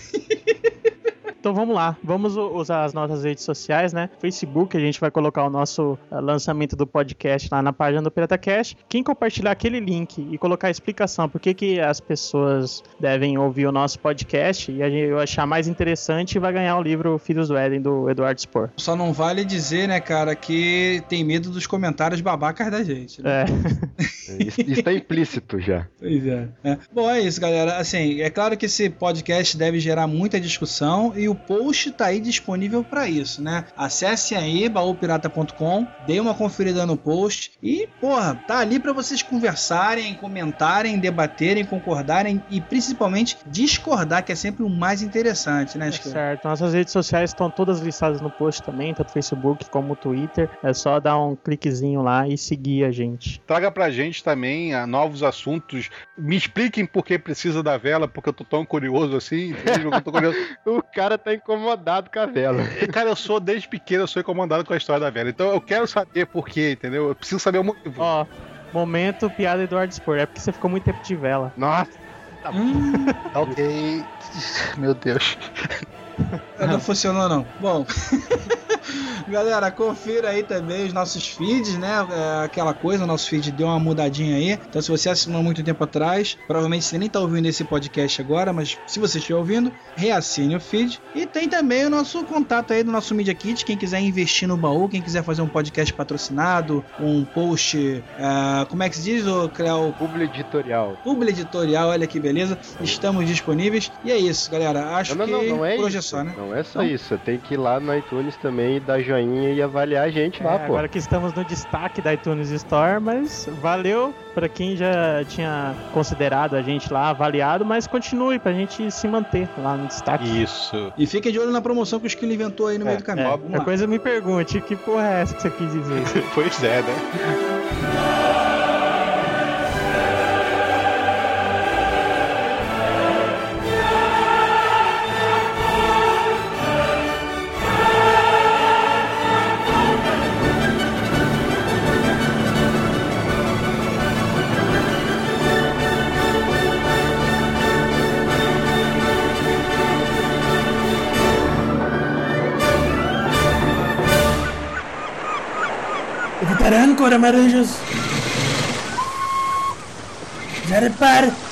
Então vamos lá, vamos usar as nossas redes sociais, né? Facebook, a gente vai colocar o nosso lançamento do podcast lá na página do PirataCast. Quem compartilhar aquele link e colocar a explicação por que as pessoas devem ouvir o nosso podcast e eu achar mais interessante, vai ganhar o livro Filhos do Éden, do Eduardo Spor. Só não vale dizer, né, cara, que tem medo dos comentários babacas da gente, né? Isso tá implícito já. Pois é. Bom, é isso, galera. Assim, é claro que esse podcast deve gerar muita discussão e o post tá aí disponível para isso, né? Acessem aí, baúpirata.com, dê uma conferida no post e, tá ali para vocês conversarem, comentarem, debaterem, concordarem e principalmente discordar, que é sempre o mais interessante, né, Esquilo? Certo. Nossas redes sociais estão todas listadas no post também, tanto Facebook como Twitter. É só dar um cliquezinho lá e seguir a gente. Traga pra gente também novos assuntos. Me expliquem por que precisa da vela, porque eu tô tão curioso assim. O cara tá incomodado com a vela. Cara, desde pequeno, eu sou incomodado com a história da vela. Então eu quero saber por quê, entendeu? Eu preciso saber o motivo. Momento piada Eduardo Spor. É porque você ficou muito tempo de vela. Nossa. Ok. Meu Deus. Não funcionou, não. Bom. Galera, confira aí também os nossos feeds, né? Aquela coisa, o nosso feed deu uma mudadinha aí. Então, se você assinou há muito tempo atrás, provavelmente você nem tá ouvindo esse podcast agora, mas se você estiver ouvindo, reassine o feed. E tem também o nosso contato aí do nosso Media Kit. Quem quiser investir no baú, quem quiser fazer um podcast patrocinado, um post, como é que se diz, Cleo? Publi editorial. Publi editorial, olha que beleza. Estamos disponíveis. E é isso, galera. Acho que não é por hoje isso. é só, né? Não é só isso. Você tem que ir lá no iTunes também e dar joinha e avaliar a gente lá, pô. Agora que estamos no destaque da iTunes Store, mas valeu pra quem já tinha considerado a gente lá, avaliado, mas continue pra gente se manter lá no destaque. Isso. E fiquem de olho na promoção que o Esquilo inventou aí no meio do caminho. A coisa me pergunte, que porra é essa que você quis dizer? Pois é, né? Preparan, Coramaranjas. Já repare.